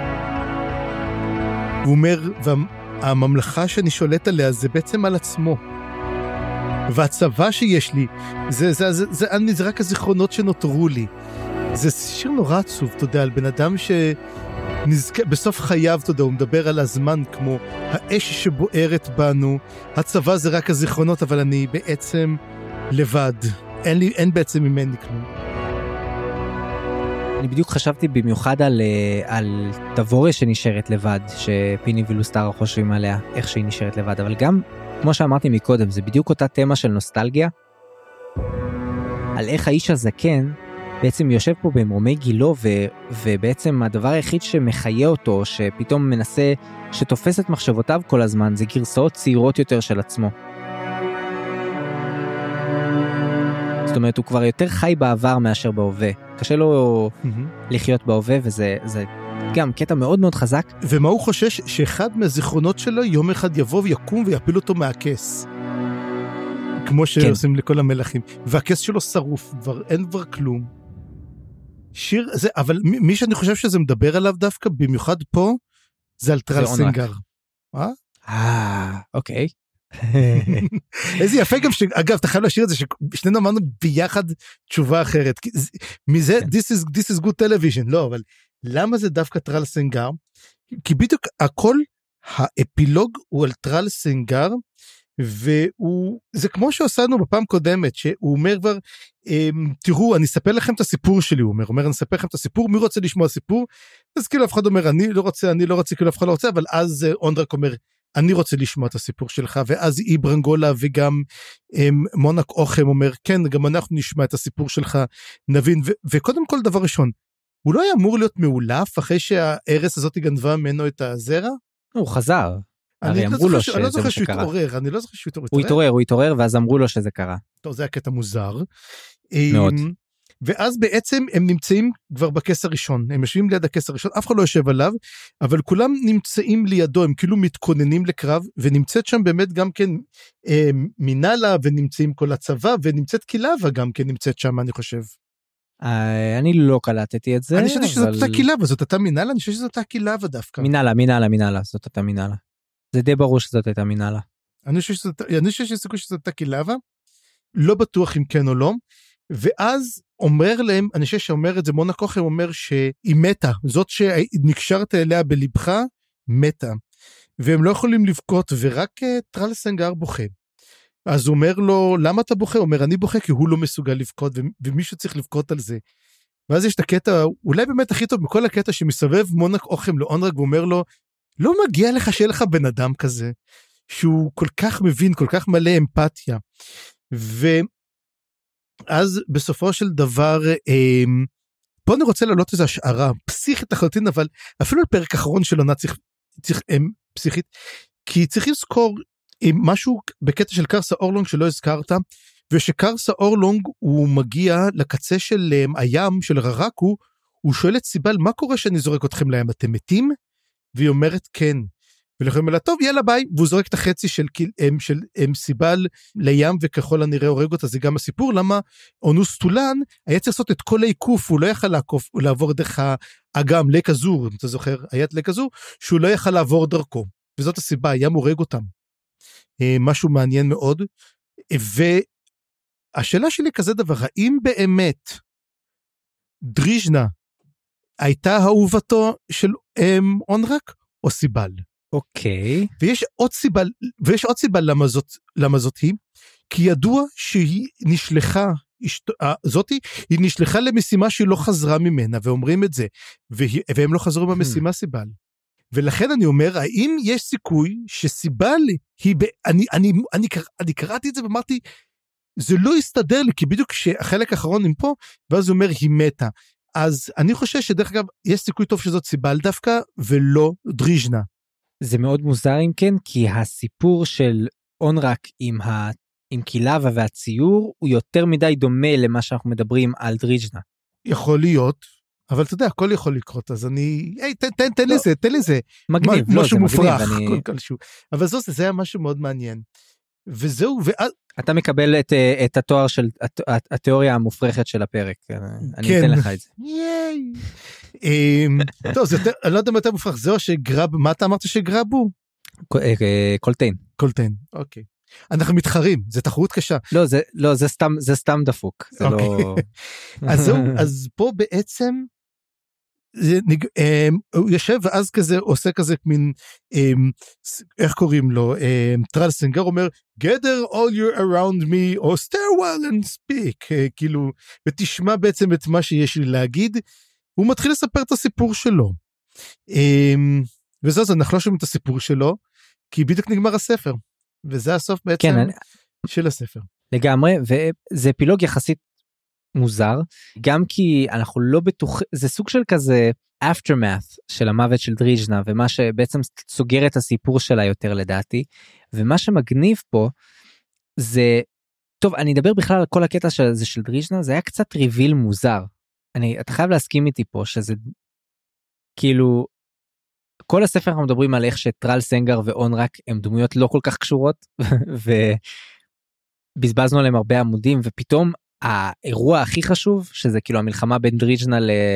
הוא אומר, והממלכה שאני שולט עליה זה בעצם על עצמו. והצבא שיש לי, זה רק הזיכרונות שנותרו לי. זה שיר נורא עצוב, אתה יודע, על בן אדם בסוף חייו, אתה יודע, הוא מדבר על הזמן כמו האש שבוערת בנו, הצבא זה רק הזיכרונות, אבל אני בעצם לבד. אין בעצם ממני כלום. אני בדיוק חשבתי במיוחד על תבוריה שנשארת לבד, שפיני ולוסטרה חושבים עליה, איך שהיא נשארת לבד, אבל גם, כמו שאמרתי מקודם, זה בדיוק אותה תמה של נוסטלגיה, על איך האיש הזקן בעצם יושב פה במרומי גילו, ובעצם הדבר היחיד שמחיה אותו, שפתאום מנסה, שתופס את מחשבותיו כל הזמן, זה גרסאות צעירות יותר של עצמו. זאת אומרת, הוא כבר יותר חי בעבר מאשר בהווה. קשה לו לחיות בהווה, וזה גם קטע מאוד מאוד חזק. ומה הוא חושש? שאחד מהזיכרונות שלו יום אחד יבוא ויקום ויפיל אותו מהכס. כמו שעושים לכל המלכים. והכס שלו שרוף, אין כבר כלום. שיר, זה, אבל מי שאני חושב שזה מדבר עליו דווקא, במיוחד פה, זה על טרלסינגר. אוקיי. איזה יפה גם אגב אתה חייב להשאיר את זה ששנינו אמרנו ביחד תשובה אחרת מזה this is good television לא אבל למה זה דווקא טרלסינגר כי בדיוק הכל האפילוג הוא על טרלסינגר וזה כמו שעשינו בפעם קודמת שהוא אומר כבר תראו אני אספר לכם את הסיפור שלי הוא אומר אני אספר לכם את הסיפור מי רוצה לשמוע סיפור אז כאילו אף אחד אומר אני לא רוצה כאילו אף אחד לא רוצה אבל אז אונדרק אומר אני רוצה לשמוע את הסיפור שלך, ואז איברנגולה וגם מונק אוכם אומר, כן, גם אנחנו נשמע את הסיפור שלך, נבין, וקודם כל דבר ראשון, הוא לא היה אמור להיות מעולף, אחרי שהארס הזאת גנבה ממנו את הזרע? הוא חזר, הרי אמרו לו שזה מה שקרה. אני לא זוכר שהוא התעורר. הוא התעורר, ואז אמרו לו שזה קרה. טוב, זה היה קטע מוזר. מאוד. ואז בעצם הם נמצאים כבר בכס הראשון, הם יושבים ליד הכס הראשון, אף אחד לא יושב עליו, אבל כולם נמצאים לידו, הם כאילו מתכוננים לקרב, ונמצאת שם באמת גם כן מינלה, ונמצאים כל הצבא, ונמצאת קילאבה גם כן נמצאת שם, אני חושב. אני לא קלטתי את זה. אני חושבת שזאת אותה קילאבה, זאת אותה מינלה, אני חושבת שזאת אותה קילאבה דווקא. מינלה, זאת אותה מינלה. זה די ברור שזאת הייתה מינלה. אני חושב שזאת אותה קילאבה, לא בטוח אם כן או לא, ואז אומר להם, אני חושב שאומר את זה, מונק אוכם אומר שהיא מתה, זאת שנקשרת אליה בלבך, מתה, והם לא יכולים לבכות, ורק טרלסינגר בוכה. אז הוא אומר לו, למה אתה בוכה? הוא אומר, אני בוכה כי הוא לא מסוגל לבכות, ומישהו צריך לבכות על זה. ואז יש את הקטע, אולי באמת הכי טוב מכל הקטע, שמסובב מונק אוכם לאונדרק, ואומר לו, לא מגיע לך שיהיה לך בן אדם כזה, שהוא כל כך מבין, כל כך מלא אמפתיה. אז בסופו של דבר, פה אני רוצה להעלות איזו השערה, פסיכית לחלוטין, אבל אפילו לפרק האחרון של עונה צריך פסיכית, כי צריך לזכור משהו בקטע של קרסה אורלונג שלא הזכרת, ושקרסה אורלונג הוא מגיע לקצה של הים של ררקו, הוא שואל את סיבל, מה קורה שאני זורק אתכם לים, אתם מתים? והיא אומרת כן, ולכן אומר לה, טוב, יאללה ביי, והוא זורק את החצי של סיבל לים, וככל הנראה הורג אותה, זה גם הסיפור, למה אונוס טולן, היה צריך לעשות את כל העיקוף, הוא לא יכל לעבור דרך האגם, לק אזור, אם אתה זוכר, היית לק אזור, שהוא לא יכל לעבור דרכו, וזאת הסיבה, הים הורג אותם. משהו מעניין מאוד, והשאלה שלי כזה דבר, האם באמת דריז'נה הייתה אהובתו של אונרק או סיבל? אוקיי. ויש עוד סיבה למה זאת היא, כי ידוע שהיא נשלחה, היא נשלחה למשימה שהיא לא חזרה ממנה, ואומרים את זה, והם לא חזרו במשימה סיבל. ולכן אני אומר, האם יש סיכוי שסיבל אני קראתי את זה ואמרתי, זה לא יסתדר לי, כי בדיוק שהחלק האחרון עם פה, ואז הוא אומר, היא מתה. אז אני חושב שדרך אגב, יש סיכוי טוב שזאת סיבל דווקא, ולא דריז'נה. זה מאוד מוזר אם כן, כי הסיפור של אונרק עם קילאווה והציור, הוא יותר מדי דומה למה שאנחנו מדברים על דריז'נה. יכול להיות, אבל אתה יודע, הכל יכול לקרות, אז אני, תן לזה. מגניב, משהו מופרך, אבל זה היה משהו מאוד מעניין. וזהו, אתה מקבל את התואר של התיאוריה המופרכת של הפרק, אני אתן לך את זה. טוב, אני לא יודע מה יותר מופרך, זהו שגרב, מה אתה אמרת שגרבו? קולטיין, אוקיי. אנחנו מתחרים, זה תחרות קשה. לא, זה סתם דפוק. אז זהו, אז פה בעצם, הוא יושב ואז כזה עושה כזה מין, איך קוראים לו, טרלסנגר אומר, gather all you around me, או stare well and speak, כאילו, ותשמע בעצם את מה שיש לי להגיד, הוא מתחיל לספר את הסיפור שלו, וזהו, אנחנו לא שומעים את הסיפור שלו, כי בדיוק נגמר הספר, וזה הסוף בעצם של הספר. לגמרי, וזה אפילוג יחסית מוזר, גם כי אנחנו לא בטוח, זה סוג של כזה aftermath של המוות של דריז'נה, ומה שבעצם סוגר את הסיפור שלה יותר לדעתי, ומה שמגניב פה, זה, טוב, אני אדבר בכלל על כל הקטע הזה של דריז'נה, זה היה קצת ריביל מוזר, אתה חייב להסכים איתי פה, שזה, כאילו, כל הספר אנחנו מדברים על איך שטרל סנגר ואונרק, הם דמויות לא כל כך קשורות, ובזבזנו עליהם הרבה עמודים, ופתאום, האירוע הכי חשוב, שזה כאילו המלחמה בין דריז'נה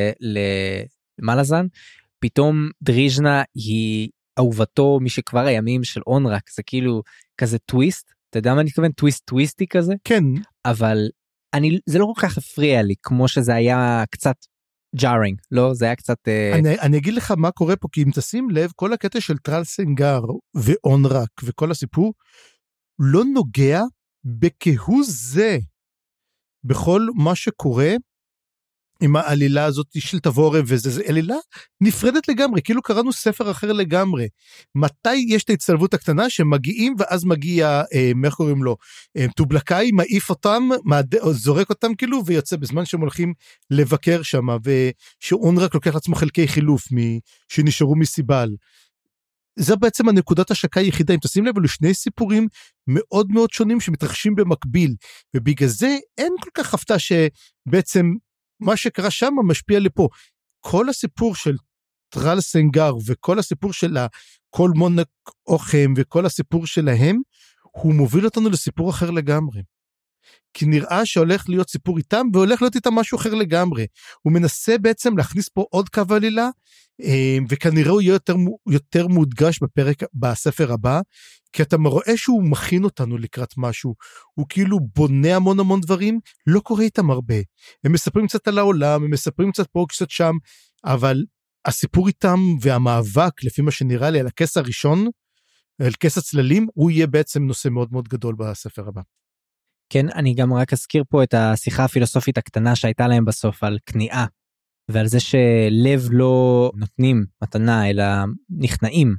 למלאזן, פתאום דריז'נה היא אהובתו משכבר הימים של אונרק, זה כאילו כזה טוויסט, אתה יודע מה אני מתכוון? טוויסטי כזה? כן. אבל זה לא כל כך הפריע לי, כמו שזה היה קצת ג'ארינג, לא? זה היה קצת... אני אגיד לך מה קורה פה, כי אם תשים לב, כל הקטע של טרל סנגר ואונרק וכל הסיפור, לא נוגע בכהוא זה, בכל מה שקורה עם העלילה הזאת של תבורה וזה, עלילה נפרדת לגמרי, כאילו קראנו ספר אחר לגמרי. מתי יש את ההצטלבות הקטנה שמגיעים ואז מגיע, איך קוראים לו, טובלקאי, מעיף אותם, זורק אותם כאילו, ויוצא בזמן שהם הולכים לבקר שם, ושאונרק לוקח לעצמו חלקי חילוף שנשארו מסיבל. זה בעצם הנקודת השקה היחידה, אם תשים לב, אלו שני סיפורים מאוד מאוד שונים שמתרחשים במקביל, ובגלל זה אין כל כך הפתעה שבעצם מה שקרה שם משפיע לפה. כל הסיפור של טרל סנגר וכל הסיפור של כל מונק אוכם וכל הסיפור שלהם, הוא מוביל אותנו לסיפור אחר לגמרי. כי נראה שהולך להיות סיפור איתם, והולך להיות איתם משהו אחר לגמרי. הוא מנסה בעצם להכניס פה עוד קו עלילה, וכנראה הוא יהיה יותר מודגש בספר הבא, כי אתה רואה שהוא מכין אותנו לקראת משהו, הוא כאילו בונה המון המון דברים, לא קורה איתם הרבה. הם מספרים קצת על העולם, הם מספרים קצת פה, קצת שם, אבל הסיפור איתם והמאבק, לפי מה שנראה לי, על הכס הראשון, על כס הצללים, הוא יהיה בעצם נושא מאוד מאוד גדול בספר הבא. כן, אני גם רק אזכיר פה את השיחה הפילוסופית הקטנה שהייתה להם בסוף על כניעה, ועל זה שלב לא נותנים מתנה, אלא נכנעים,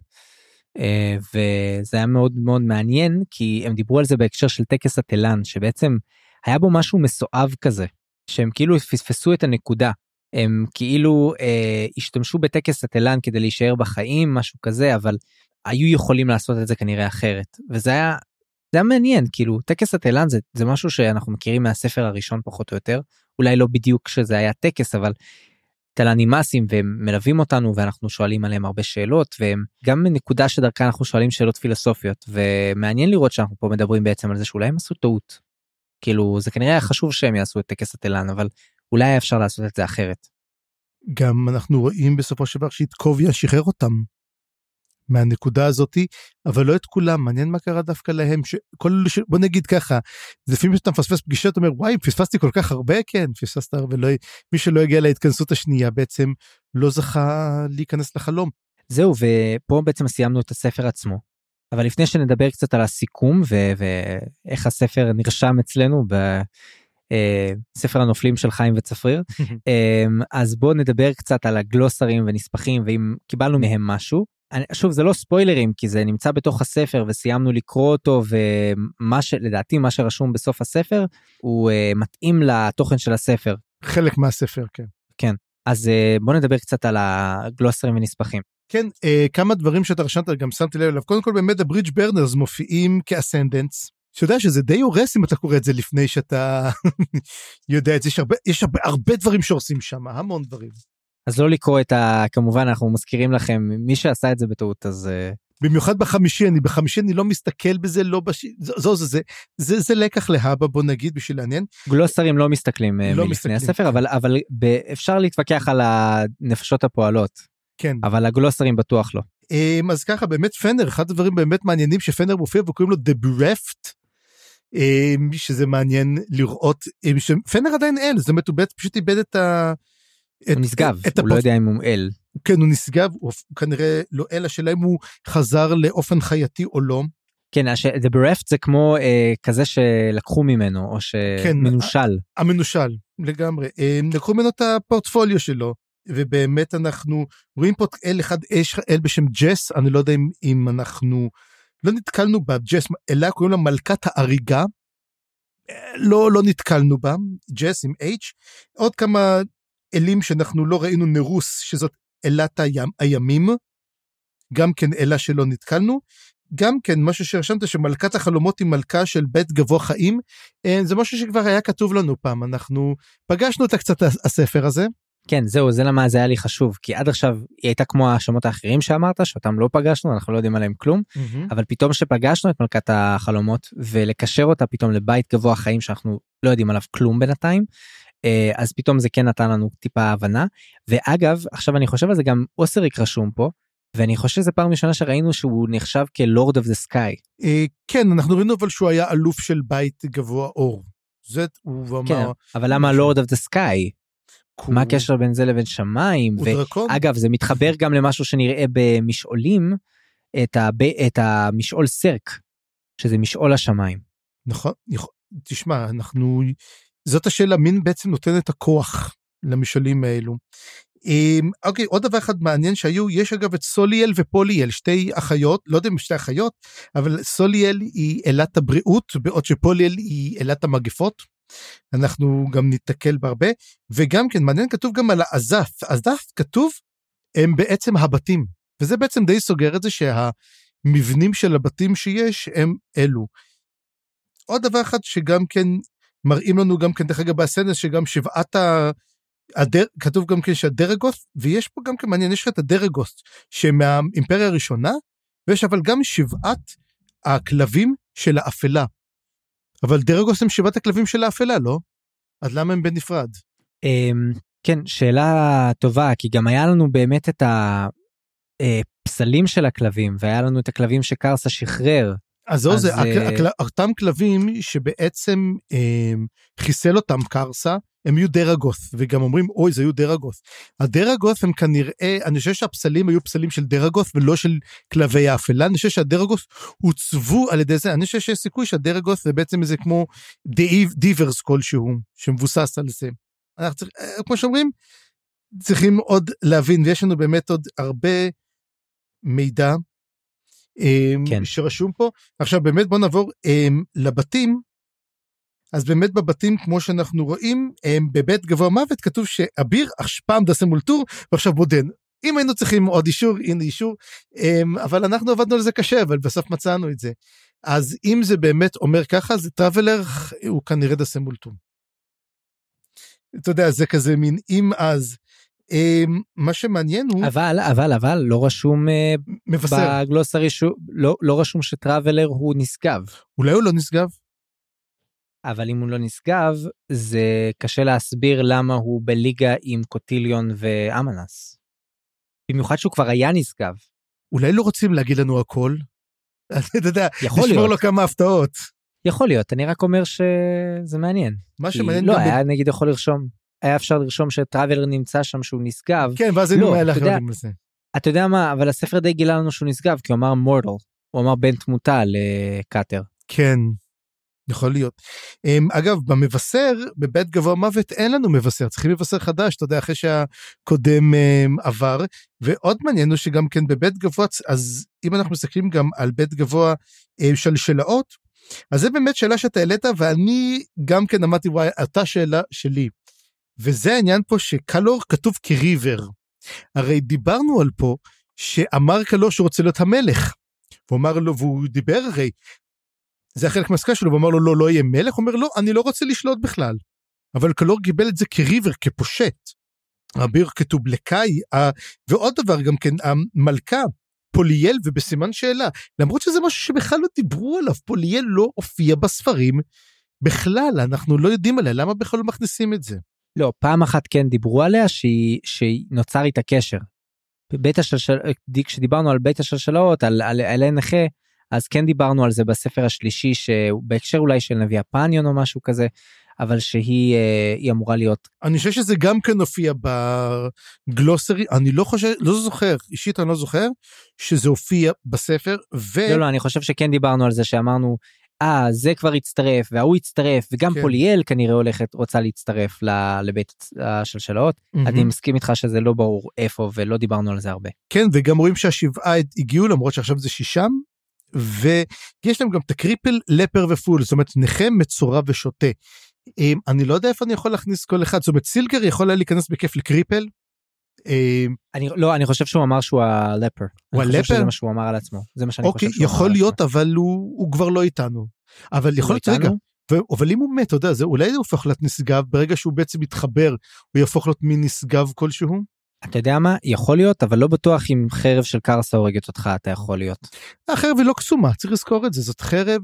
וזה היה מאוד מאוד מעניין, כי הם דיברו על זה בהקשר של טקס התלן, שבעצם היה בו משהו מסואב כזה, שהם כאילו פספסו את הנקודה, הם כאילו השתמשו בטקס התלן כדי להישאר בחיים, משהו כזה, אבל היו יכולים לעשות את זה כנראה אחרת, וזה היה מעניין, כאילו, טקס התלן זה משהו שאנחנו מכירים מהספר הראשון פחות או יותר, אולי לא בדיוק שזה היה טקס, אבל תלנימסים והם מלווים אותנו ואנחנו שואלים עליהם הרבה שאלות והם גם מנקודה שדרכה אנחנו שואלים שאלות פילוסופיות ומעניין לראות שאנחנו פה מדברים בעצם על זה שאולי הם עשו טעות. כאילו זה כנראה היה חשוב שהם יעשו את טקס התלן אבל אולי היה אפשר לעשות את זה אחרת. גם אנחנו רואים בסופו של דבר שהתקוביה שחרר אותם מהנקודה הזאת, אבל לא את כולם, מעניין מה קרה דווקא להם, בוא נגיד ככה, זה לפעמים שאתה מפספס פגישה, אתה אומר, וואי, פספסתי כל כך הרבה, כן, פספסת הרבה, מי שלא הגיע להתכנסות השנייה, בעצם לא זכה להיכנס לחלום. זהו, ופה בעצם סיימנו את הספר עצמו, אבל לפני שנדבר קצת על הסיכום, ואיך הספר נרשם אצלנו, בספר הנופלים של חיים וצפריר, אז בואו נדבר קצת על הגלוסרים ונספחים, ואם קיבלנו מהם משהו, שוב זה לא ספוילרים כי זה נמצא בתוך הספר וסיימנו לקרוא אותו לדעתי מה שרשום בסוף הספר הוא מתאים לתוכן של הספר. חלק מהספר, כן. כן, אז בוא נדבר קצת על הגלוסרים ונספחים. כן, כמה דברים שאתה רשמת גם שמתי לב אליו, קודם כל באמת הברידג' ברנרס מופיעים כאסנדנטס, שיודע שזה די הורס אם אתה קורא את זה לפני שאתה יודע את זה, יש הרבה דברים שעושים שם, המון דברים. אז לא לקרוא כמובן אנחנו מזכירים לכם, מי שעשה את זה בטעות, אז... במיוחד בחמישי אני לא מסתכל בזה, זה לקח להבא, בוא נגיד, בשביל לעניין. גלוסרים לא מסתכלים מלפני הספר, אבל אפשר להתווכח על הנפשות הפועלות. כן. אבל הגלוסרים בטוח לא. אז ככה, באמת פנר, אחד הדברים באמת מעניינים שפנר מופיע, וקוראים לו The Bereft, שזה מעניין לראות, פנר עדיין אין, זאת אומרת, הוא פשוט איבד את ה... הוא נסגב, הוא לא יודע אם הוא אל. כן, הוא נסגב, הוא כנראה לא אל, השאלה אם הוא חזר לאופן חייתי או לא. כן, The Bereft זה כמו כזה שלקחו ממנו, או שמנושל. המנושל, לגמרי. לקחו ממנו את הפורטפוליו שלו, ובאמת אנחנו רואים פה אל בשם ג'ס, אני לא יודע אם אנחנו לא נתקלנו בה, ג'ס, אלא קוראים לה מלכת האריגה, לא נתקלנו בה, ג'ס עם H, עוד כמה אלים שאנחנו לא ראינו, נרוס, שזאת אלת הימים, גם כן אלה שלא נתקלנו, גם כן משהו שרשמת שמלכת החלומות היא מלכה של בית גבוה חיים, זה משהו שכבר היה כתוב לנו פעם, אנחנו פגשנו אותה קצת הספר הזה. כן, זהו, זה למה זה היה לי חשוב, כי עד עכשיו היא הייתה כמו השמות האחרים שאמרת, שאותם לא פגשנו, אנחנו לא יודעים עליהם כלום, אבל פתאום שפגשנו את מלכת החלומות, ולקשר אותה פתאום לבית גבוה חיים, שאנחנו לא יודעים עליו כלום בינתיים, אז פתאום זה כן נתן לנו טיפה הבנה, ואגב, עכשיו אני חושב על זה גם אוסריק רשום פה, ואני חושב שזה פעם ראשונה שראינו שהוא נחשב כלורד אוף דה סקאי. כן, אנחנו ראינו אבל שהוא היה אלוף של בית גבוה אור. זה הוא אמר... כן, אבל למה לורד אוף דה סקאי? מה הקשר בין זה לבין שמיים? ואגב, זה מתחבר גם למשהו שנראה במשעולים, את המשעול סרק, שזה משעול השמיים. נכון, תשמע, זאת השאלה, מין בעצם נותן את הכוח למשעולים האלו. אוקיי, עוד דבר אחד מעניין שהיו, יש אגב את סוליאל ופוליאל, שתי אחיות, לא יודע אם שתי אחיות, אבל סוליאל היא אלת הבריאות, בעוד שפוליאל היא אלת המגפות, אנחנו גם נתקל בהרבה, וגם כן מעניין כתוב גם על העזף, עזף כתוב, הם בעצם הבתים, וזה בעצם די סוגר את זה שהמבנים של הבתים שיש הם אלו. עוד דבר אחד שגם כן מראים לנו גם כן דרך אגב באסנס שגם שבעת כתוב גם כן שהדרגות, ויש פה גם כן מעניין, יש לך את הדרגות שמהאימפריה הראשונה, ויש אבל גם שבעת הכלבים של האפלה. אבל דרגוס הם שבעת הכלבים של האפלה, לא? אז למה הם בנפרד? כן, שאלה טובה, כי גם היה לנו באמת את הפסלים של הכלבים, והיה לנו את הכלבים שקרסה שחרר. אז זהו זה, אותם כלבים שבעצם חיסל אותם קרסה, הם יהיו דרגוס, וגם אומרים, אוי, זה יהיו דרגוס. הדרגוס הם כנראה, אני חושב שהפסלים היו פסלים של דרגוס, ולא של כלבי האפלה, אני חושב שהדרגוס הוצבו על ידי זה, אני חושב שיש סיכוי שהדרגוס זה בעצם איזה כמו דיברס כלשהו, שמבוסס על זה. אנחנו כמו שאומרים, צריכים עוד להבין, ויש לנו באמת עוד הרבה מידע, כן. שרשום פה. עכשיו באמת בוא נעבור לבתים, אז באמת בבתים כמו שאנחנו רואים, בבית גבוה מוות כתוב שאביר פעם דסה מול טור, ועכשיו בודן. אם היינו צריכים עוד אישור, הנה אישור, אבל אנחנו עבדנו על זה קשה, אבל בסוף מצאנו את זה. אז אם זה באמת אומר ככה, זה טראבלר, הוא כנראה דסה מול טור. אתה יודע, זה כזה מין, אם אז, מה שמעניין הוא... אבל לא רשום מבשר. בגלוסרי, לא רשום שטראבלר הוא נשגב. אולי הוא לא נשגב? אבל אם הוא לא נשגב, זה קשה להסביר למה הוא בליגה עם קוטיליון ואמנס. במיוחד שהוא כבר היה נשגב. אולי לא רוצים להגיד לנו הכל? אתה יודע, יכול לשמור להיות. לו כמה הפתעות. יכול להיות, אני רק אומר שזה מעניין. מה כי שמעניין לא, גם... היה נגיד יכול לרשום, היה אפשר לרשום שטראבלר נמצא שם שהוא נשגב. כן, ואז היינו מהלך גולים לזה. אתה יודע מה, אבל הספר די גילה לנו שהוא נשגב, כי הוא אמר מורטל, הוא אמר בן תמותה לקאטר. כן, יכול להיות. אגב, במבשר, בבית גבוה מוות, אין לנו מבשר, צריכים מבשר חדש, אתה יודע, אחרי שהקודם עבר, ועוד מעניין הוא שגם כן בבית גבוה, אז אם אנחנו מסתכלים גם על בית גבוה שלשלאות, אז זה באמת שאלה שאתה העלית, ואני גם כן אמרתי, וואי, אותה שאלה שלי, וזה העניין פה שקלור כתוב כריבר, הרי דיברנו על פה, שאמר קלור שהוא רוצה להיות המלך, והוא אמר לו, והוא דיבר הרי, זה החלק מהסקה שלו, הוא אמר לו, לא יהיה מלך, הוא אומר, לא, אני לא רוצה לשלוט בכלל, אבל קלור גיבל את זה כריבר, כפושט, הביר כתוב לקאי, ועוד דבר גם כן, המלכה, פוליאל ובסימן שאלה, למרות שזה משהו שבכלל לא דיברו עליו, פוליאל לא הופיע בספרים, בכלל, אנחנו לא יודעים עליה, למה בכלל לא מכניסים את זה? לא, פעם אחת כן דיברו עליה, שנוצר איתה קשר. כשדיברנו על בית השלשלות, על הנכה, אז כן דיברנו על זה בספר השלישי, שבהקשר אולי של נביא הפניון או משהו כזה, אבל שהיא אמורה להיות. אני חושב שזה גם כן הופיע בגלוסרי, אני לא חושב, לא זוכר, אישית אני לא זוכר, שזה הופיע בספר, לא, אני חושב שכן דיברנו על זה, שאמרנו, זה כבר הצטרף, והוא הצטרף, וגם כן. פוליאל כנראה רוצה להצטרף לבית השלשלות, אני מסכים איתך שזה לא ברור איפה, ולא דיברנו על זה הרבה. כן, וגם רואים שהשבעה הגיעו, למרות שעכשיו זה 6, ויש להם גם את הקריפל, לפר ופול, זאת אומרת, נכה, מצורע ושוטה. אני לא יודע איפה אני יכול להכניס כל אחד, זאת אומרת, סילגר יכול להיכנס בכיף לקריפל? אני חושב שהוא אמר שהוא הלפר. הוא אני חושב הלפר? שזה מה שהוא אמר על עצמו. זה מה שאני חושב שהוא אמר. יכול להיות, אבל הוא כבר לא איתנו. אבל יכול להיות, רגע, אבל אם הוא מת, אתה יודע, אולי הוא הופך להיות נשגב, ברגע שהוא בעצם מתחבר, הוא יהפוך להיות מין נשגב כלשהו? אתה יודע מה? יכול להיות, אבל לא בטוח אם חרב של קרסה הורגת אותך, אתה יכול להיות. החרב היא לא קסומה, צריך לזכור את זה, זאת חרב...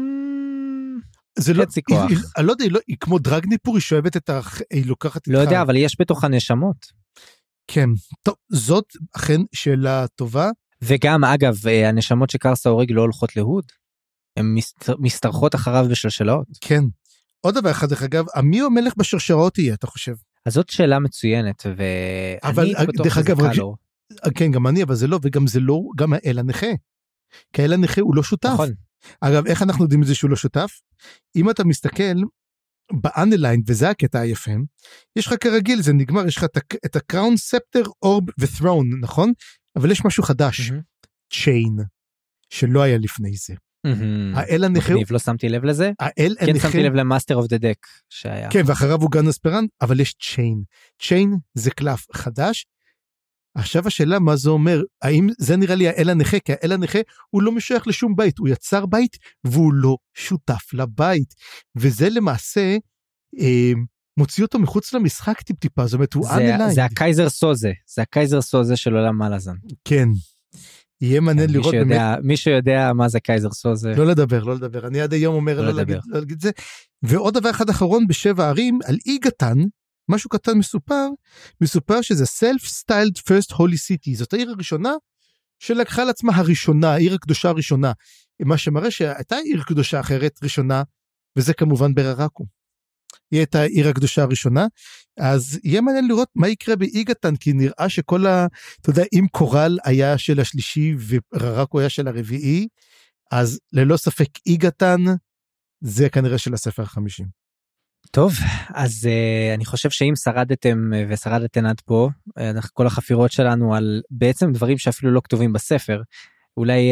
זה לא, אני לא יודע, היא כמו דרגניפור, היא שואבת את היא לוקחת לא יודע, אבל יש בתוך הנשמות. כן, טוב, זאת אכן שאלה טובה. וגם, אגב, הנשמות שקרסה הורג לא הולכות להוד, הן מסתרכות אחריו בשלשלות. כן, עוד דבר אחד, אגב, מי המלך בשרשרות יהיה, אתה חושב? אז זאת שאלה מצוינת, ואני בטוח שזה קלור. כן, גם אני, אבל זה לא, וגם זה לא, גם האל הנכה. כי האל הנכה הוא לא שותף. נכון. אגב, איך אנחנו יודעים את זה שהוא לא שותף? אם אתה מסתכל באנליין, וזה הקטע היפה, יש לך כרגיל, זה נגמר, יש לך את הקראון, ספטר, אורב ות'רון, נכון? אבל יש משהו חדש, צ'יין, שלא היה לפני זה. האל הנכה... לא שמתי לב לזה? כן שמתי לב למאסטר אוף דה דק שהיה. כן, ואחריו הוא גן אספרנט, אבל יש צ'יין. צ'יין זה קלף חדש, עכשיו השאלה מה זה אומר, האם זה נראה לי האל הנכה, כי האל הנכה הוא לא משייך לשום בית, הוא יצר בית והוא לא שותף לבית, וזה למעשה מוציא אותו מחוץ למשחק טיפ-טיפה, זאת אומרת הוא אנליין. זה הקייזר סוזה, זה הקייזר סוזה של עולם מלאזן. כן, יהיה מעניין לראות באמת. מי שיודע מה זה קייזר סוזה. לא לדבר, אני עד היום אומר לא להגיד את זה. ועוד דבר אחד אחרון בשבע ערים, על אי קטן, משהו קטן מסופר שזה self-styled first holy city, זאת העיר הראשונה שלקחה לעצמה הראשונה, העיר הקדושה הראשונה, מה שמראה שהייתה עיר קדושה אחרת ראשונה, וזה כמובן בררקו. היא הייתה העיר הקדושה הראשונה, אז יהיה מעניין לראות מה יקרה באיגתן, כי נראה שכל אתה יודע, אם קורל היה של השלישי, וררקו היה של הרביעי, אז ללא ספק איגתן, זה כנראה של הספר ה-50. טוב, אז אני חושב שאם שרדתם ושרדתם עד פה, כל החפירות שלנו על בעצם דברים שאפילו לא כתובים בספר, אולי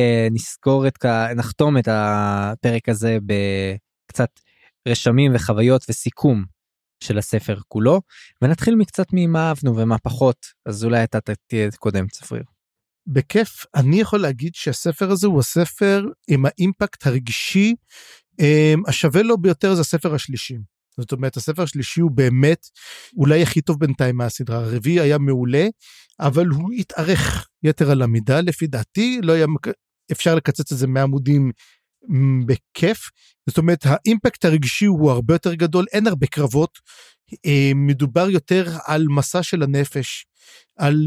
נחתום את הפרק הזה בקצת רשמים וחוויות וסיכום של הספר כולו, ונתחיל מקצת ממה אהבנו ומה פחות, אז אולי אתה תהיה קודם צפריר. בכיף, אני יכול להגיד שהספר הזה הוא הספר עם האימפקט הרגשי, השווה לו ביותר זה הספר השלישי. זאת אומרת, הספר השלישי הוא באמת אולי הכי טוב בינתיים מהסדרה. הרביעי היה מעולה, אבל הוא התארך יתר על המידה, לפי דעתי, לא היה אפשר לקצץ את זה 100 עמודים בכיף, זאת אומרת, האימפקט הרגשי הוא הרבה יותר גדול, אין הרבה קרבות, מדובר יותר על מסע של הנפש, על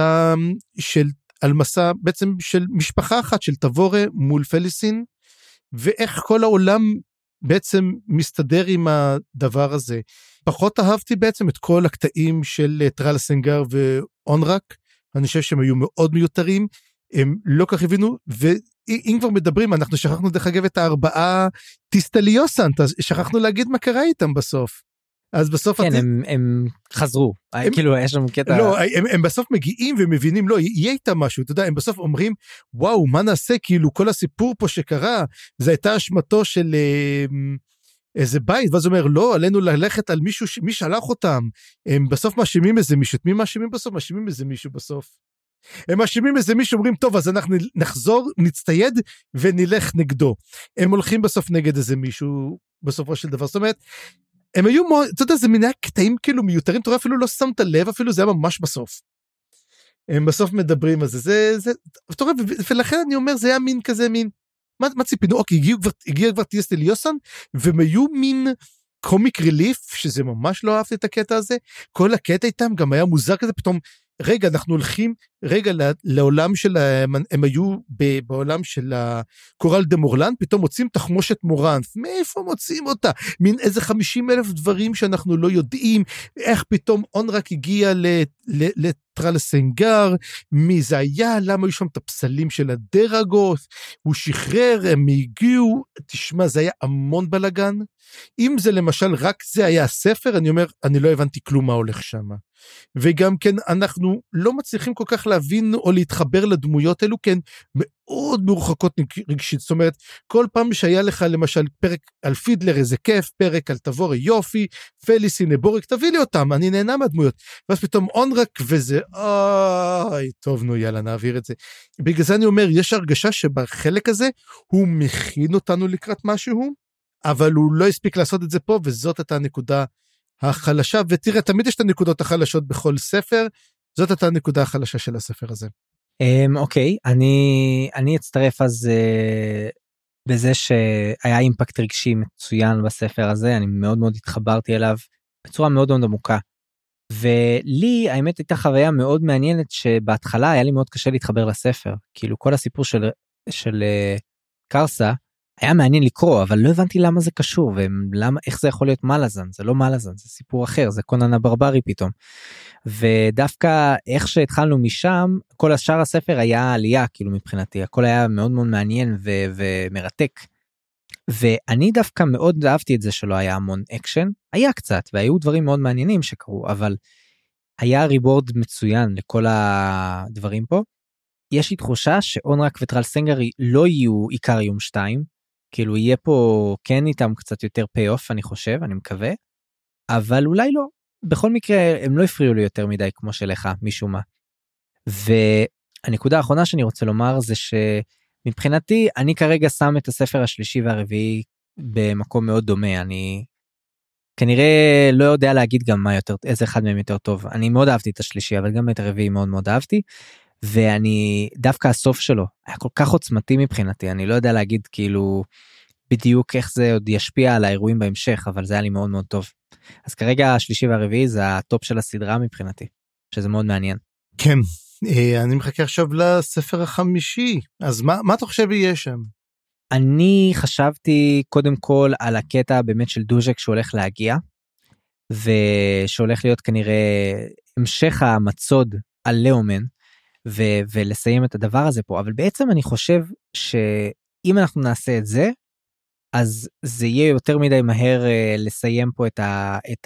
מסע בעצם של משפחה אחת של תבורה מול פליסין, ואיך כל העולם בעצם מסתדר עם הדבר הזה. פחות אהבתי בעצם את כל הקטעים של טרלסנגר ואונרק, אני חושב שהם היו מאוד מיותרים, הם לא כך הבינו, ואם כבר מדברים, אנחנו שכחנו דרך אגב את 4 טיסטליוסנט, אז שכחנו להגיד מה קרה איתם בסוף. אז בסוף... כן, הם חזרו, כאילו יש שם קטע... לא, הם בסוף מגיעים ומבינים, לא, יהיה איתם משהו, אתה יודע, הם בסוף אומרים, וואו, מה נעשה, כאילו כל הסיפור פה שקרה, זה הייתה אשמתו של איזה בית, ואז הוא אומר, לא, עלינו ללכת על מישהו, מי שלח אותם, הם בסוף מאשימים איזה מישהו, מי מאשימים בסוף? מאשימים איזה מישהו בסוף. הם מאשימים איזה מישהו, אומרים, טוב, אז אנחנו נחזור, נצטייד ונלך נגדו. הם הולכים בסוף נגד איזה מישהו, בסופו של דבר, זאת אומרת, הם היו, אתה יודע, זה מיני קטעים כאילו מיותרים, אתה רואה, אפילו לא שמת לב, אפילו זה היה ממש בסוף. הם בסוף מדברים על זה, אתה רואה, ולכן אני אומר, זה היה מין כזה, מין, מה ציפינו? אוקיי, הגיע כבר טיסטליוסן, והם היו מין קומיק ריליף, שזה ממש לא אהבתי את הקטע הזה, כל הקטע איתם גם היה מוזר כזה, פתאום, רגע, אנחנו הולכים, רגע, לעולם של, הם היו בעולם של הקורל דה מורלן, פתאום מוצאים תחמושת מורנט, מאיפה מוצאים אותה? מין איזה 50,000 דברים שאנחנו לא יודעים, איך פתאום אונרק הגיע לטרלסנגר, מי זה היה, למה היו שם את הפסלים של הדרגות, הוא שחרר, הם הגיעו, תשמע, זה היה המון בלגן, אם זה למשל רק זה היה הספר, אני אומר, אני לא הבנתי כלום מה הולך שם. וגם כן אנחנו לא מצליחים כל כך להבין או להתחבר לדמויות אלו, כן מאוד מרוחקות רגשית, זאת אומרת, כל פעם שהיה לך למשל פרק על פידלר איזה כיף, פרק על תבורה יופי, פליסין בורק, תביא לי אותם, אני נהנה מהדמויות, ואז פתאום אונרק וזה, טוב נו יאללה נעביר את זה, בגלל זה אני אומר, יש הרגשה שבחלק הזה, הוא מכין אותנו לקראת משהו, אבל הוא לא הספיק לעשות את זה פה, וזאת הייתה הנקודה החלשה, ותראה, תמיד יש את הנקודות החלשות בכל ספר, זאת הייתה הנקודה החלשה של הספר הזה. אוקיי, אני אצטרף אז בזה שהיה אימפקט רגשי מצוין בספר הזה, אני מאוד מאוד התחברתי אליו, בצורה מאוד מאוד עמוקה, ולי האמת הייתה חוויה מאוד מעניינת, שבהתחלה היה לי מאוד קשה להתחבר לספר, כאילו כל הסיפור של קרסה, היה מעניין לקרוא, אבל לא הבנתי למה זה קשור, ואיך זה יכול להיות מלאזן, זה לא מלאזן, זה סיפור אחר, זה קונן הברברי פתאום. ודווקא איך שהתחלנו משם, כל השאר הספר היה עלייה, כאילו מבחינתי, הכל היה מאוד מאוד מעניין ומרתק. ואני דווקא מאוד אהבתי את זה שלא היה המון אקשן, היה קצת, והיו דברים מאוד מעניינים שקרו, אבל היה ריבורד מצוין לכל הדברים פה. יש לי תחושה שאונרק וטרלסנגר לא יהיו עיקר יום 2, כאילו יהיה פה כן איתם קצת יותר פי-אוף, אני חושב, אני מקווה, אבל אולי לא. בכל מקרה, הם לא הפריעו לי יותר מדי כמו שלך, משום מה. והנקודה האחרונה שאני רוצה לומר, זה שמבחינתי, אני כרגע שם את הספר השלישי והרביעי, במקום מאוד דומה, אני כנראה לא יודע להגיד גם מה יותר, איזה אחד מהם יותר טוב. אני מאוד אהבתי את השלישי, אבל גם את הרביעי מאוד מאוד אהבתי, ואני, דווקא הסוף שלו, היה כל כך עוצמתי מבחינתי, אני לא יודע להגיד כאילו, בדיוק איך זה עוד ישפיע על האירועים בהמשך, אבל זה היה לי מאוד מאוד טוב. אז כרגע השלישי והרביעי זה הטופ של הסדרה מבחינתי, שזה מאוד מעניין. כן, אני מחכה עכשיו לספר החמישי, אז מה אתה חושב יהיה שם? אני חשבתי קודם כל על הקטע באמת של דוז'ק שהולך להגיע, ושהולך להיות כנראה המשך המצוד על לאומן, ולסיים את הדבר הזה פה, אבל בעצם אני חושב שאם אנחנו נעשה את זה, אז זה יהיה יותר מדי מהר לסיים פה את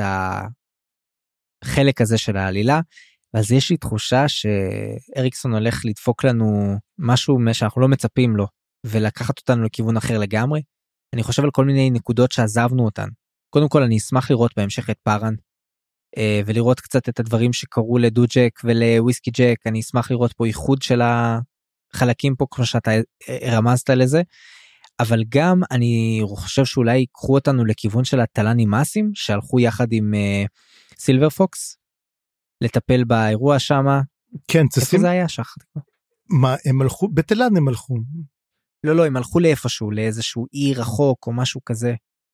החלק הזה של העלילה, אז יש לי תחושה שאריקסון הולך לדפוק לנו משהו שאנחנו לא מצפים לו, ולקחת אותנו לכיוון אחר לגמרי. אני חושב על כל מיני נקודות שעזבנו אותן. קודם כל אני אשמח לראות בהמשך את פארן, ולראות קצת את הדברים שקרו לדוג'ק ולוויסקי ג'ק, אני אשמח לראות פה איחוד של החלקים פה, כמו שאתה רמזת לזה, אבל גם אני חושב שאולי ייקחו אותנו לכיוון של הטלני מסים, שהלכו יחד עם סילבר פוקס, לטפל באירוע שמה. כן, איפה זה היה שחר? מה, הם הלכו? בתלן הם הלכו. לא, הם הלכו לאיפשהו, לאיזשהו אי רחוק או משהו כזה.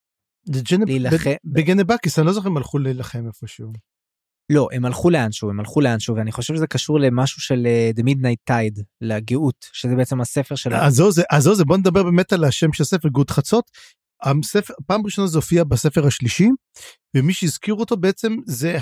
בגנבקיס, אני לא זוכר הם הלכו להילחם איפשהו. לא, הם הלכו לאנשהו, ואני חושב שזה קשור למשהו של The Midnight Tide, לגאות, שזה בעצם הספר של... אז זה, בוא נדבר באמת על השם של הספר, גאות חצות. פעם ראשונה זה הופיע בספר השלישי, ומי שהזכיר אותו בעצם זה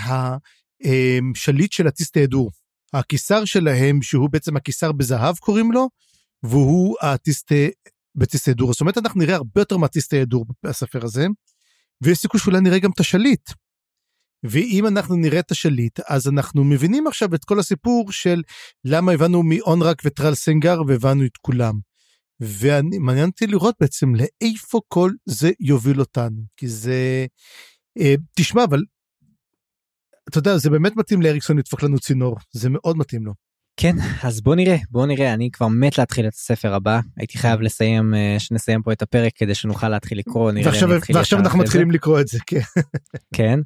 השליט של הטיסטהדור. הקיסר שלהם, שהוא בעצם הקיסר בזהב קוראים לו, והוא בטיסטהדור. זאת אומרת, אנחנו נראה הרבה יותר מהטיסטהדור בספר הזה, ויש סיכוי שאולי נראה גם את השליט. ואם אנחנו נראה את השליט, אז אנחנו מבינים עכשיו את כל הסיפור של למה הבנו מאונרק וטרל סנגר, והבנו את כולם. ומעניין אותי לראות בעצם לאיפה כל זה יוביל אותנו. כי זה... תשמע, אבל... אתה יודע, זה באמת מתאים לאריקסון לדפוק לנו צינור. זה מאוד מתאים לו. כן, אז בוא נראה, אני כבר מת להתחיל את הספר הבא, הייתי חייב שנסיים פה את הפרק כדי שנוכל להתחיל לקרוא, ועכשיו אנחנו מתחילים לקרוא את זה, כן. כן,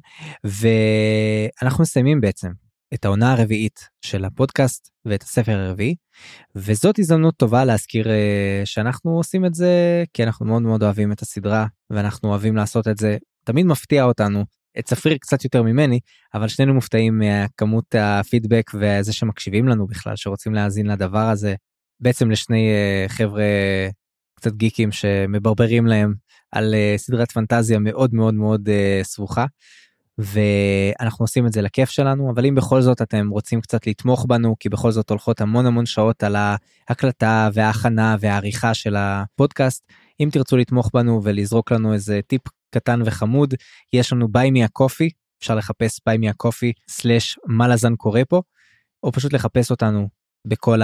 ואנחנו מסיימים בעצם את העונה הרביעית של הפודקאסט ואת הספר הרביעי, וזאת הזדמנות טובה להזכיר שאנחנו עושים את זה, כי אנחנו מאוד מאוד אוהבים את הסדרה, ואנחנו אוהבים לעשות את זה, תמיד מפתיע אותנו, את ספיר קצת יותר ממני, אבל שנינו מופתעים מכמות הפידבק וזה שמקשיבים לנו בכלל, שרוצים להאזין לדבר הזה, בעצם לשני חבר'ה קצת גיקים שמברברים להם על סדרת פנטזיה מאוד מאוד מאוד סבוכה, ואנחנו עושים את זה לכיף שלנו, אבל אם בכל זאת אתם רוצים קצת לתמוך בנו, כי בכל זאת הולכות המון שעות על ההקלטה וההכנה והעריכה של הפודקאסט, אם תרצו לתמוך בנו ולזרוק לנו איזה טיפ קטן וחמוד, יש לנו Buy Me a Coffee, אפשר לחפש Buy Me a Coffee/מלאזן קורא פה, או פשוט לחפש אותנו בכל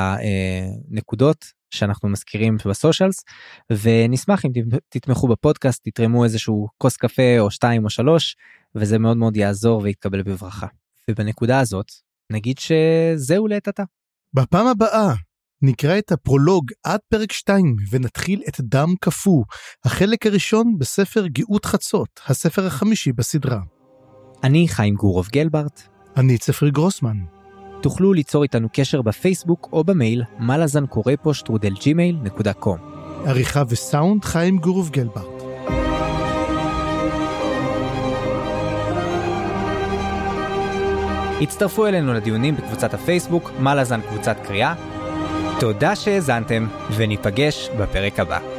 הנקודות שאנחנו מזכירים בסושיאלס, ונשמח אם תתמכו בפודקאסט, תתרמו איזשהו כוס קפה או 2 או 3, וזה מאוד מאוד יעזור ויתקבל בברכה. ובנקודה הזאת, נגיד שזהו לעת עתה. בפעם הבאה, נקרא את הפרולוג עד פרק 2 ונתחיל את דם קפוא, החלק הראשון בספר גאות חצות, הספר החמישי בסדרה. אני חיים גורוב גלברט. אני צפרי גרוסמן. תוכלו ליצור איתנו קשר בפייסבוק או במייל malazankorepo@gmail.com. עריכה וסאונד חיים גורוב גלברט. הצטרפו אלינו לדיונים בקבוצת הפייסבוק מלאזן קבוצת קריאה. תודה שהאזנתם, וניפגש בפרק הבא.